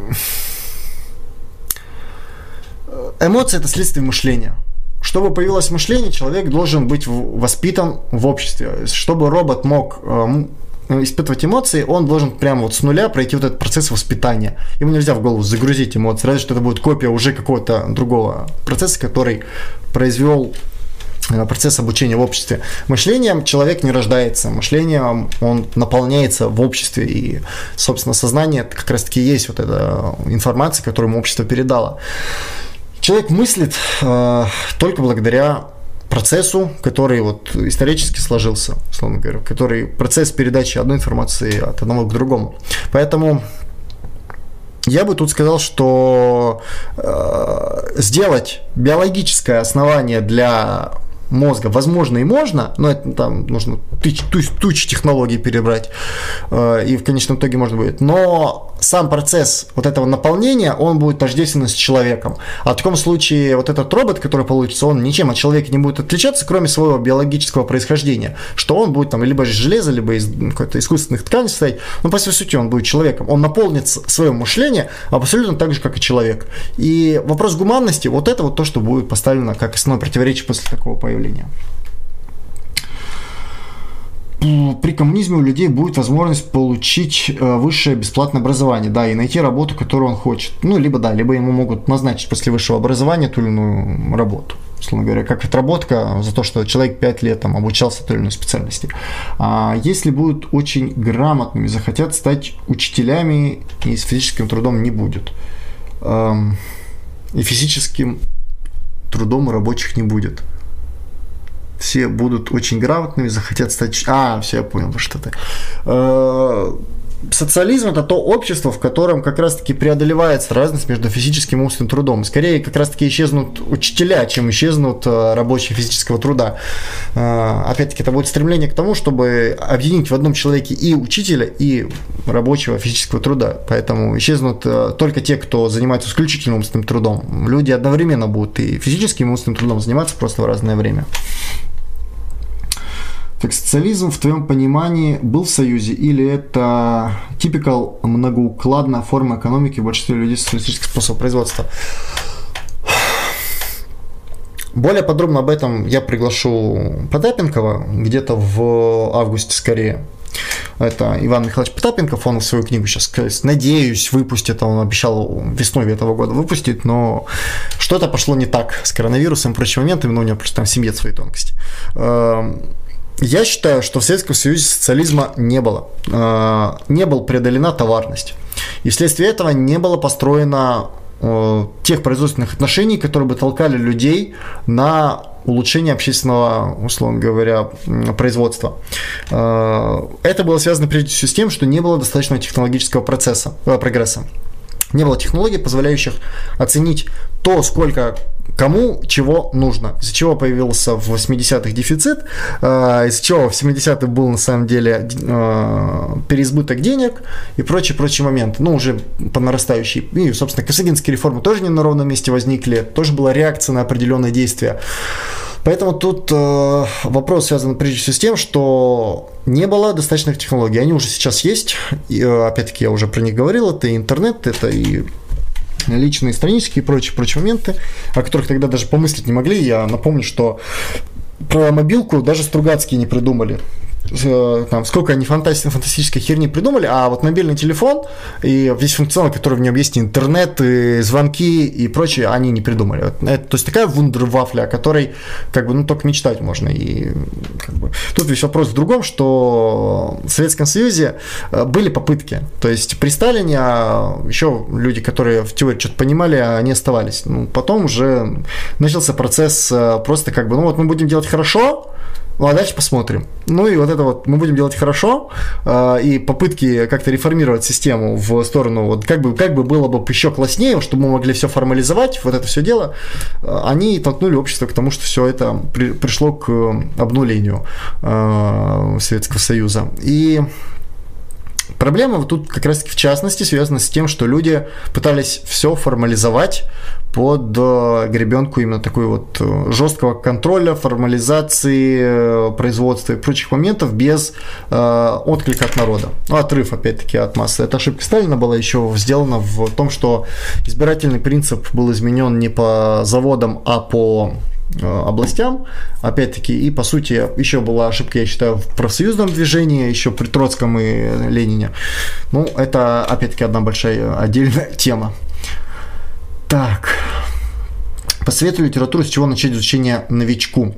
A: эмоции – это следствие мышления. Чтобы появилось мышление, человек должен быть воспитан в обществе. Чтобы робот мог э, испытывать эмоции, он должен прямо вот с нуля пройти вот этот процесс воспитания. Ему нельзя в голову загрузить эмоции, разве что это будет копия уже какого-то другого процесса, который произвел процесс обучения в обществе. Мышлением человек не рождается, мышлением он наполняется в обществе, и, собственно, сознание это как раз-таки есть вот эта информация, которую ему общество передало. Человек мыслит э, только благодаря процессу, который вот исторически сложился, условно говоря, который процесс передачи одной информации от одного к другому. Поэтому я бы тут сказал, что э, сделать биологическое основание для мозга возможно и можно, но это там нужно тысяч, тысяч технологий перебрать, э, и в конечном итоге можно будет. Но сам процесс вот этого наполнения, он будет тождествен с человеком. А в таком случае вот этот робот, который получится, он ничем от человека не будет отличаться, кроме своего биологического происхождения, что он будет там либо из железа, либо из какой-то искусственных тканей состоять, но по всей сути он будет человеком. Он наполнит свое мышление абсолютно так же, как и человек. И вопрос гуманности, вот это вот то, что будет поставлено как основное противоречие после такого появления. При коммунизме у людей будет возможность получить высшее бесплатное образование, да, и найти работу, которую он хочет. Ну, либо да, либо ему могут назначить после высшего образования ту или иную работу. Условно говоря, как отработка за то, что человек пять лет там, обучался той или иной специальности. А если будут очень грамотными, захотят стать учителями, и с физическим трудом не будет. И физическим трудом у рабочих не будет. Все будут очень грамотными, захотят стать... А, все, я понял, что ты. Социализм – это то общество, в котором как раз-таки преодолевается разность между физическим и умственным трудом. Скорее, как раз-таки исчезнут учителя, чем исчезнут рабочие физического труда. Опять-таки, это будет стремление к тому, чтобы объединить в одном человеке и учителя, и рабочего физического труда. Поэтому исчезнут только те, кто занимается исключительно умственным трудом. Люди одновременно будут и физическим, и умственным трудом заниматься просто в разное время. Так, социализм в твоем понимании был в Союзе или это typical многоукладная форма экономики в большинстве людей социалистических способов производства? Более подробно об этом я приглашу Потапенкова где-то в августе скорее. Это Иван Михайлович Потапенков, он свою книгу сейчас, надеюсь, выпустит, он обещал весной этого года выпустить, но что-то пошло не так с коронавирусом и прочими моментами, но у него просто там в семье свои тонкости. Я считаю, что в Советском Союзе социализма не было, не была преодолена товарность, и вследствие этого не было построено тех производственных отношений, которые бы толкали людей на улучшение общественного, условно говоря, производства. Это было связано прежде всего с тем, что не было достаточного технологического процесса, прогресса. Не было технологий, позволяющих оценить то, сколько кому чего нужно. Из-за чего появился в восьмидесятых дефицит, из-за чего в семидесятых был на самом деле переизбыток денег и прочие-прочие моменты. Ну, уже по нарастающей. И, собственно, косыгинские реформы тоже не на ровном месте возникли. Тоже была реакция на определенные действия. Поэтому тут э, вопрос связан прежде всего с тем, что не было достаточных технологий. Они уже сейчас есть. И, опять-таки, я уже про них говорил. Это и интернет, это и личные странички и прочие, прочие моменты, о которых тогда даже помыслить не могли. Я напомню, что про мобилку даже Стругацкие не придумали. Там, сколько они фантасти- фантастической херни придумали, а вот мобильный телефон и весь функционал, который в нем есть, интернет, и звонки и прочее, они не придумали. Это, то есть такая вундервафля, о которой как бы, ну, только мечтать можно. И, как бы, тут весь вопрос в другом, что в Советском Союзе были попытки. То есть при Сталине еще люди, которые в теории что-то понимали, они оставались. Ну, потом уже начался процесс просто как бы, ну вот мы будем делать хорошо, ну, а дальше посмотрим. Ну и вот это вот мы будем делать хорошо, э, и попытки как-то реформировать систему в сторону, вот как бы, как бы было бы еще класснее, чтобы мы могли все формализовать, вот это все дело, э, они толкнули общество к тому, что все это при, пришло к обнулению э, Советского Союза. И проблема тут как раз-таки в частности связана с тем, что люди пытались все формализовать под гребенку именно такой вот жесткого контроля, формализации производства и прочих моментов без э, отклика от народа. Ну, отрыв, опять-таки, от массы. Эта ошибка Сталина была еще сделана в том, что избирательный принцип был изменен не по заводам, а по областям, опять-таки, и по сути еще была ошибка, я считаю, в профсоюзном движении, еще при Троцком и Ленине. Ну, это опять-таки одна большая отдельная тема. Так, посоветую литературу, с чего начать изучение новичку.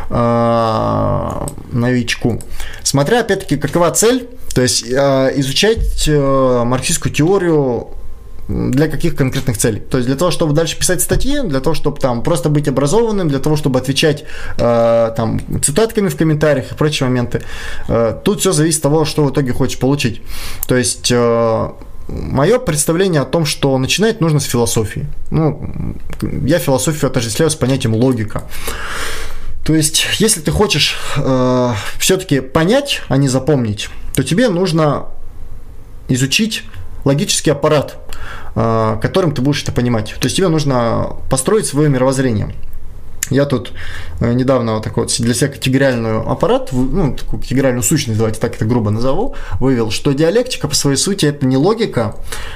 A: Новичку. Смотря, опять-таки, какова цель, то есть изучать марксистскую теорию для каких конкретных целей. То есть для того, чтобы дальше писать статьи, для того, чтобы там просто быть образованным, для того, чтобы отвечать э, там цитатками в комментариях и прочие моменты. Э, тут все зависит от того, что в итоге хочешь получить. То есть э, мое представление о том, что начинать нужно с философии. Ну, я философию отождествляю с понятием логика. То есть, если ты хочешь э, все-таки понять, а не запомнить, то тебе нужно изучить логический аппарат, которым ты будешь это понимать. То есть тебе нужно построить свое мировоззрение. Я тут недавно вот такой вот для себя категориальную аппарат, ну, такую категориальную сущность, давайте так это грубо назову, вывел, что диалектика по своей сути это не логика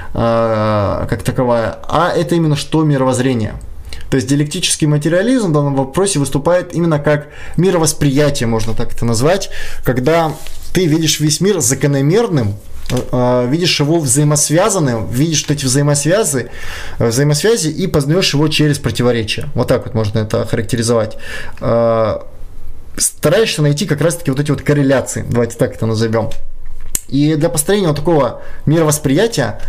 A: э, как таковая, а это именно что мировоззрение. То есть диалектический материализм в данном вопросе выступает именно как мировосприятие, можно так это назвать, когда ты видишь весь мир закономерным, видишь его взаимосвязанным, видишь эти взаимосвязи, взаимосвязи и познаешь его через противоречия. Вот так вот можно это охарактеризовать. Стараешься найти как раз-таки вот эти вот корреляции, давайте так это назовем. И для построения вот такого мировосприятия,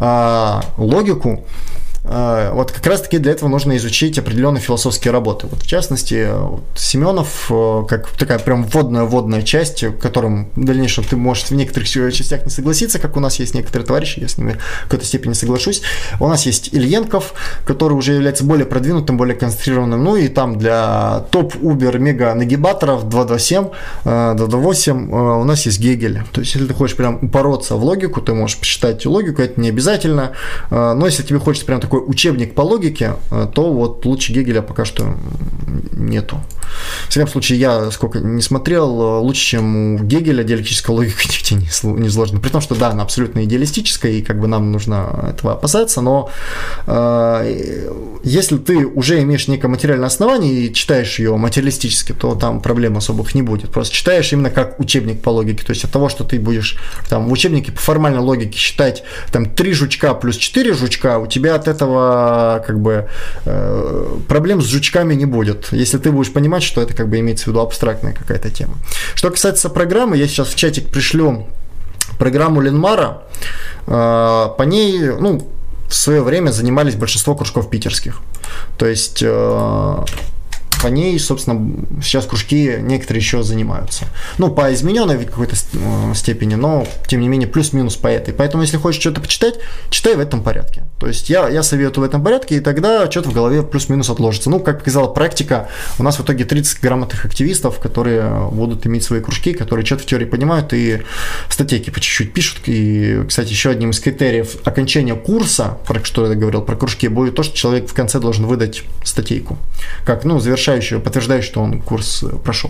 A: логику, вот как раз-таки для этого нужно изучить определенные философские работы. Вот в частности, вот Семенов, как такая прям вводная-вводная часть, в котором в дальнейшем ты можешь в некоторых частях не согласиться, как у нас есть некоторые товарищи, я с ними в какой-то степени соглашусь. У нас есть Ильенков, который уже является более продвинутым, более концентрированным, ну и там для топ-убер-мега-нагибаторов два два семь, два два восемь у нас есть Гегель. То есть, если ты хочешь прям упороться в логику, ты можешь почитать логику, это не обязательно, но если тебе хочется прям такой учебник по логике, то вот лучше Гегеля пока что нету. В всяком случае, я сколько не смотрел, лучше, чем у Гегеля диалектическая логика нигде не изложена. При том, что да, она абсолютно идеалистическая, и как бы нам нужно этого опасаться, но э, если ты уже имеешь некое материальное основание и читаешь ее материалистически, то там проблем особых не будет. Просто читаешь именно как учебник по логике. То есть от того, что ты будешь там в учебнике по формальной логике считать там три жучка плюс четыре жучка, у тебя от этого как бы э, проблем с жучками не будет, если ты будешь понимать, что это как бы имеется в виду абстрактная какая-то тема. Что касается программы, я сейчас в чатик пришлю программу Ленмара, э, по ней, ну, в свое время занимались большинство кружков питерских. То есть э, по ней, собственно, сейчас кружки некоторые еще занимаются. Ну, по измененной какой-то степени, но, тем не менее, плюс-минус по этой. Поэтому, если хочешь что-то почитать, читай в этом порядке. То есть, я, я советую в этом порядке, и тогда что-то в голове плюс-минус отложится. Ну, как показала практика, у нас в итоге тридцать грамотных активистов, которые будут иметь свои кружки, которые что-то в теории понимают и статейки по чуть-чуть пишут. И, кстати, еще одним из критериев окончания курса, про что я говорил, про кружки, будет то, что человек в конце должен выдать статейку. Как, ну, завершающую, подтверждающую, что он курс прошел.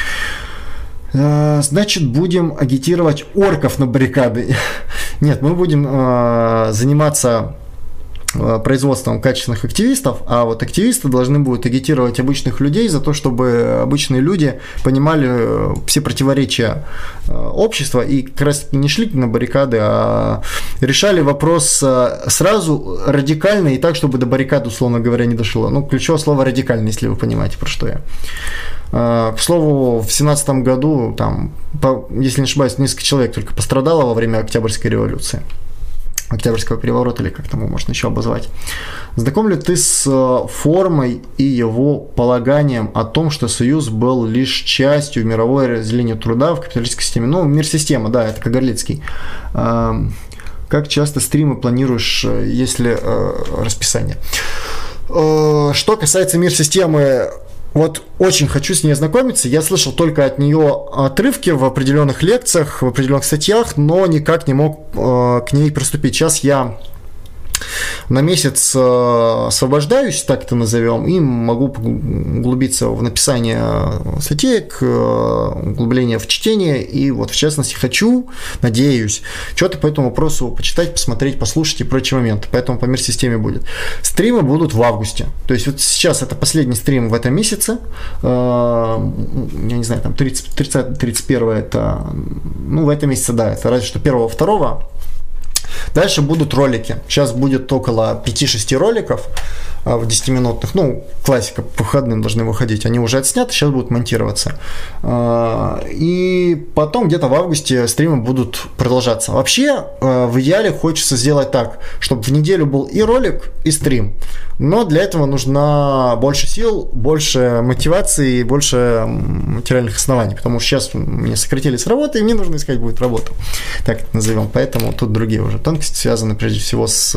A: Значит, будем агитировать орков на баррикады. Нет, мы будем э, заниматься производством качественных активистов, а вот активисты должны будут агитировать обычных людей за то, чтобы обычные люди понимали все противоречия общества и как раз не шли на баррикады, а решали вопрос сразу радикально и так, чтобы до баррикад, условно говоря, не дошло. Ну, ключевое слово радикально, если вы понимаете, про что я. К слову, в семнадцатом году, там, по, если не ошибаюсь, несколько человек только пострадало во время Октябрьской революции. Октябрьского переворота, или как там его можно еще обозвать. Знаком ли ты с формой и его полаганием о том, что Союз был лишь частью мирового разделения труда в капиталистической системе? Ну, мир-система, да, это Кагарлицкий. Как часто стримы планируешь, если расписание? Что касается мир-системы, вот очень хочу с ней ознакомиться. Я слышал только от нее отрывки в определенных лекциях, в определенных статьях, но никак не мог э, к ней приступить. Сейчас я на месяц э, освобождаюсь, так это назовем, и могу углубиться в написание статеек, э, углубление в чтение, и вот в частности хочу, надеюсь, что-то по этому вопросу почитать, посмотреть, послушать и прочие моменты, поэтому по мир-системе будет. Стримы будут в августе, то есть вот сейчас это последний стрим в этом месяце, э, я не знаю, там тридцать, тридцать, тридцать один это, ну в этом месяце, да, это разве что первого-второго. Дальше будут ролики. Сейчас будет около пяти-шести роликов в десятиминутных. Ну, классика, по выходным должны выходить. Они уже отсняты, сейчас будут монтироваться. И потом где-то в августе стримы будут продолжаться. Вообще, в идеале хочется сделать так, чтобы в неделю был и ролик, и стрим. Но для этого нужно больше сил, больше мотивации и больше материальных оснований. Потому что сейчас меня сократили с работы, и мне нужно искать будет работу. Так это назовем. Поэтому тут другие уже тонкости связаны прежде всего с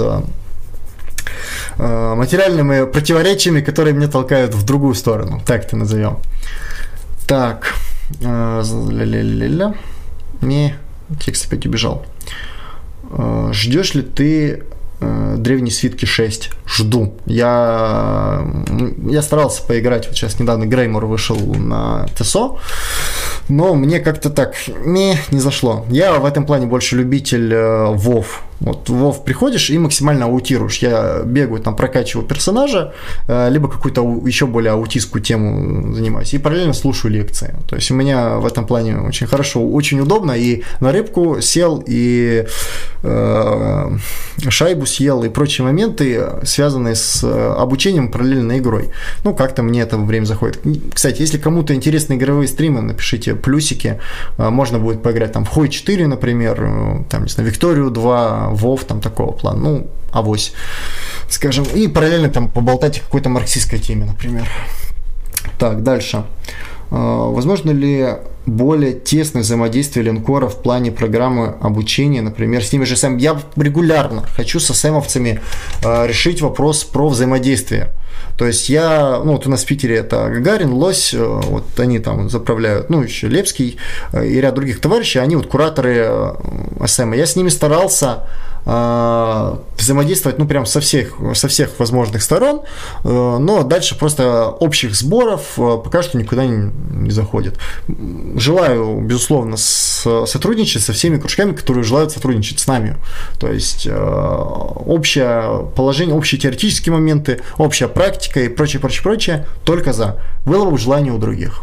A: э, материальными противоречиями, которые меня толкают в другую сторону. Так это назовем. Так. Э, ля-ля-ля-ля. Не, текст опять убежал. Э, ждешь ли ты древние свитки шесть? Жду. Я, я старался поиграть. Вот сейчас недавно Греймор вышел на ТСО, но мне как-то так не, не зашло. Я в этом плане больше любитель WoW. Вот в WoW приходишь и максимально аутируешь. Я бегаю, там прокачиваю персонажа, либо какую-то еще более аутистскую тему занимаюсь. И параллельно слушаю лекции. То есть у меня в этом плане очень хорошо, очень удобно. И на рыбку сел, и э, шайбу съел, и прочие моменты, связанные с обучением параллельно игрой. Ну, как-то мне это время заходит. Кстати, если кому-то интересны игровые стримы, напишите плюсики. Можно будет поиграть там в Хой четыре, например, там, не знаю, Викторию два, Вов, там такого плана, ну, авось, скажем, и параллельно там поболтать о какой-то марксистской теме, например. Так, дальше. Возможно ли более тесное взаимодействие линкора в плане программы обучения, например, с ними же сами? Я регулярно хочу со сэмовцами решить вопрос про взаимодействие. То есть я, ну вот у нас в Питере это Гагарин, Лось, вот они там заправляют, ну еще Лепский и ряд других товарищей, они вот кураторы эс эм. Я с ними старался взаимодействовать, ну, прям со всех, со всех возможных сторон, но дальше просто общих сборов пока что никуда не, не заходит. Желаю, безусловно, с, сотрудничать со всеми кружками, которые желают сотрудничать с нами. То есть общее положение, общие теоретические моменты, общая практика и прочее, прочее, прочее, только за. Было бы желание у других.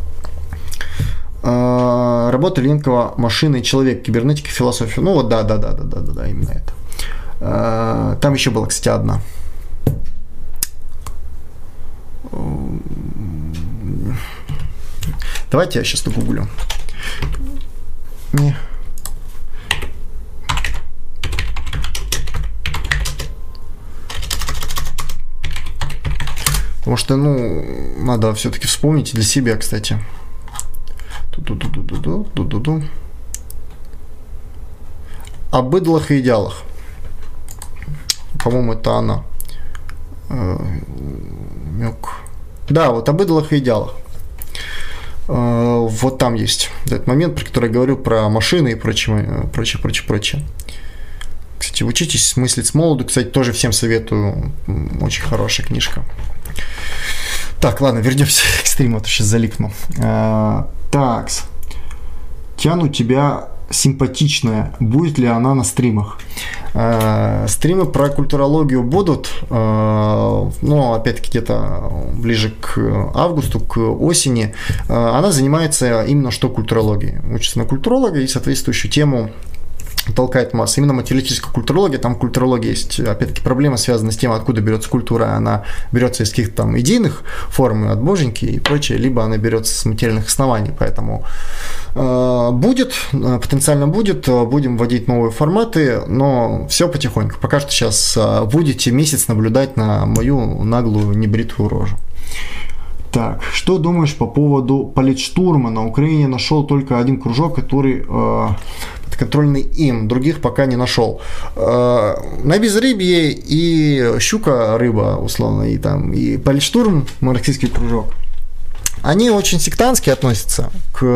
A: Работа Ленкова, машины, человек, кибернетика, философия. Ну вот, да, да, да, да, да, да, да, именно это. Там еще была, кстати, одна. Давайте я сейчас нагуглю. Не. Потому что, ну, надо все-таки вспомнить для себя, кстати. Ду-ду-ду-ду-ду-ду-ду-ду. О быдлах и идеалах. По-моему, это она. Мёк. Да, вот о быдлах и идеалах. Вот там есть этот момент, про который я говорю, про машины и прочее, прочее, прочее, прочее. Кстати, учитесь мыслить с молоду. Кстати, тоже всем советую. Очень хорошая книжка. Так, ладно, вернемся к стриму, а то сейчас залипну. Так, Тян у тебя симпатичная. Будет ли она на стримах? Э, стримы про культурологию будут, э, но опять-таки где-то ближе к августу, к осени. Э, она занимается именно что культурологией. Учится на культуролога и соответствующую тему толкает масса. Именно материалистическая культурология, там культурология есть, опять-таки, проблема связана с тем, откуда берется культура. Она берется из каких-то там идейных форм, от боженьки и прочее, либо она берется с материальных оснований. Поэтому э, будет, потенциально будет, будем вводить новые форматы, но все потихоньку. Пока что сейчас будете месяц наблюдать на мою наглую небритую рожу. Так, что думаешь по поводу политштурма? На Украине нашел только один кружок, который э, подконтрольный им, других пока не нашел. Э, на безрыбье и щука рыба, условно, и там и политштурм, марксистский кружок, они очень сектантски относятся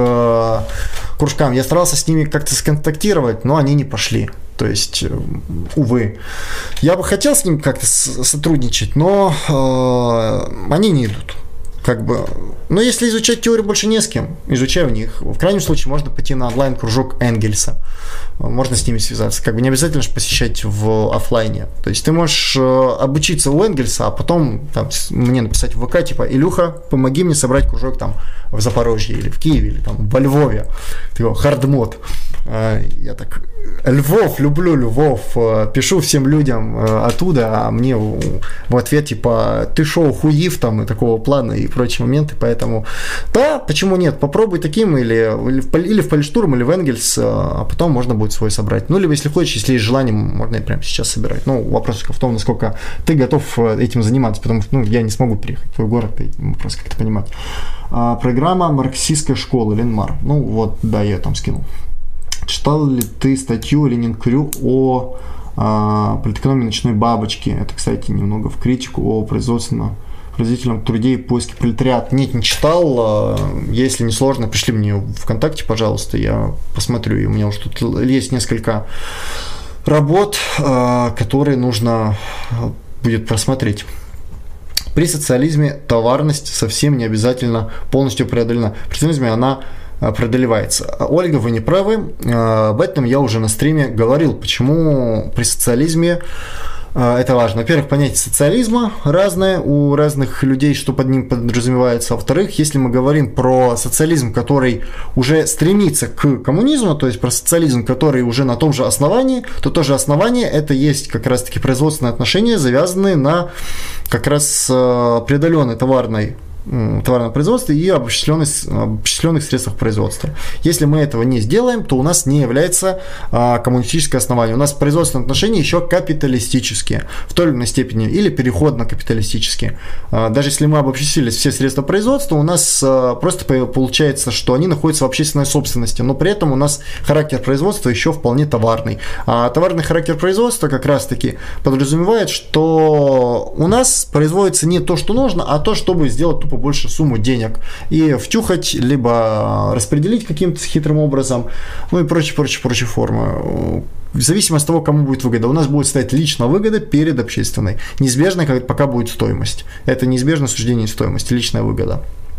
A: к кружкам. Я старался с ними как-то сконтактировать, но они не пошли. То есть, увы. Я бы хотел с ними как-то сотрудничать, но э, они не идут. Как бы, но если изучать теорию больше не с кем, изучай у них. В крайнем случае можно пойти на онлайн-кружок Энгельса. Можно с ними связаться. Как бы не обязательно же посещать в офлайне. То есть ты можешь обучиться у Энгельса, а потом там, мне написать в ВК, типа, Илюха, помоги мне собрать кружок там в Запорожье или в Киеве, или там во Львове. Такой хардмод. Я так, Львов, люблю Львов, пишу всем людям оттуда, а мне в ответ, типа, ты шоу хуев там и такого плана и прочие моменты, поэтому, да, почему нет, попробуй таким или, или, в, или в Политштурм, или в Энгельс, а потом можно будет свой собрать. Ну, либо, если хочешь, если есть желание, можно и прямо сейчас собирать. Ну, вопрос в том, насколько ты готов этим заниматься, потому что, ну, я не смогу приехать в твой город, и просто как-то понимать. А, программа марксистской школы, Ленмар, ну, вот, да, я там скинул. Читал ли ты статью Ленин-Крю о а, политэкономии ночной бабочки? Это, кстати, немного в критику о производственном производительном труде и поиске пролетариата. Нет, не читал. Если не сложно, пришли мне ВКонтакте, пожалуйста, я посмотрю. И у меня уже тут есть несколько работ, которые нужно будет просмотреть. При социализме товарность совсем не обязательно полностью преодолена. При социализме она преодолевается. Ольга, вы не правы. Об этом я уже на стриме говорил. Почему при социализме это важно. Во-первых, понятие социализма разное у разных людей, что под ним подразумевается. Во-вторых, если мы говорим про социализм, который уже стремится к коммунизму, то есть про социализм, который уже на том же основании, то то же основание это есть как раз-таки производственные отношения, завязанные на как раз преодоленной товарной товарного производства и об обобщенных, обобщенных средствах производства. Если мы этого не сделаем, то у нас не является а, коммунистическое основание. У нас производственные отношения еще капиталистические в той или иной степени или переходно-капиталистические. А, даже если мы обобщили все средства производства, у нас а, просто получается, что они находятся в общественной собственности, но при этом у нас характер производства еще вполне товарный. А товарный характер производства как раз-таки подразумевает, что у нас производится не то, что нужно, а то, чтобы сделать тупо больше сумму денег и втюхать, либо распределить каким-то хитрым образом, ну и прочие, прочие, прочие формы. В зависимости от того, кому будет выгода. У нас будет стоять личная выгода перед общественной. Неизбежно, пока будет стоимость. Это неизбежное суждение стоимости, личная выгода.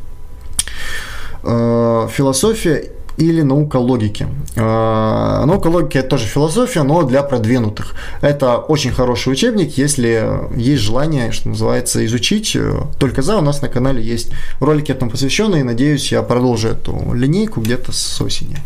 A: Философия или наука логики. Э, наука логики – это тоже философия, но для продвинутых. Это очень хороший учебник, если есть желание, что называется, изучить. Только за, у нас на канале есть ролики этому посвященные, и, надеюсь, я продолжу эту линейку где-то с осени.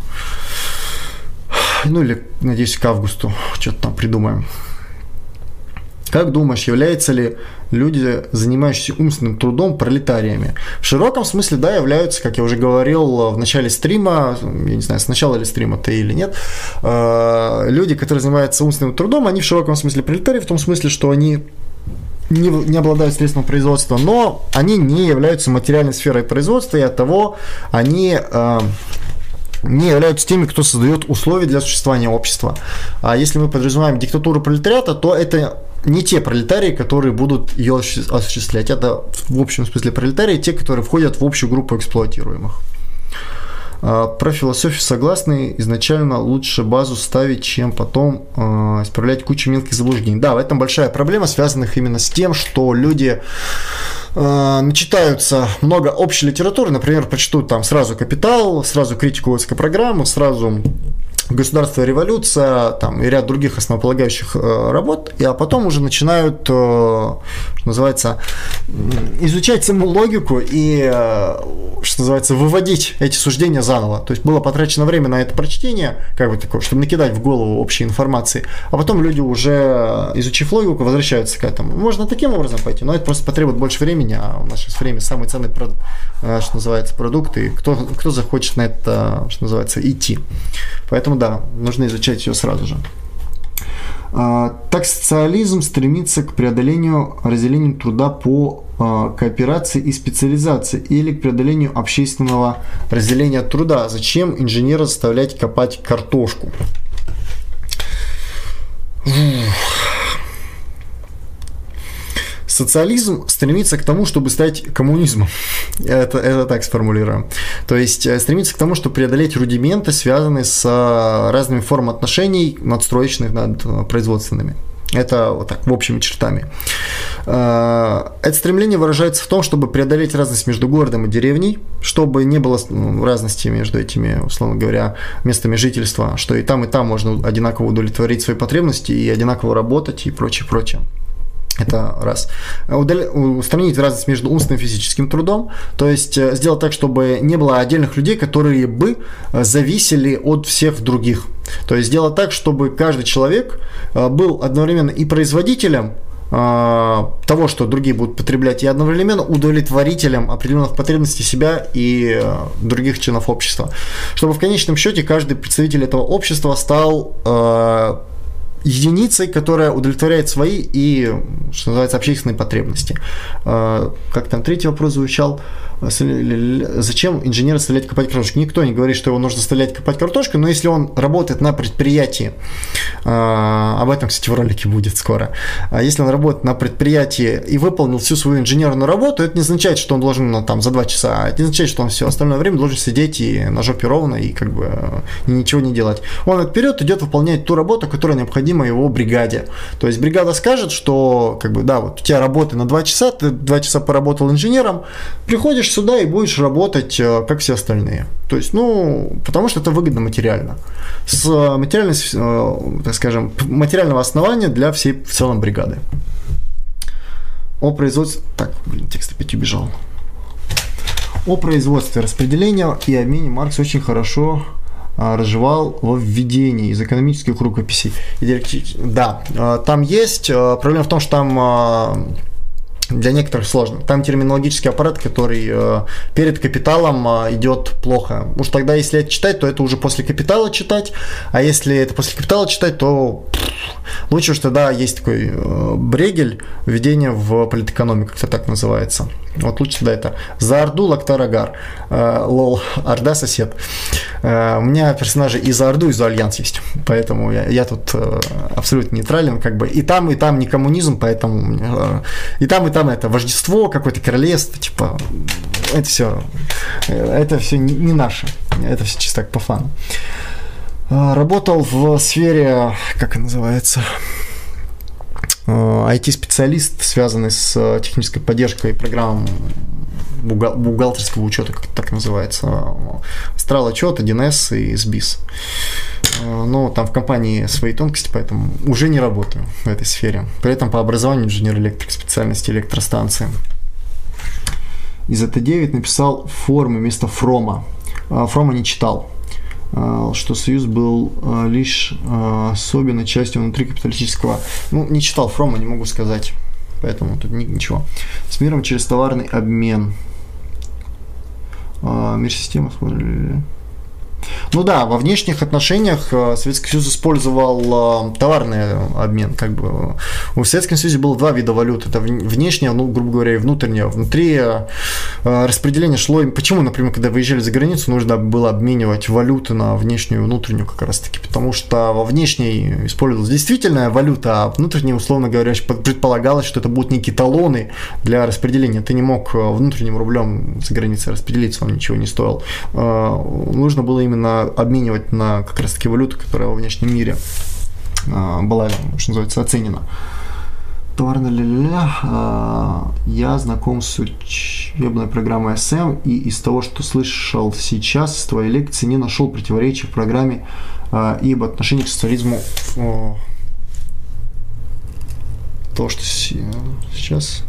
A: Ну или, надеюсь, к августу что-то там придумаем. Как думаешь, являются ли люди, занимающиеся умственным трудом, пролетариями? В широком смысле, да, являются, как я уже говорил в начале стрима, я не знаю, с начала ли стрима-то или нет, люди, которые занимаются умственным трудом, они в широком смысле пролетарии, в том смысле, что они не, не обладают средством производства, но они не являются материальной сферой производства, и оттого они не являются теми, кто создает условия для существования общества. А если мы подразумеваем диктатуру пролетариата, то это не те пролетарии, которые будут ее осуществлять. Это в общем смысле пролетарии, те, которые входят в общую группу эксплуатируемых. Про философию согласны, изначально лучше базу ставить, чем потом э, исправлять кучу мелких заблуждений. Да, в этом большая проблема, связанных именно с тем, что люди э, начитаются много общей литературы, например, прочтут там сразу «Капитал», сразу критику Уэллсовской программы, сразу «Государство и революция», там, и ряд других основополагающих э, работ, и, а потом уже начинают, э, что называется, изучать саму логику и, э, что называется, выводить эти суждения заново. То есть было потрачено время на это прочтение, как бы такое, чтобы накидать в голову общей информации, а потом люди, уже изучив логику, возвращаются к этому. Можно таким образом пойти, но это просто потребует больше времени, а у нас сейчас время самый ценный, э, что называется, продукт, и кто, кто захочет на это, что называется, идти. Поэтому да, нужно изучать ее сразу же. Так социализм стремится к преодолению разделения труда по кооперации и специализации или к преодолению общественного разделения труда. Зачем инженера заставлять копать картошку? Социализм стремится к тому, чтобы стать коммунизмом. Это, это так сформулируем. То есть стремится к тому, чтобы преодолеть рудименты, связанные с разными формами отношений надстроечных над производственными. Это вот так, в общими чертами. Это стремление выражается в том, чтобы преодолеть разность между городом и деревней, чтобы не было разности между этими, условно говоря, местами жительства, что и там, и там можно одинаково удовлетворить свои потребности и одинаково работать и прочее, прочее. Это раз. Устранить разность между умственным и физическим трудом, то есть сделать так, чтобы не было отдельных людей, которые бы зависели от всех других. То есть сделать так, чтобы каждый человек был одновременно и производителем того, что другие будут потреблять, и одновременно удовлетворителем определенных потребностей себя и других членов общества. Чтобы в конечном счете каждый представитель этого общества стал единицей, которая удовлетворяет свои и, что называется, общественные потребности. Как там третий вопрос звучал? Зачем инженеру заставлять копать картошку? Никто не говорит, что его нужно заставлять копать картошку, но если он работает на предприятии, об этом, кстати, в ролике будет скоро, если он работает на предприятии и выполнил всю свою инженерную работу, это не означает, что он должен, ну, там, за два часа, это не означает, что он все остальное время должен сидеть и на жопе ровно и как бы ничего не делать. Он вперед идет выполнять ту работу, которая необходима его бригаде. То есть бригада скажет, что как бы, да, вот у тебя работа на два часа, ты два часа поработал инженером, приходишь сюда и будешь работать, как все остальные. То есть, ну, потому что это выгодно материально. С материальной, так скажем, материального основания для всей в целом бригады. О производстве... Так, блин, текст опять убежал. О производстве, распределении и обмене Маркс очень хорошо разжевал во введении из экономических рукописей. Да, там есть. Проблема в том, что там Для некоторых сложно. Там терминологический аппарат, который э, перед капиталом э, идет плохо. Уж тогда, если это читать, то это уже после капитала читать. А если это после капитала читать, то пфф, лучше уж тогда есть такой э, Брегель, введение в политэкономику, как-то так называется. Вот лучше тогда это. За Орду Лактар Агар. Э, лол, Орда сосед. Э, у меня персонажи и за Орду, и за Альянс есть. Поэтому я, я тут э, абсолютно нейтрален. Как бы. И там, и там не коммунизм, поэтому э, и там, и там это вождество, какое-то королевство, типа, это все, это все не, не наше, это все чисто так по фану. Работал в сфере, как это называется, ай ти-специалист, связанный с технической поддержкой программ бухгалтерского учета, как это так называется, Астрал отчет, один эс и эс би эс. Но там в компании свои тонкости, поэтому уже не работаю в этой сфере. При этом по образованию инженер-электрик, специальности электростанции. Из эй ти девять написал формы вместо Фрома. Фрома не читал, что Союз был лишь особенной частью внутри капиталистического. Ну, не читал Фрома, не могу сказать. Поэтому тут ничего. С миром через товарный обмен. Мир системы. Ну да, во внешних отношениях Советский Союз использовал товарный обмен. Как бы. В Советском Союзе было два вида валют. Это внешняя, ну, грубо говоря, и внутренняя. Внутри распределение шло. Почему, например, когда выезжали за границу, нужно было обменивать валюты на внешнюю и внутреннюю как раз таки. Потому что во внешней использовалась действительная валюта, а внутренней, условно говоря, предполагалось, что это будут некие талоны для распределения. Ты не мог внутренним рублем за границей распределиться, он ничего не стоил. Нужно было именно обменивать на как раз таки валюту, которая во внешнем мире а, была, что называется, оценена. Товарная ля-ля-ля. Я знаком с учебной программой эс эм и из того, что слышал сейчас с твоей лекции, не нашел противоречий в программе а, и об отношении к социализму. О, то, что сейчас...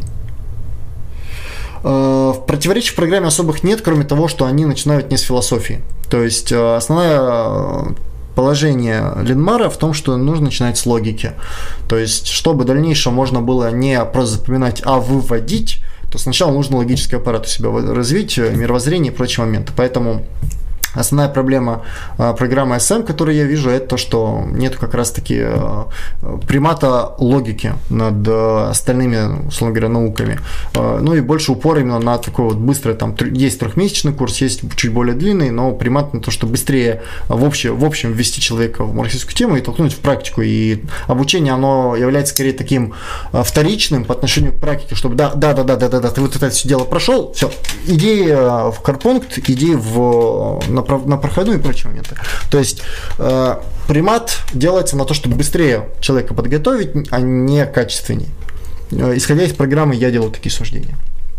A: В противоречий в программе особых нет, кроме того, что они начинают не с философии. То есть основное положение Линмара в том, что нужно начинать с логики. То есть, чтобы в дальнейшем можно было не просто запоминать, а выводить, то сначала нужно логический аппарат у себя развить, мировоззрение и прочие моменты. Поэтому основная проблема а, программы эс эм, которую я вижу, это то, что нет как раз-таки а, примата логики над а, остальными, условно говоря, науками. А, ну и больше упор именно на такой вот быстрый, там есть трехмесячный курс, есть чуть более длинный, но примат на то, что быстрее в, общем, в общем ввести человека в марксистскую тему и толкнуть в практику. И обучение, оно является скорее таким а, вторичным по отношению к практике, чтобы да, да, да, да, да, да, да, ты вот это все дело прошел, все, иди в карпункт, иди в на на проходную и прочие моменты. То есть э, примат делается на то, чтобы быстрее человека подготовить, а не качественней. Э, исходя из программы, я делаю такие суждения.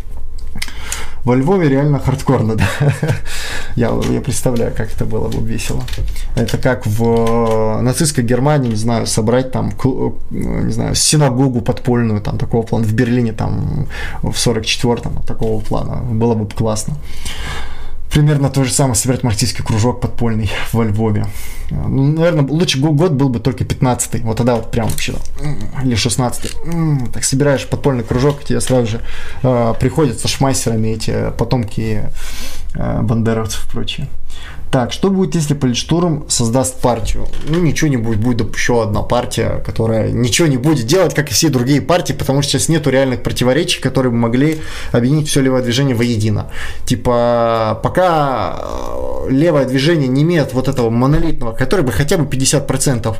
A: Во Львове реально хардкорно, да. я, я представляю, как это было бы весело. Это как в нацистской Германии, не знаю, собрать там, не знаю, синагогу подпольную, там, такого плана, в Берлине, там, в сорок четвёртом, такого плана. Было бы классно. Примерно то же самое собирать марксистский кружок подпольный во Львове. Ну, наверное, лучше год был бы только пятнадцатый. Вот тогда вот прям вообще. Или шестнадцатый. Так собираешь подпольный кружок, тебе сразу же э, приходят со шмайсерами эти потомки э, бандеровцев и прочее. Так, что будет, если Политштурм создаст партию? Ну, ничего не будет, будет еще одна партия, которая ничего не будет делать, как и все другие партии, потому что сейчас нету реальных противоречий, которые бы могли объединить все левое движение воедино. Типа, пока левое движение не имеет вот этого монолитного, который бы хотя бы пятьдесят процентов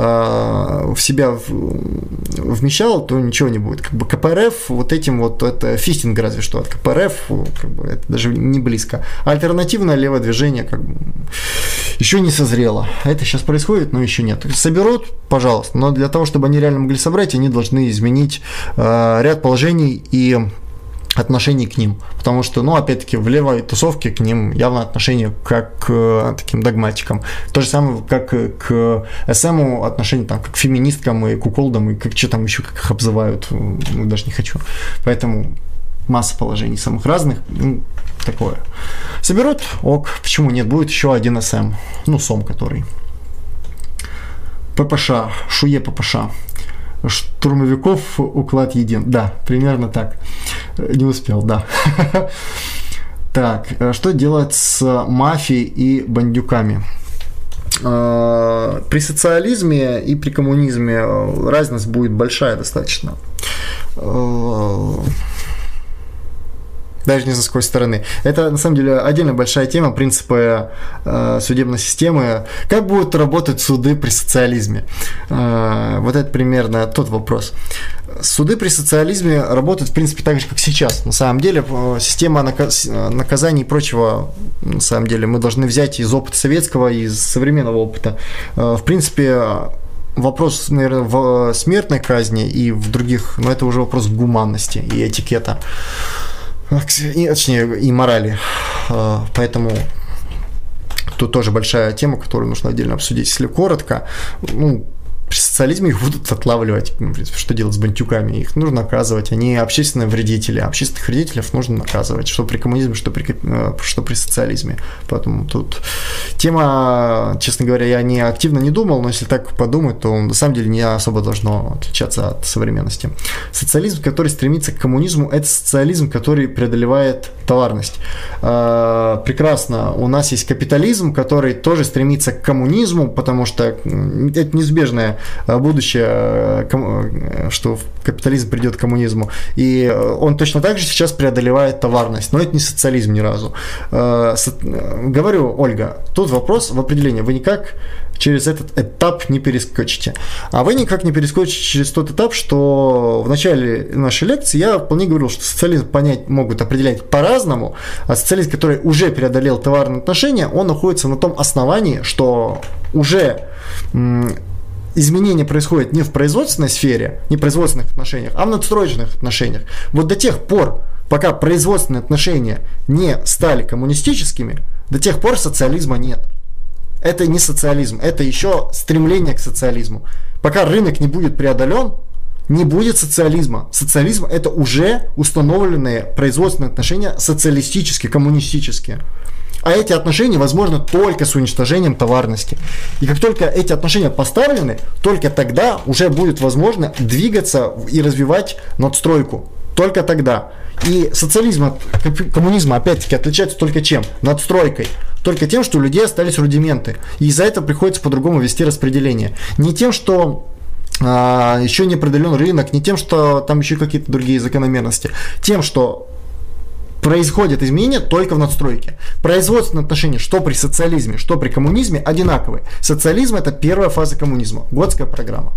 A: в себя вмещал, то ничего не будет. Как бы ка пэ эр эф вот этим вот, это фистинг разве что от ка пэ эр эф, как бы, это даже не близко. Альтернативное левое движение, как бы, еще не созрело. Это сейчас происходит, но еще нет. Соберут, пожалуйста, но для того, чтобы они реально могли собрать, они должны изменить э, ряд положений и отношений к ним. Потому что, ну, опять-таки, в левой тусовке к ним явно отношение как к э, таким догматикам. То же самое, как к эс эм отношение там, как к феминисткам и куколдам, и как что там еще, как их обзывают, ну, даже не хочу. Поэтому масса положений самых разных, ну, такое. Соберут, ок, почему нет, будет еще один эс эм, ну, сом который. пэ пэ ша, шуе пэ пэ ша. штурмовиков уклад един. Да, примерно так. Не успел, да. Так, что делать с мафией и бандюками? При социализме и при коммунизме разница будет большая достаточно. Даже не знаю, с какой стороны. Это, на самом деле, отдельно большая тема, принципы э, судебной системы. Как будут работать суды при социализме? Э, вот это примерно тот вопрос. Суды при социализме работают, в принципе, так же, как сейчас. На самом деле, система наказ... наказаний и прочего, на самом деле, мы должны взять из опыта советского, из современного опыта. Э, в принципе, вопрос, наверное, в смертной казни и в других, но это уже вопрос гуманности и этикета. И, точнее, и морали. Поэтому тут тоже большая тема, которую нужно отдельно обсудить. Если коротко, ну, при социализме их будут отлавливать. Что делать с бандюками? Их нужно наказывать. Они общественные вредители. Общественных вредителей нужно наказывать. Что при коммунизме, что при, что при социализме. Поэтому тут тема, честно говоря, я не активно не думал, но если так подумать, то на самом деле не особо должно отличаться от современности. Социализм, который стремится к коммунизму, это социализм, который преодолевает товарность. Прекрасно. У нас есть капитализм, который тоже стремится к коммунизму, потому что это неизбежное будущее, что капитализм придет к коммунизму. И он точно так же сейчас преодолевает товарность. Но это не социализм ни разу. Говорю, Ольга, тут вопрос в определении. Вы никак через этот этап не перескочите. А вы никак не перескочите через тот этап, что в начале нашей лекции я вполне говорил, что социализм понять могут определять по-разному, а социализм, который уже преодолел товарные отношения, он находится на том основании, что уже м- изменения происходят не в производственной сфере, не в производственных отношениях, а в надстроечных отношениях. Вот до тех пор, пока производственные отношения не стали коммунистическими, до тех пор социализма нет. Это не социализм, это еще стремление к социализму. Пока рынок не будет преодолен, не будет социализма. Социализм – это уже установленные производственные отношения социалистические, коммунистические. А эти отношения возможны только с уничтожением товарности. И как только эти отношения поставлены, только тогда уже будет возможно двигаться и развивать надстройку. Только тогда. И социализм от коммунизма, опять-таки, отличается только чем? Надстройкой. Только тем, что у людей остались рудименты. И из-за этого приходится по-другому вести распределение. Не тем, что а, еще не определен рынок, не тем, что там еще какие-то другие закономерности. Тем, что происходят изменения только в надстройке. Производственные отношения, что при социализме, что при коммунизме, одинаковые. Социализм – это первая фаза коммунизма, Готская программа.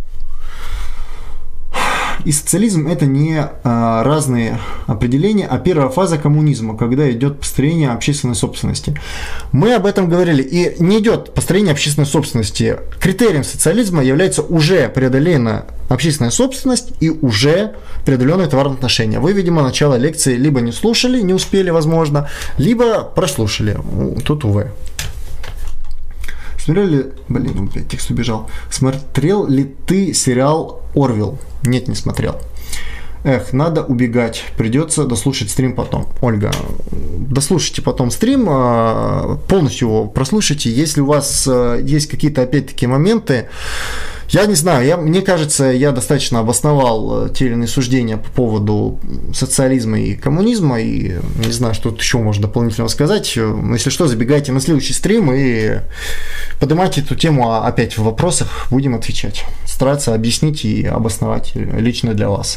A: И социализм – это не а, разные определения, а первая фаза коммунизма, когда идет построение общественной собственности. Мы об этом говорили, и не идет построение общественной собственности. Критерием социализма является уже преодоленная общественная собственность и уже преодоленные товарные отношения. Вы, видимо, начало лекции либо не слушали, не успели, возможно, либо прослушали. Тут, увы. Смотрел ли, блин, опять текст убежал. Смотрел ли ты сериал «Орвилл»? Нет, не смотрел. Эх, надо убегать. Придется дослушать стрим потом. Ольга, дослушайте потом стрим, полностью его прослушайте. Если у вас есть какие-то, опять-таки, моменты, я не знаю, я, мне кажется, я достаточно обосновал те или иные суждения по поводу социализма и коммунизма, и не знаю, что тут еще можно дополнительно сказать. Если что, забегайте на следующий стрим и поднимайте эту тему опять в вопросах, будем отвечать. Стараться объяснить и обосновать лично для вас.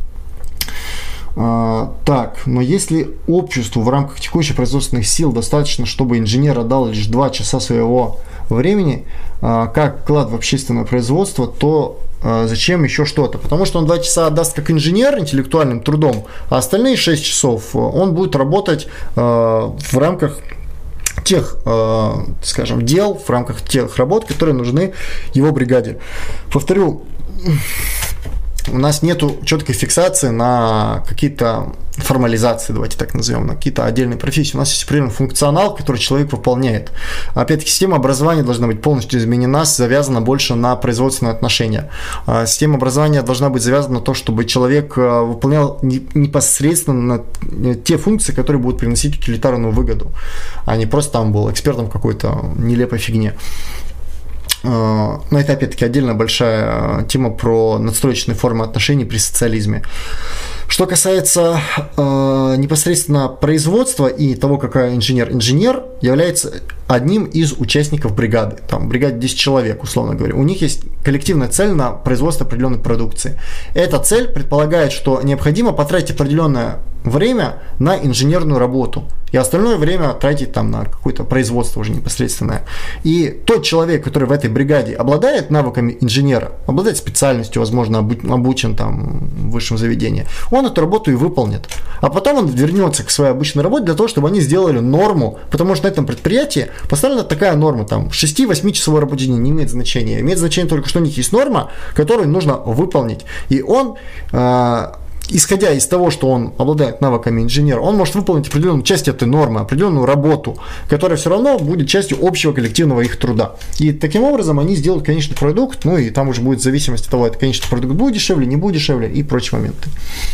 A: А, так, но если обществу в рамках текущих производственных сил достаточно, чтобы инженер отдал лишь два часа своего времени а, как вклад в общественное производство, то а, зачем еще что-то? Потому что он два часа отдаст как инженер интеллектуальным трудом, а остальные шесть часов он будет работать а, в рамках тех, э, скажем, дел, в рамках тех работ, которые нужны его бригаде. Повторю, у нас нету четкой фиксации на какие-то формализации, давайте так назовем, на какие-то отдельные профессии. У нас есть определенный функционал, который человек выполняет. Опять-таки, система образования должна быть полностью изменена, завязана больше на производственные отношения. Система образования должна быть завязана на то, чтобы человек выполнял непосредственно те функции, которые будут приносить утилитарную выгоду, а не просто там был экспертом какой-то нелепой фигне. Но это, опять-таки, отдельно большая тема про надстроечные формы отношений при социализме. Что касается э, непосредственно производства и того, какой инженер, инженер является одним из участников бригады. Там в бригаде десять человек, условно говоря. У них есть коллективная цель на производство определенной продукции. Эта цель предполагает, что необходимо потратить определенное время на инженерную работу, и остальное время тратить там на какое-то производство уже непосредственное. И тот человек, который в этой бригаде обладает навыками инженера, обладает специальностью, возможно, обучен там в высшем заведении, он эту работу и выполнит. А потом он вернется к своей обычной работе для того, чтобы они сделали норму, потому что на этом предприятии поставлена такая норма, там, шесть-восемь часовой рабочий день, не имеет значения. Имеет значение только, что у них есть норма, которую нужно выполнить. И он... Э- Исходя из того, что он обладает навыками инженера, он может выполнить определенную часть этой нормы, определенную работу, которая все равно будет частью общего коллективного их труда. И таким образом они сделают конечный продукт, ну и там уже будет зависимость от того, это конечный продукт будет дешевле, не будет дешевле и прочие моменты.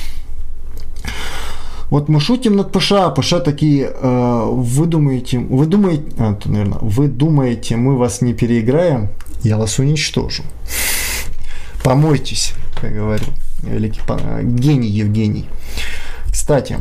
A: Вот мы шутим над ПШ, а ПШ такие, э, вы думаете, вы думаете, а, то, наверное, вы думаете, мы вас не переиграем, я вас уничтожу. Помойтесь, как говорю. Великий гений Евгений. Кстати,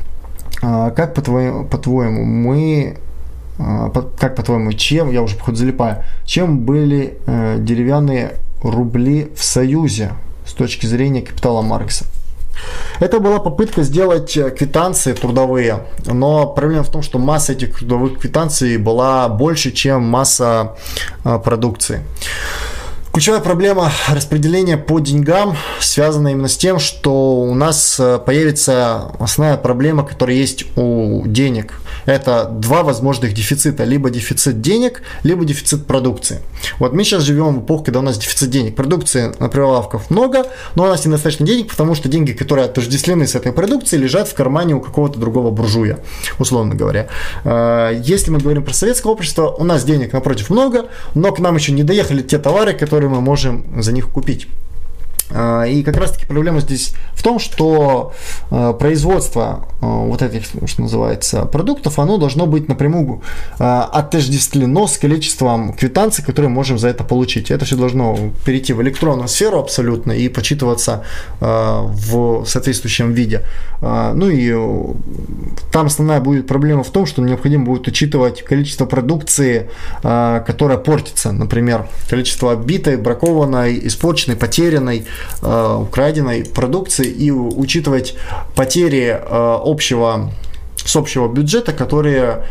A: как по-твоему, по-твоему мы, как по-твоему, чем, я уже походу залипаю, чем были деревянные рубли в Союзе с точки зрения капитала Маркса? Это была попытка сделать квитанции трудовые, но проблема в том, что масса этих трудовых квитанций была больше, чем масса продукции. Ключевая проблема распределения по деньгам связана именно с тем, что у нас появится основная проблема, которая есть у денег. Это два возможных дефицита. Либо дефицит денег, либо дефицит продукции. Вот мы сейчас живем в эпоху, когда у нас дефицит денег. Продукции на прилавках много, но у нас недостаточно денег, потому что деньги, которые отождествлены с этой продукцией, лежат в кармане у какого-то другого буржуя, условно говоря. Если мы говорим про советское общество, у нас денег, напротив, много, но к нам еще не доехали те товары, которые мы можем за них купить. И как раз таки проблема здесь в том, что производство вот этих, что называется, продуктов, оно должно быть напрямую отождествлено с количеством квитанций, которые мы можем за это получить. Это все должно перейти в электронную сферу абсолютно и почитываться в соответствующем виде. Ну и там основная будет проблема в том, что необходимо будет учитывать количество продукции, которая портится. Например, количество отбитой, бракованной, испорченной, потерянной, украденной продукции, и учитывать потери общего, с общего бюджета, которые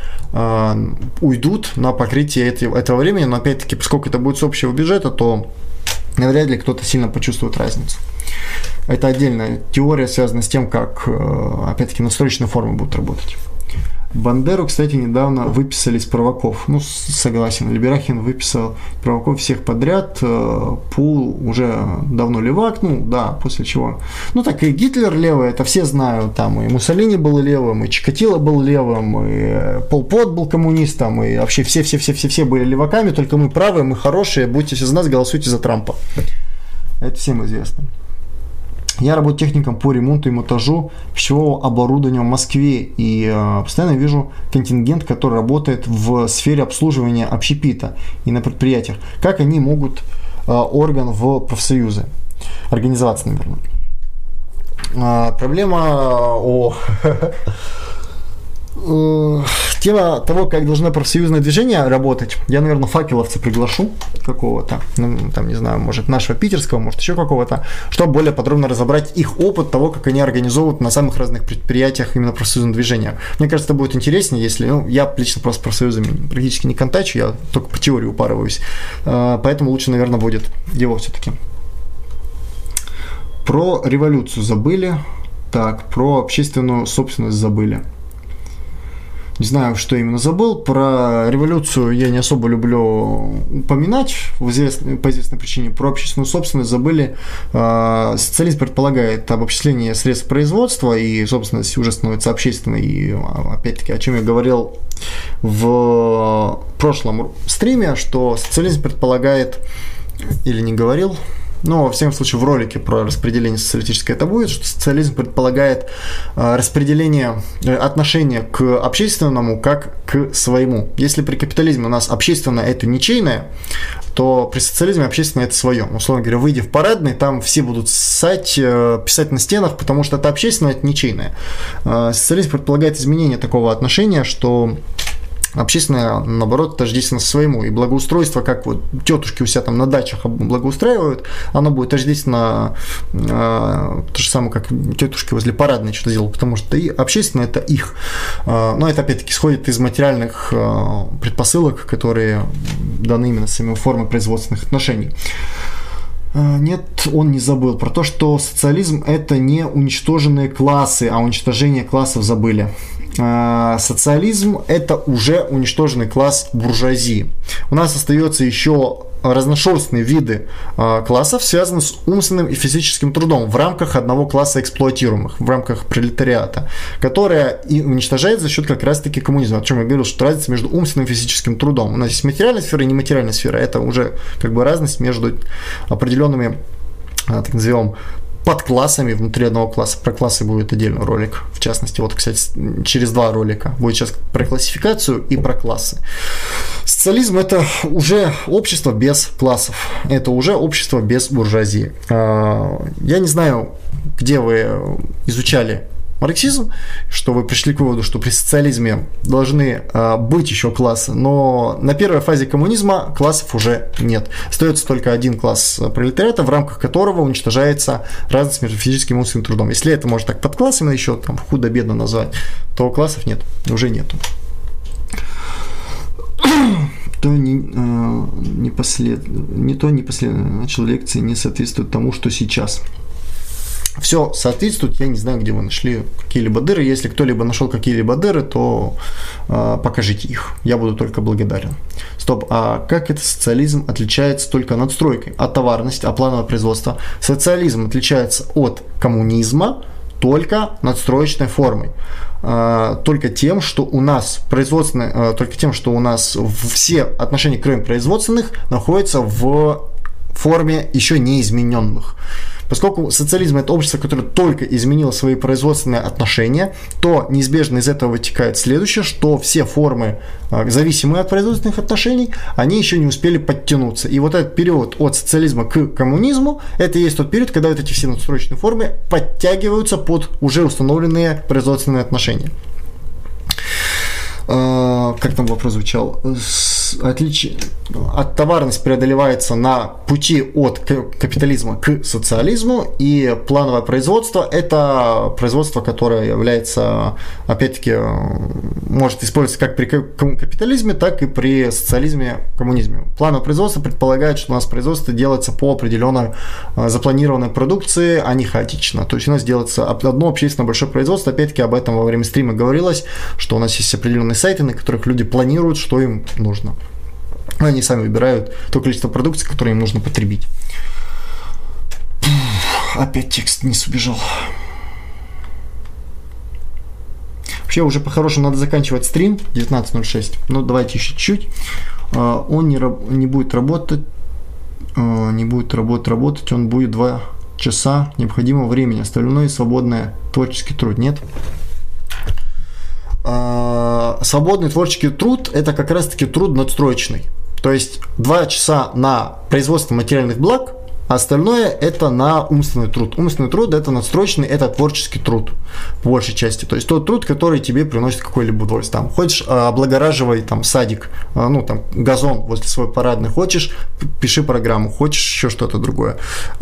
A: уйдут на покрытие этого, этого времени. Но опять-таки, поскольку это будет с общего бюджета, то навряд ли кто-то сильно почувствует разницу. Это отдельная теория, связанная с тем, как, опять-таки, настроечные формы будут работать. Бандеру, кстати, недавно выписали из праваков. Ну, согласен, Либерахин выписал праваков всех подряд. Пул уже давно левак, ну да, после чего. Ну так и Гитлер левый, это все знают. Там и Муссолини был левым, и Чикатило был левым, и Пол Пот был коммунистом, и вообще все-все-все-все-все были леваками, только мы правые, мы хорошие, будьте все за нас, голосуйте за Трампа. Это всем известно. Я работаю техником по ремонту и монтажу пищевого оборудования в Москве, и э, постоянно вижу контингент, который работает в сфере обслуживания общепита и на предприятиях. Как они могут э, орган в профсоюзы организоваться, наверное. А, проблема о... Тема того, как должно профсоюзное движение работать, я, наверное, факеловца приглашу какого-то, ну, там, не знаю, может, нашего питерского, может, еще какого-то, чтобы более подробно разобрать их опыт того, как они организовывают на самых разных предприятиях именно профсоюзное движение. Мне кажется, это будет интереснее, если, ну, я лично просто с профсоюзами практически не контачу, я только по теории упарываюсь, поэтому лучше, наверное, будет его все-таки. Про революцию забыли, так, про общественную собственность забыли. Не знаю, что именно забыл. Про революцию я не особо люблю упоминать в известной, по известной причине. Про общественную собственность забыли. Социализм предполагает обобщение средств производства, и собственность уже становится общественной. И опять-таки, о чем я говорил в прошлом стриме, что социализм предполагает, или не говорил, но, во всяком случае, в ролике про распределение социалистическое это будет, что социализм предполагает распределение, отношение к общественному как к своему. Если при капитализме у нас общественное – это ничейное, то при социализме общественное – это свое. Условно говоря, выйдя в парадный, там все будут ссать, писать на стенах, потому что это общественное, это ничейное. Социализм предполагает изменение такого отношения, что общественное, наоборот, тождественно своему. И благоустройство, как вот тетушки у себя там на дачах благоустраивают, оно будет тождественно э, то же самое, как тетушки возле парадной что-то делают, потому что и общественное – это их. Э, но это, опять-таки, исходит из материальных э, предпосылок, которые даны именно самой формой производственных отношений. Нет, он не забыл про то, что социализм – это не уничтоженные классы, а уничтожение классов забыли. Социализм – это уже уничтоженный класс буржуазии. У нас остается еще разношерстные виды классов, связанные с умственным и физическим трудом в рамках одного класса эксплуатируемых, в рамках пролетариата, которое и уничтожает за счет как раз-таки коммунизма, о чем я говорил, что разница между умственным и физическим трудом. У нас есть материальная сфера и нематериальная сфера. Это уже как бы разность между определенными, так назовем, подклассами внутри одного класса. Про классы будет отдельный ролик. В частности, вот, кстати, через два ролика будет сейчас про классификацию и про классы. Социализм – это уже общество без классов. Это уже общество без буржуазии. Я не знаю, где вы изучали марксизм, что вы пришли к выводу, что при социализме должны э, быть еще классы, но на первой фазе коммунизма классов уже нет. Остается только один класс пролетариата, в рамках которого уничтожается разность между физическим и умственным трудом. Если это можно так под классами еще там худо-бедно назвать, то классов нет, уже нету. То не, э, не, послед... не то непоследовательно начал лекции, не соответствует тому, что сейчас. Все соответствует, я не знаю, где вы нашли какие-либо дыры. Если кто-либо нашел какие-либо дыры, то э, покажите их. Я буду только благодарен. Стоп, а как это социализм отличается только надстройкой? А товарность, а плановое производство? Социализм отличается от коммунизма только надстроечной формой. Э, только тем, что у нас производственные, э, только тем, что у нас все отношения, кроме производственных, находятся в форме еще не измененных. Поскольку социализм – это общество, которое только изменило свои производственные отношения, то неизбежно из этого вытекает следующее, что все формы, зависимые от производственных отношений, они еще не успели подтянуться. И вот этот период от социализма к коммунизму – это и есть тот период, когда вот эти все надстроечные формы подтягиваются под уже установленные производственные отношения. Как там вопрос звучал? Отличие от товарность преодолевается на пути от капитализма к социализму, и плановое производство – это производство, которое является, опять-таки, может использоваться как при капитализме, так и при социализме, коммунизме. Плановое производство предполагает, что у нас производство делается по определенной запланированной продукции, а не хаотично. То есть у нас делается одно общественно большое производство, опять-таки об этом во время стрима говорилось, что у нас есть определенные сайты, на которых люди планируют, что им нужно. Они сами выбирают то количество продукции, которое им нужно потребить. Опять текст не убежал. Вообще уже по-хорошему надо заканчивать стрим девятнадцать ноль шесть. Ну давайте еще чуть-чуть. Он не, не будет работать, не будет работать, работать. Он будет два часа необходимого времени. Остальное свободное творческий труд. Нет? Свободный творческий труд – это как раз-таки труд надстроечный. То есть два часа на производство материальных благ, а остальное – это на умственный труд. Умственный труд – это надстроечный, это творческий труд по большей части. То есть тот труд, который тебе приносит какое-либо удовольствие. Там, хочешь – облагораживай там, садик, ну, там, газон возле своей парадной. Хочешь – пиши программу, хочешь – еще что-то другое.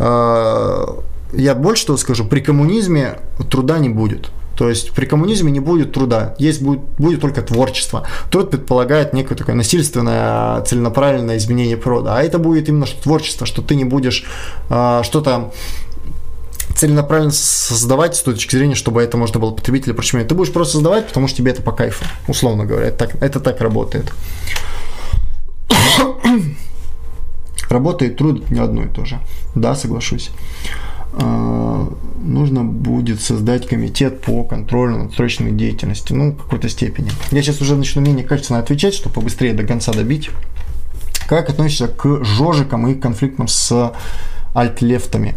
A: Я больше того скажу, при коммунизме труда не будет. То есть при коммунизме не будет труда, есть будет, будет только творчество. Труд предполагает некое такое насильственное, целенаправленное изменение природы. А это будет именно творчество, что ты не будешь э, что-то целенаправленно создавать с той точки зрения, чтобы это можно было потребить или прочее. Ты будешь просто создавать, потому что тебе это по кайфу, условно говоря. Это так, это так работает. Работа и труд не одно и то же. Да, соглашусь. Нужно будет создать комитет по контролю над срочной деятельностью, ну, в какой-то степени. Я сейчас уже начну менее качественно отвечать, чтобы побыстрее до конца добить. Как относишься к жожикам и конфликтам с альт-лефтами.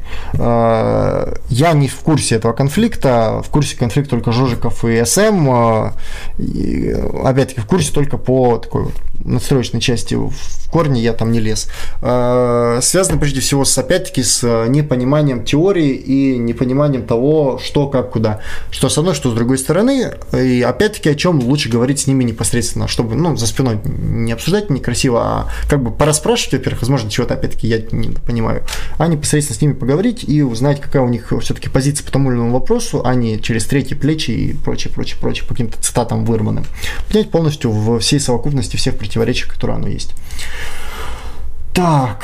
A: Я не в курсе этого конфликта, в курсе конфликта только Жожиков и СМ, и, опять-таки в курсе только по такой вот надстроечной части, в корне я там не лез. Связано прежде всего с, опять-таки, с непониманием теории и непониманием того, что, как, куда. Что с одной, что с другой стороны, и опять-таки о чем лучше говорить с ними непосредственно, чтобы, ну, за спиной не обсуждать некрасиво, а как бы порасспрашивать, во-первых, возможно, чего-то, опять-таки, я не понимаю, а непосредственно с ними поговорить и узнать, какая у них все-таки позиция по тому или иному вопросу, а не через третьи плечи и прочее, прочее, прочее, по каким-то цитатам вырванным. Понять полностью в всей совокупности всех противоречий, которые оно есть. Так.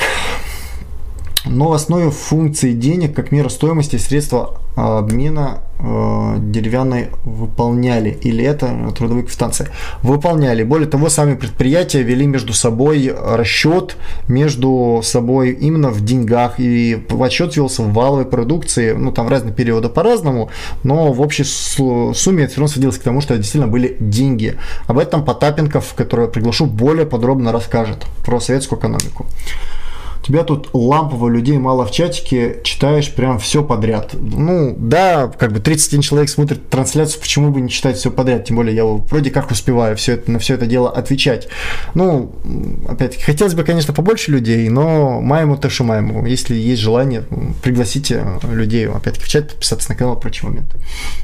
A: Но в основе функции денег, как мера стоимости, средства обмена э, деревянной выполняли. Или это трудовые квитанции? Выполняли. Более того, сами предприятия вели между собой расчет между собой именно в деньгах. И расчет велся в валовой продукции. Ну, там в разные периоды по-разному. Но в общей сумме это все равно сводилось к тому, что это действительно были деньги. Об этом Потапенков, которого я приглашу, более подробно расскажет про советскую экономику. У тебя тут лампово, людей мало в чатике, читаешь прям все подряд. Ну, да, как бы тридцать один человек смотрит трансляцию, почему бы не читать все подряд, тем более я вроде как успеваю все это, на все это дело отвечать. Ну, опять-таки, хотелось бы, конечно, побольше людей, но маему то, что маему. Если есть желание, пригласите людей, опять-таки, в чат, подписаться на канал, прочие моменты.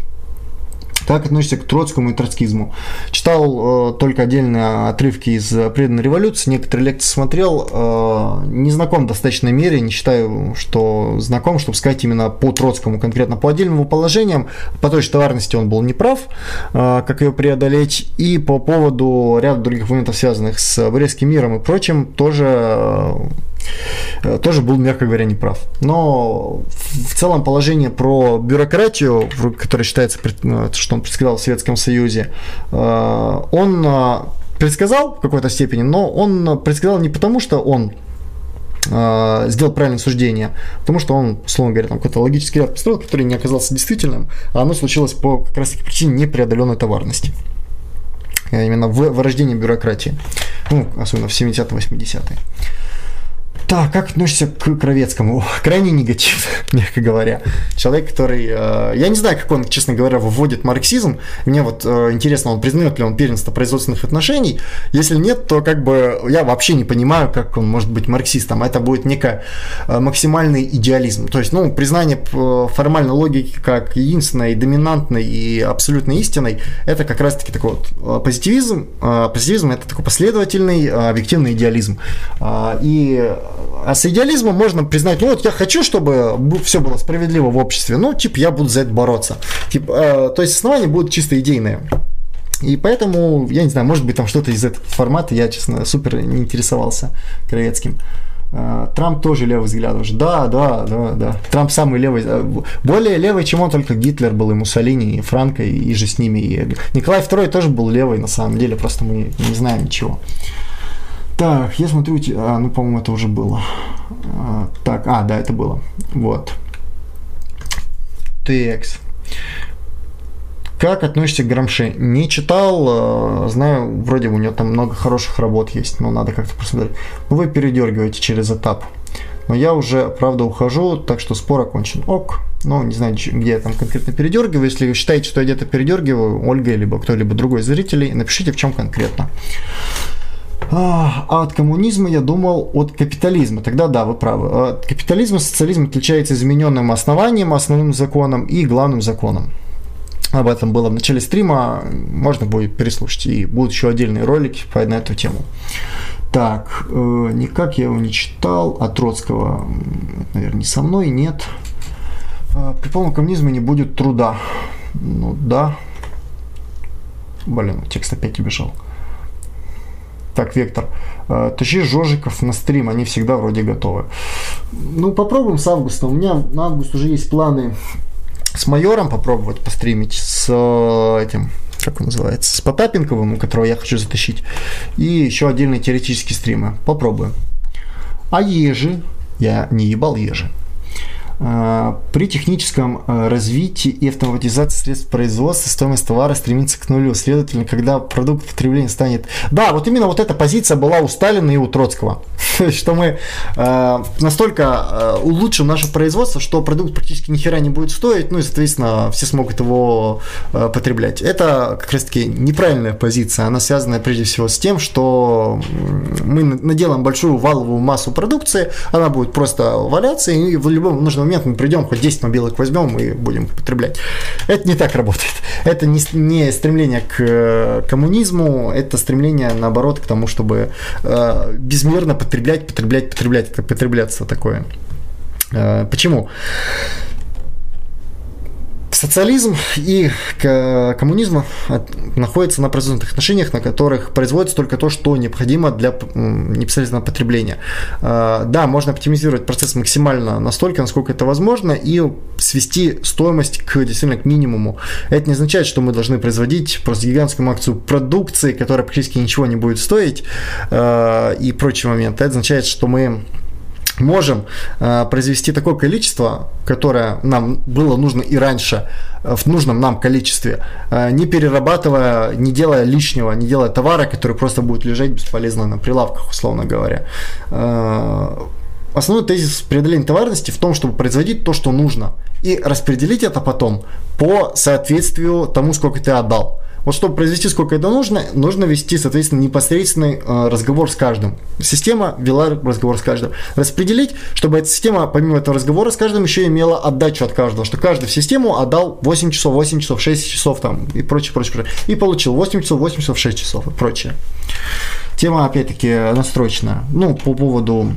A: Как относишься к троцкому и троцкизму? Читал э, только отдельные отрывки из «Преданной революции», некоторые лекции смотрел, э, не знаком в достаточной мере, не считаю, что знаком, чтобы сказать именно по Троцкому, конкретно по отдельным положениям. По той же товарности он был неправ, э, как ее преодолеть, и по поводу ряда других моментов, связанных с Брестским миром и прочим, тоже... Э, тоже был, мягко говоря, неправ. Но в целом положение про бюрократию, которое считается, что он предсказал в Советском Союзе, он предсказал в какой-то степени, но он предсказал не потому, что он сделал правильное суждение, потому что он, условно говоря, там какой-то логический ряд построил, который не оказался действительным, а оно случилось по как раз таки причине непреодоленной товарности. Именно в вырождении бюрократии. Ну, особенно в семидесятые-восьмидесятые. Так, как относишься к Кравецкому? Крайне негативно, мягко говоря. Человек, который... Э, я не знаю, как он, честно говоря, выводит марксизм. Мне вот э, интересно, он признает ли он первенство производственных отношений. Если нет, то как бы я вообще не понимаю, как он может быть марксистом. Это будет некий э, максимальный идеализм. То есть, ну, признание формальной логики как единственной, доминантной и абсолютно истинной, это как раз-таки такой вот позитивизм. Э, позитивизм – это такой последовательный, э, объективный идеализм. Э, и... А с идеализмом можно признать, ну вот я хочу, чтобы все было справедливо в обществе, ну, типа, я буду за это бороться. Типа, э, то есть основания будут чисто идейные. И поэтому, я не знаю, может быть, там что-то из этого формата, я, честно, супер не интересовался Кравецким. Э, Трамп тоже левый взгляд уже. Да, да, да, да. Трамп самый левый. Более левый, чем он, только Гитлер был, и Муссолини, и Франко, и же с ними. И Николай второй тоже был левый, на самом деле, просто мы не знаем ничего. Так, я смотрю, а, ну, по-моему, это уже было. А, так, а, да, это было. Вот. Текс. Как относишься к Грамши? Не читал, знаю, вроде у него там много хороших работ есть, но надо как-то посмотреть. Ну, вы передергиваете через этап. Но я уже, правда, ухожу, так что спор окончен. Ок. Ну, не знаю, где я там конкретно передергиваю. Если вы считаете, что я где-то передергиваю, Ольга, либо кто-либо другой из зрителей, напишите, в чем конкретно. А от коммунизма я думал от капитализма. Тогда да, вы правы. От капитализма социализм отличается измененным основанием, основным законом и главным законом. Об этом было в начале стрима. Можно будет переслушать. И будут еще отдельные ролики на эту тему. Так, э, никак я его не читал. От Троцкого, наверное, не со мной, нет. При полном коммунизме не будет труда. Ну да. Блин, текст опять убежал. Так, Вектор, тащи Жожиков на стрим, они всегда вроде готовы. Ну, попробуем с августа. У меня на август уже есть планы с майором попробовать постримить, с этим, как он называется, с Потапенковым, у которого я хочу затащить, и еще отдельные теоретические стримы. Попробуем. А Ежи, я не ебал Ежи. При техническом развитии и автоматизации средств производства стоимость товара стремится к нулю. Следовательно, когда продукт потребления станет... Да, вот именно вот эта позиция была у Сталина и у Троцкого. Что мы э, настолько э, улучшим наше производство, что продукт практически ни хера не будет стоить, ну и, соответственно, все смогут его э, потреблять. Это как раз-таки неправильная позиция. Она связана прежде всего с тем, что мы наделаем большую валовую массу продукции, она будет просто валяться, и в любом нужный момент мы придем, хоть десять мобилок возьмем и будем потреблять. Это не так работает. Это не, не стремление к коммунизму, это стремление, наоборот, к тому, чтобы э, безмерно потреблять, потреблять, потреблять, это потребляться такое. Э, почему? Социализм и коммунизм находятся на производственных отношениях, на которых производится только то, что необходимо для непосредственного потребления. Да, можно оптимизировать процесс максимально настолько, насколько это возможно, и свести стоимость к, действительно к минимуму. Это не означает, что мы должны производить просто гигантскую акцию продукции, которая практически ничего не будет стоить, и прочие моменты. Это означает, что мы можем э, произвести такое количество, которое нам было нужно и раньше, э, в нужном нам количестве, э, не перерабатывая, не делая лишнего, не делая товара, который просто будет лежать бесполезно на прилавках, условно говоря. Э, основной тезис преодоления товарности в том, чтобы производить то, что нужно, и распределить это потом по соответствию тому, сколько ты отдал. Вот чтобы произвести сколько это нужно, нужно вести, соответственно, непосредственный э, разговор с каждым. Система вела разговор с каждым. Распределить, чтобы эта система, помимо этого разговора с каждым, еще имела отдачу от каждого, что каждый в систему отдал восемь часов, восемь часов, шесть часов там, и прочее, прочее, прочее. И получил восемь часов, восемь часов, шесть часов и прочее. Тема, опять-таки, настрочная. Ну, по поводу...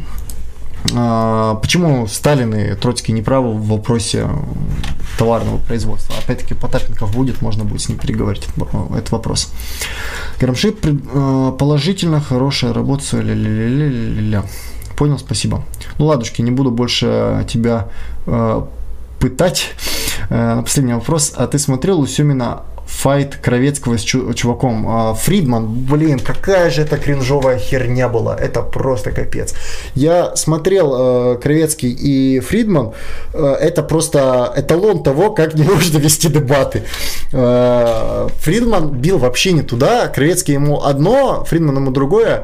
A: Почему Сталин и Троцкий не правы в вопросе товарного производства? Опять-таки, Потапенков будет, можно будет с ним переговорить этот вопрос. Грамшит положительно, хорошая работа. Ля-ля-ля-ля-ля. Понял, спасибо. Ну, ладушки, не буду больше тебя э, пытать. Э, последний вопрос. А ты смотрел у Сёмина файт Кравецкого с чуваком? Фридман, блин, какая же это кринжовая херня была. Это просто капец. Я смотрел э, Кравецкий и Фридман. Э, это просто эталон того, как не нужно вести дебаты. Э, Фридман бил вообще не туда. Кравецкий ему одно, Фридман ему другое.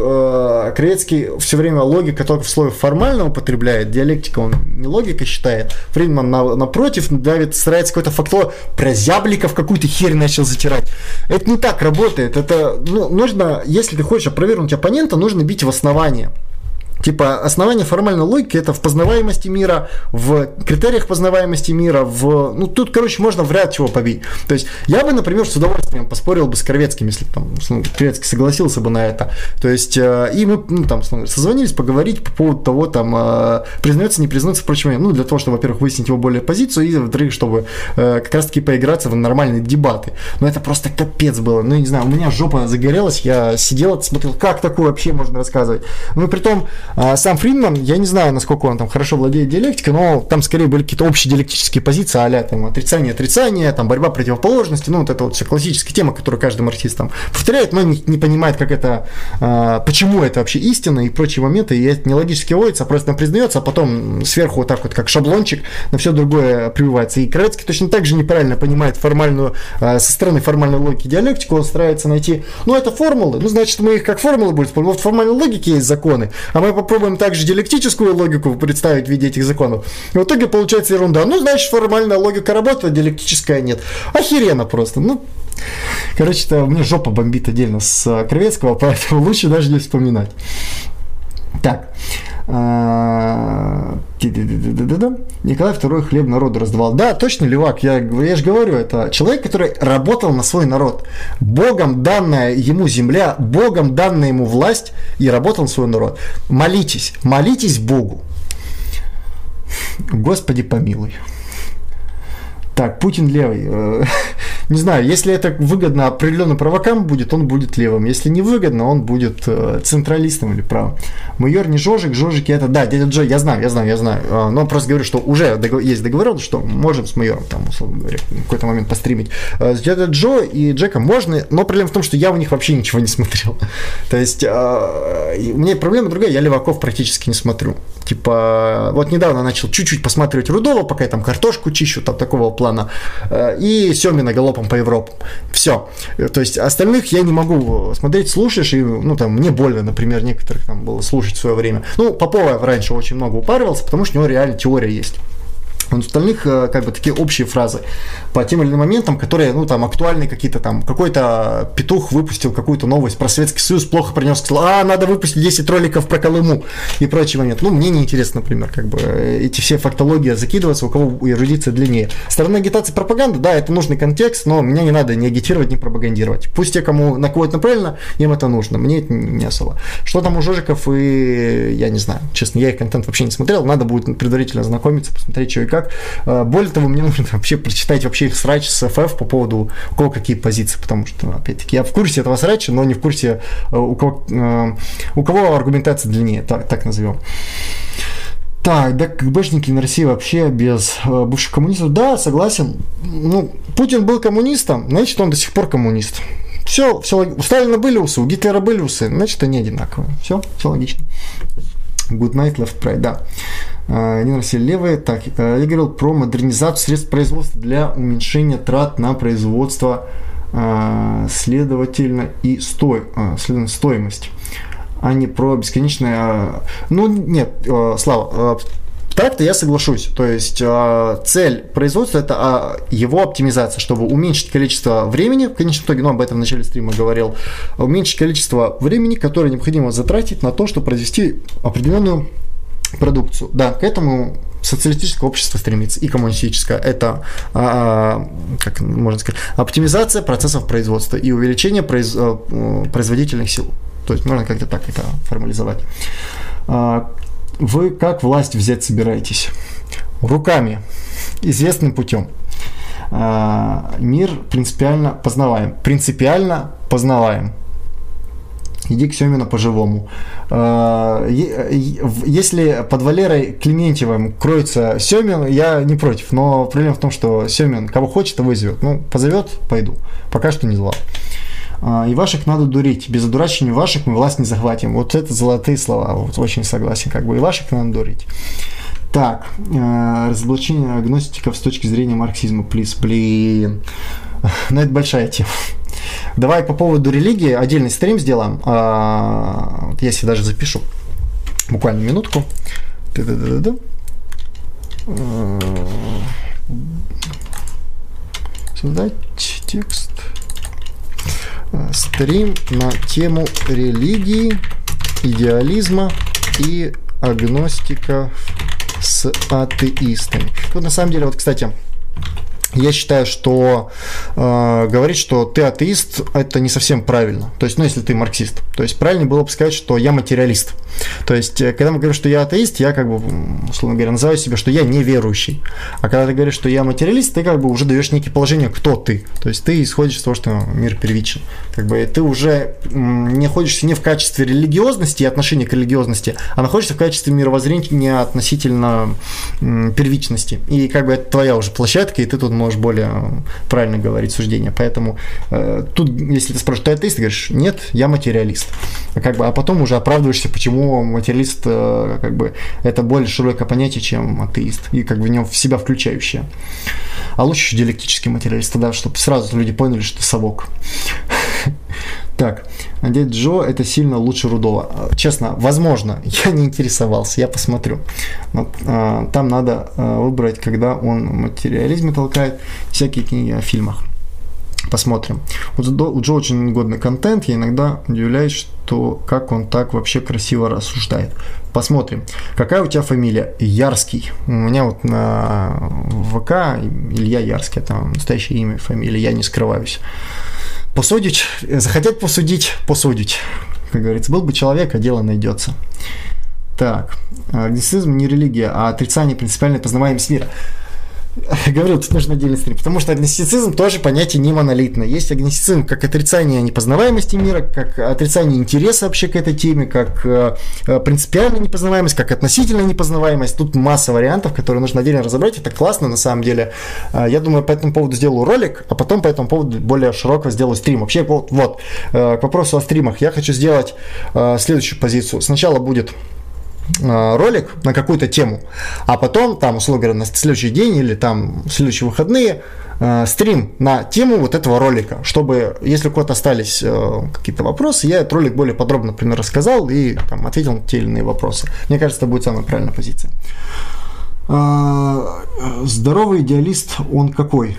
A: Э, Кравецкий все время логика только в слове формально употребляет. Диалектика он не логика считает. Фридман на, напротив давит, старается какой-то фактор про зябликов какую-то херь начал затирать. Это не так работает. Это, ну, нужно, если ты хочешь опровергнуть оппонента, нужно бить в основание. Типа, основание формальной логики — это в познаваемости мира, в критериях познаваемости мира, в... Ну, тут, короче, можно в ряд чего побить. То есть, я бы, например, с удовольствием поспорил бы с Кравецким, если там, ну, Кравецкий согласился бы на это. То есть, э, и мы, ну, там, созвонились поговорить по поводу того, там, э, признается, не признается, впрочем, ну, для того, чтобы, во-первых, выяснить его более позицию, и, во-вторых, чтобы э, как раз-таки поиграться в нормальные дебаты. Но это просто капец было. Ну, не знаю, у меня жопа загорелась, я сидел, смотрел, как такое вообще можно рассказывать. Ну, и при том, А сам Фридман, я не знаю, насколько он там хорошо владеет диалектикой, но там скорее были какие-то общие диалектические позиции, а-ля там отрицание, отрицание, там борьба противоположности, ну вот это вот все классическая тема, которую каждый марксист там повторяет, но не, не понимает, как это, а, почему это вообще истина и прочие моменты, и это не логически вводится, а просто там признается, а потом сверху вот так вот, как шаблончик, на все другое прививается. И Кравецкий точно так же неправильно понимает формальную, а, со стороны формальной логики диалектику, он старается найти, ну это формулы, ну значит мы их как формулы будем использовать, вот в формальной логике есть законы, а мы попробуем также диалектическую логику представить в виде этих законов. И в итоге получается ерунда. Ну, значит, формальная логика работает, диалектическая нет. Охеренно просто. Ну, короче, это, мне жопа бомбит отдельно с Кравецкого, поэтому лучше даже не вспоминать. Так. Николай второй хлеб народу раздавал. Да, точно, Левак, я, я же говорю, это человек, который работал на свой народ. Богом данная ему земля, Богом данная ему власть, и работал на свой народ. Молитесь, молитесь Богу. Господи помилуй. Так, Путин левый. не знаю, если это выгодно определенным правакам будет, он будет левым. Если не выгодно, он будет э, централистом или правым. Майор не Жожик, Жожики это, да, дядя Джо, я знаю, я знаю, я знаю. Э, но просто говорю, что уже договор, есть договоренность, что можем с майором, там, условно говоря, в какой-то момент постримить. Э, с дядей Джо и Джеком можно, но проблема в том, что я у них вообще ничего не смотрел. То есть, э, у меня проблема другая, я леваков практически не смотрю. Типа, вот недавно начал чуть-чуть посматривать Рудова, пока я там картошку чищу, там такого плана, э, и Семина галопом по Европам. Все. То есть остальных я не могу смотреть, слушаешь, и, ну, там, мне больно, например, некоторых там было слушать в свое время. Ну, Попова раньше очень много упарывался, потому что у него реально теория есть. У остальных как бы такие общие фразы по тем или иным моментам, которые, ну, там, актуальны какие-то там, какой-то петух выпустил какую-то новость про Советский Союз, плохо принес, сказал, а, надо выпустить десять роликов про Колыму и прочий момент. Ну, мне не интересно, например, как бы эти все фактологии закидываться, у кого эрудиция длиннее. Сторона агитации пропаганды, да, это нужный контекст, но меня не надо ни агитировать, ни пропагандировать. Пусть те, кому накодят правильно, им это нужно, мне это не особо. Что там у Жожиков, и я не знаю, честно, я их контент вообще не смотрел, надо будет предварительно ознакомиться, посмотреть, что и как. Более того, мне нужно вообще прочитать вообще их срач с эф эф по поводу у кого какие позиции, потому что, опять-таки, я в курсе этого срача, но не в курсе, у кого, у кого аргументация длиннее, так, так назовем. Так, да, КГБшники на России вообще без бывших коммунистов. Да, согласен. Ну, Путин был коммунистом, значит, он до сих пор коммунист. Все, все, у Сталина были усы, у Гитлера были усы, значит, они одинаковые. Все, все логично. Good night, left pride, да. Не Россия левые. Так, я говорил про модернизацию средств производства для уменьшения трат на производство, следовательно, и стой, следовательно, стоимость, а не про бесконечное. Ну, нет, Слава, так-то я соглашусь. То есть цель производства – это его оптимизация, чтобы уменьшить количество времени, в конечном итоге, ну, об этом в начале стрима говорил, уменьшить количество времени, которое необходимо затратить на то, чтобы произвести определенную продукцию. Да, к этому социалистическое общество стремится, и коммунистическое. Это, а, как можно сказать, оптимизация процессов производства и увеличение произ, производительных сил. То есть можно как-то так это формализовать. Вы как власть взять собираетесь? Руками, известным путем. Мир принципиально познаваем. Принципиально познаваем. Иди к Семину по-живому. Если под Валерой Клементьевым кроется Семин, я не против. Но проблема в том, что Семин кого хочет, того и зовет. Ну, позовет, пойду. Пока что не звал. И ваших надо дурить. Без одурачивания ваших мы власть не захватим. Вот это золотые слова. Вот, очень согласен. Как бы и ваших надо дурить. Так. Разоблачение агностиков с точки зрения марксизма. Плиз, блин. Ну, это большая тема. Давай по поводу религии отдельный стрим сделаем. А, я себе даже запишу. Буквально минутку. Да-да-да-да. Создать текст. Стрим на тему религии, идеализма и агностиков с атеистами. Вот на самом деле, вот, кстати, я считаю, что э, говорить, что ты атеист, это не совсем правильно. То есть, ну, если ты марксист. То есть, правильнее было бы сказать, что я материалист. То есть, когда мы говорим, что я атеист, я как бы, условно говоря, называю себя, что я неверующий. А когда ты говоришь, что я материалист, ты как бы уже даешь некие положения, кто ты. То есть, ты исходишь из того, что мир первичен. Как бы ты уже не находишься не в качестве религиозности и отношения к религиозности, а находишься в качестве мировоззрения относительно первичности. И как бы это твоя уже площадка, и ты тут можешь более правильно говорить суждения. Поэтому э, тут, если ты спрашиваешь, ты атеист, ты говоришь, нет, я материалист. А, как бы, а потом уже оправдываешься, почему материалист э, как бы, это более широкое понятие, чем атеист, и как бы в него в себя включающее. А лучше еще диалектический материалист, тогда, чтобы сразу люди поняли, что ты совок. Так, дядя Джо это сильно лучше Рудова. Честно, возможно, я не интересовался, я посмотрю. Но, а, там надо а, выбрать, когда он в материализме толкает всякие книги о фильмах. Посмотрим. Вот у Джо очень годный контент, я иногда удивляюсь, что как он так вообще красиво рассуждает. Посмотрим. Какая у тебя фамилия? Ярский. У меня вот на ВК Илья Ярский, это настоящее имя, фамилия, я не скрываюсь. Посудить, захотеть посудить, посудить. Как говорится, был бы человек, а дело найдется. Так, агностицизм не религия, а отрицание принципиальной познаваемости мира. Говорил, тут нужен отдельный стрим, потому что агностицизм тоже понятие не монолитное. Есть агностицизм как отрицание непознаваемости мира, как отрицание интереса вообще к этой теме, как э, принципиальная непознаваемость, как относительная непознаваемость. Тут масса вариантов, которые нужно отдельно разобрать. Это классно на самом деле. Э, я думаю, по этому поводу сделаю ролик, а потом по этому поводу более широко сделаю стрим. Вообще, вот, вот э, к вопросу о стримах. Я хочу сделать э, следующую позицию. Сначала будет ролик на какую-то тему, а потом, там, условно говоря, на следующий день или там в следующие выходные э, стрим на тему вот этого ролика, чтобы, если у кого-то остались э, какие-то вопросы, я этот ролик более подробно, например, рассказал и там, ответил на те или иные вопросы. Мне кажется, это будет самая правильная позиция. Э, здоровый идеалист, он какой?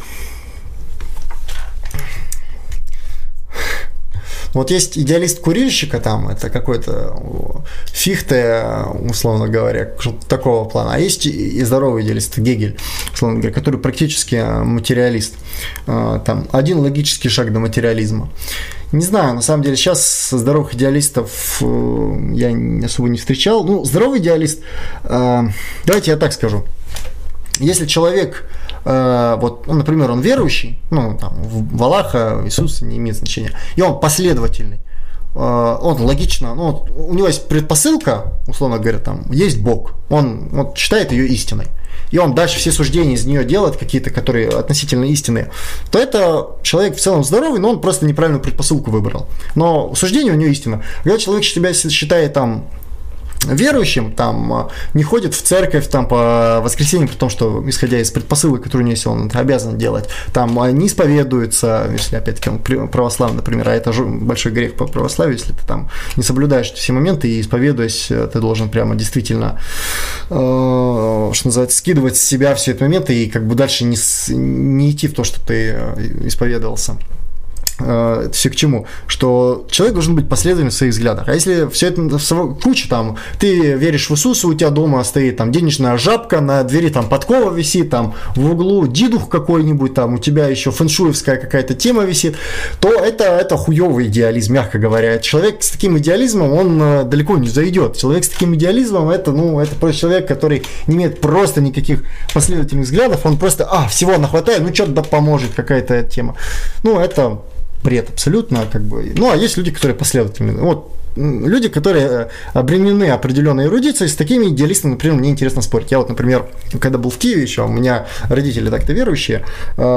A: Вот есть идеалист курильщика, там, это какой-то Фихте, условно говоря, такого плана, а есть и здоровый идеалист, Гегель, условно говоря, который практически материалист. Там, один логический шаг до материализма. Не знаю, на самом деле, сейчас здоровых идеалистов я особо не встречал. Ну, здоровый идеалист, давайте я так скажу. Если человек, э, вот, ну, например, он верующий, ну, там, в Аллаха, Иисуса не имеет значения, и он последовательный, э, он логично, ну, у него есть предпосылка, условно говоря, там, есть Бог, он вот, считает ее истиной, и он дальше все суждения из нее делает, какие-то, которые относительно истинные, то это человек в целом здоровый, но он просто неправильную предпосылку выбрал. Но суждение у него истина. Когда человек себя считает там верующим, там, не ходит в церковь там, по воскресеньям, при том, что, исходя из предпосылок, которые у него есть, он это обязан делать, там, не исповедуется, если, опять-таки, он православный, например, а это большой грех по православию, если ты там не соблюдаешь все моменты и, исповедуясь, ты должен прямо действительно, э, что называется, скидывать с себя все эти моменты и как бы дальше не, не идти в то, что ты исповедовался. Это все к чему? Что человек должен быть последовательным в своих взглядах. А если все это в куче, там, ты веришь в Иисуса, у тебя дома стоит там денежная жабка, на двери там подкова висит, там в углу дидух какой-нибудь, там у тебя еще фэншуевская какая-то тема висит, то это, это хуёвый идеализм, мягко говоря. Человек с таким идеализмом, он далеко не зайдет. Человек с таким идеализмом, это, ну, это просто человек, который не имеет просто никаких последовательных взглядов, он просто, а, всего нахватает, ну, что-то да поможет, какая-то тема. Ну, это бред абсолютно, как бы. Ну, а есть люди, которые последовательны. Вот люди, которые обременены определенной эрудицией, с такими идеалистами, например, мне интересно спорить. Я вот, например, когда был в Киеве еще, у меня родители так-то верующие,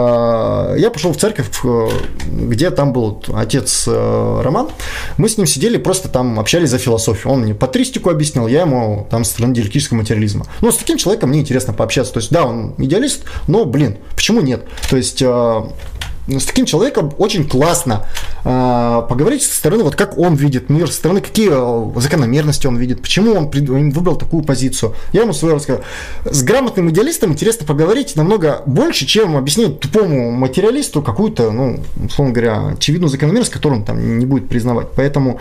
A: я пошел в церковь, где там был отец Роман, мы с ним сидели, просто там общались за философию. Он мне патристику объяснил, я ему там со стороны диалектического материализма. Ну, с таким человеком мне интересно пообщаться. То есть, да, он идеалист, но, блин, почему нет? То есть, с таким человеком очень классно э, поговорить со стороны, вот как он видит мир, со стороны, какие закономерности он видит, почему он выбрал такую позицию. Я ему свое рассказал. С грамотным идеалистом интересно поговорить намного больше, чем объяснить тупому материалисту какую-то, ну, условно говоря, очевидную закономерность, которую он там не будет признавать. Поэтому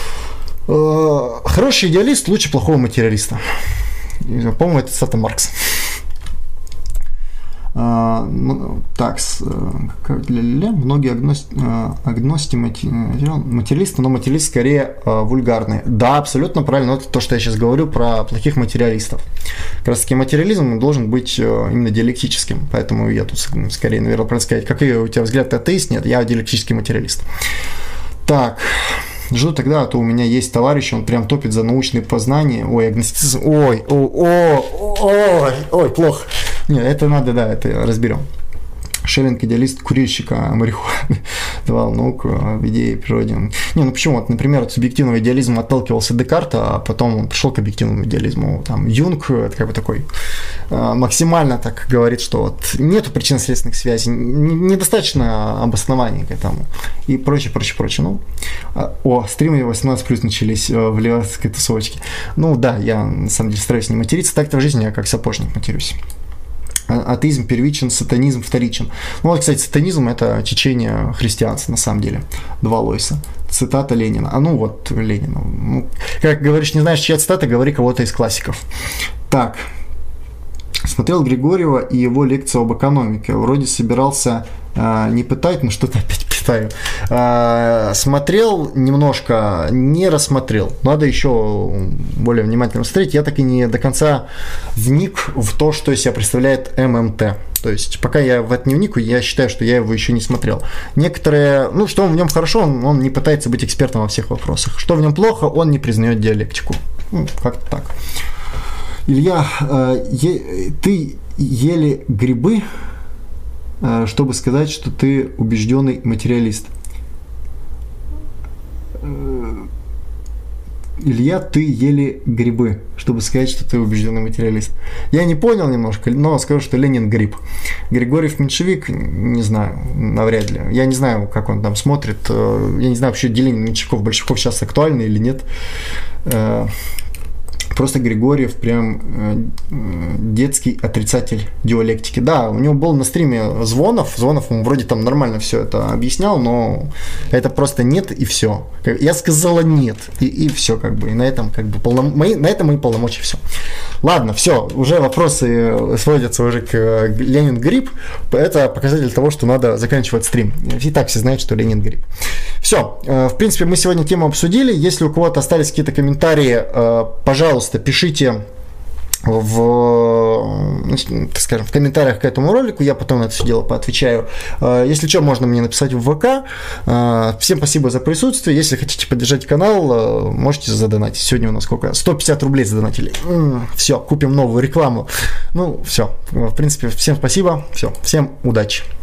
A: э, хороший идеалист лучше плохого материалиста. По-моему, это цитата Маркса. Uh, так, ля-ля-ля, многие агности, uh, агности материалисты, но материалисты скорее uh, вульгарные. Да, абсолютно правильно, это то, что я сейчас говорю про плохих материалистов. Как раз таки материализм должен быть uh, именно диалектическим, поэтому я тут скорее, наверное, правильно сказать, какой у тебя взгляд, ты атеист? Нет, я диалектический материалист. Так, жду тогда, а то у меня есть товарищ, он прям топит за научные познания. Ой, агностицизм, ой, ой, ой, ой, ой, плохо. Нет, это надо, да, это разберем. Шеллинг, идеалист курильщика марихуаны, давал науку в идее природе. Не, ну почему? Вот, например, от субъективного идеализма отталкивался Декарт, а потом он пришел к объективному идеализму. Там Юнг, это как бы такой максимально так говорит, что вот нету причинно-следственных связей, недостаточно обоснований к этому и прочее, прочее, прочее. Ну, о, стримы восемнадцать плюс начались в левацкой тусовочке. Ну да, я на самом деле стараюсь не материться, так-то в жизни я как сапожник матерюсь. Атеизм первичен, сатанизм вторичен. Ну вот, кстати, сатанизм – это течение христианства, на самом деле. Два Лойса. Цитата Ленина. А ну вот, Ленина. Ну, как говоришь, не знаешь, чья цитата, говори кого-то из классиков. Так. Смотрел Григорьева и его лекцию об экономике. Вроде собирался э, не пытать, но что-то опять представим. Смотрел немножко, не рассмотрел. Надо еще более внимательно смотреть. Я так и не до конца вник в то, что из себя представляет эм эм тэ. То есть, пока я в это не внику, я считаю, что я его еще не смотрел. Некоторые, ну, что в нем хорошо, он, он не пытается быть экспертом во всех вопросах. Что в нем плохо, он не признает диалектику. Ну, как-то так. Илья, э, е, ты ели грибы, э, чтобы сказать, что ты убежденный материалист. Илья, ты ели грибы, чтобы сказать, что ты убежденный материалист. Я не понял немножко, но скажу, что Ленин гриб. Григорьев меньшевик, не знаю, навряд ли. Я не знаю, как он там смотрит. Я не знаю, вообще деление меньшевиков, большевиков сейчас актуально или нет. Просто Григорьев прям детский отрицатель диалектики. Да, у него был на стриме Звонов. Звонов ему вроде там нормально все это объяснял, но это просто нет и все. Я сказала нет, и, и все как бы. И на этом как бы полном... мои, на этом мои полномочия все. Ладно, все, уже вопросы сводятся уже к Ленин гриб. Это показатель того, что надо заканчивать стрим. И так все знают, что Ленин гриб. Все, в принципе, мы сегодня тему обсудили. Если у кого-то остались какие-то комментарии, пожалуйста, пишите в, так скажем, в комментариях к этому ролику, я потом на это все дело поотвечаю. Если что, можно мне написать в ВК. Всем спасибо за присутствие. Если хотите поддержать канал, можете задонатить. Сегодня у нас сколько? сто пятьдесят рублей задонатили. Все, купим новую рекламу. Ну, все. В принципе, всем спасибо. Все, всем удачи.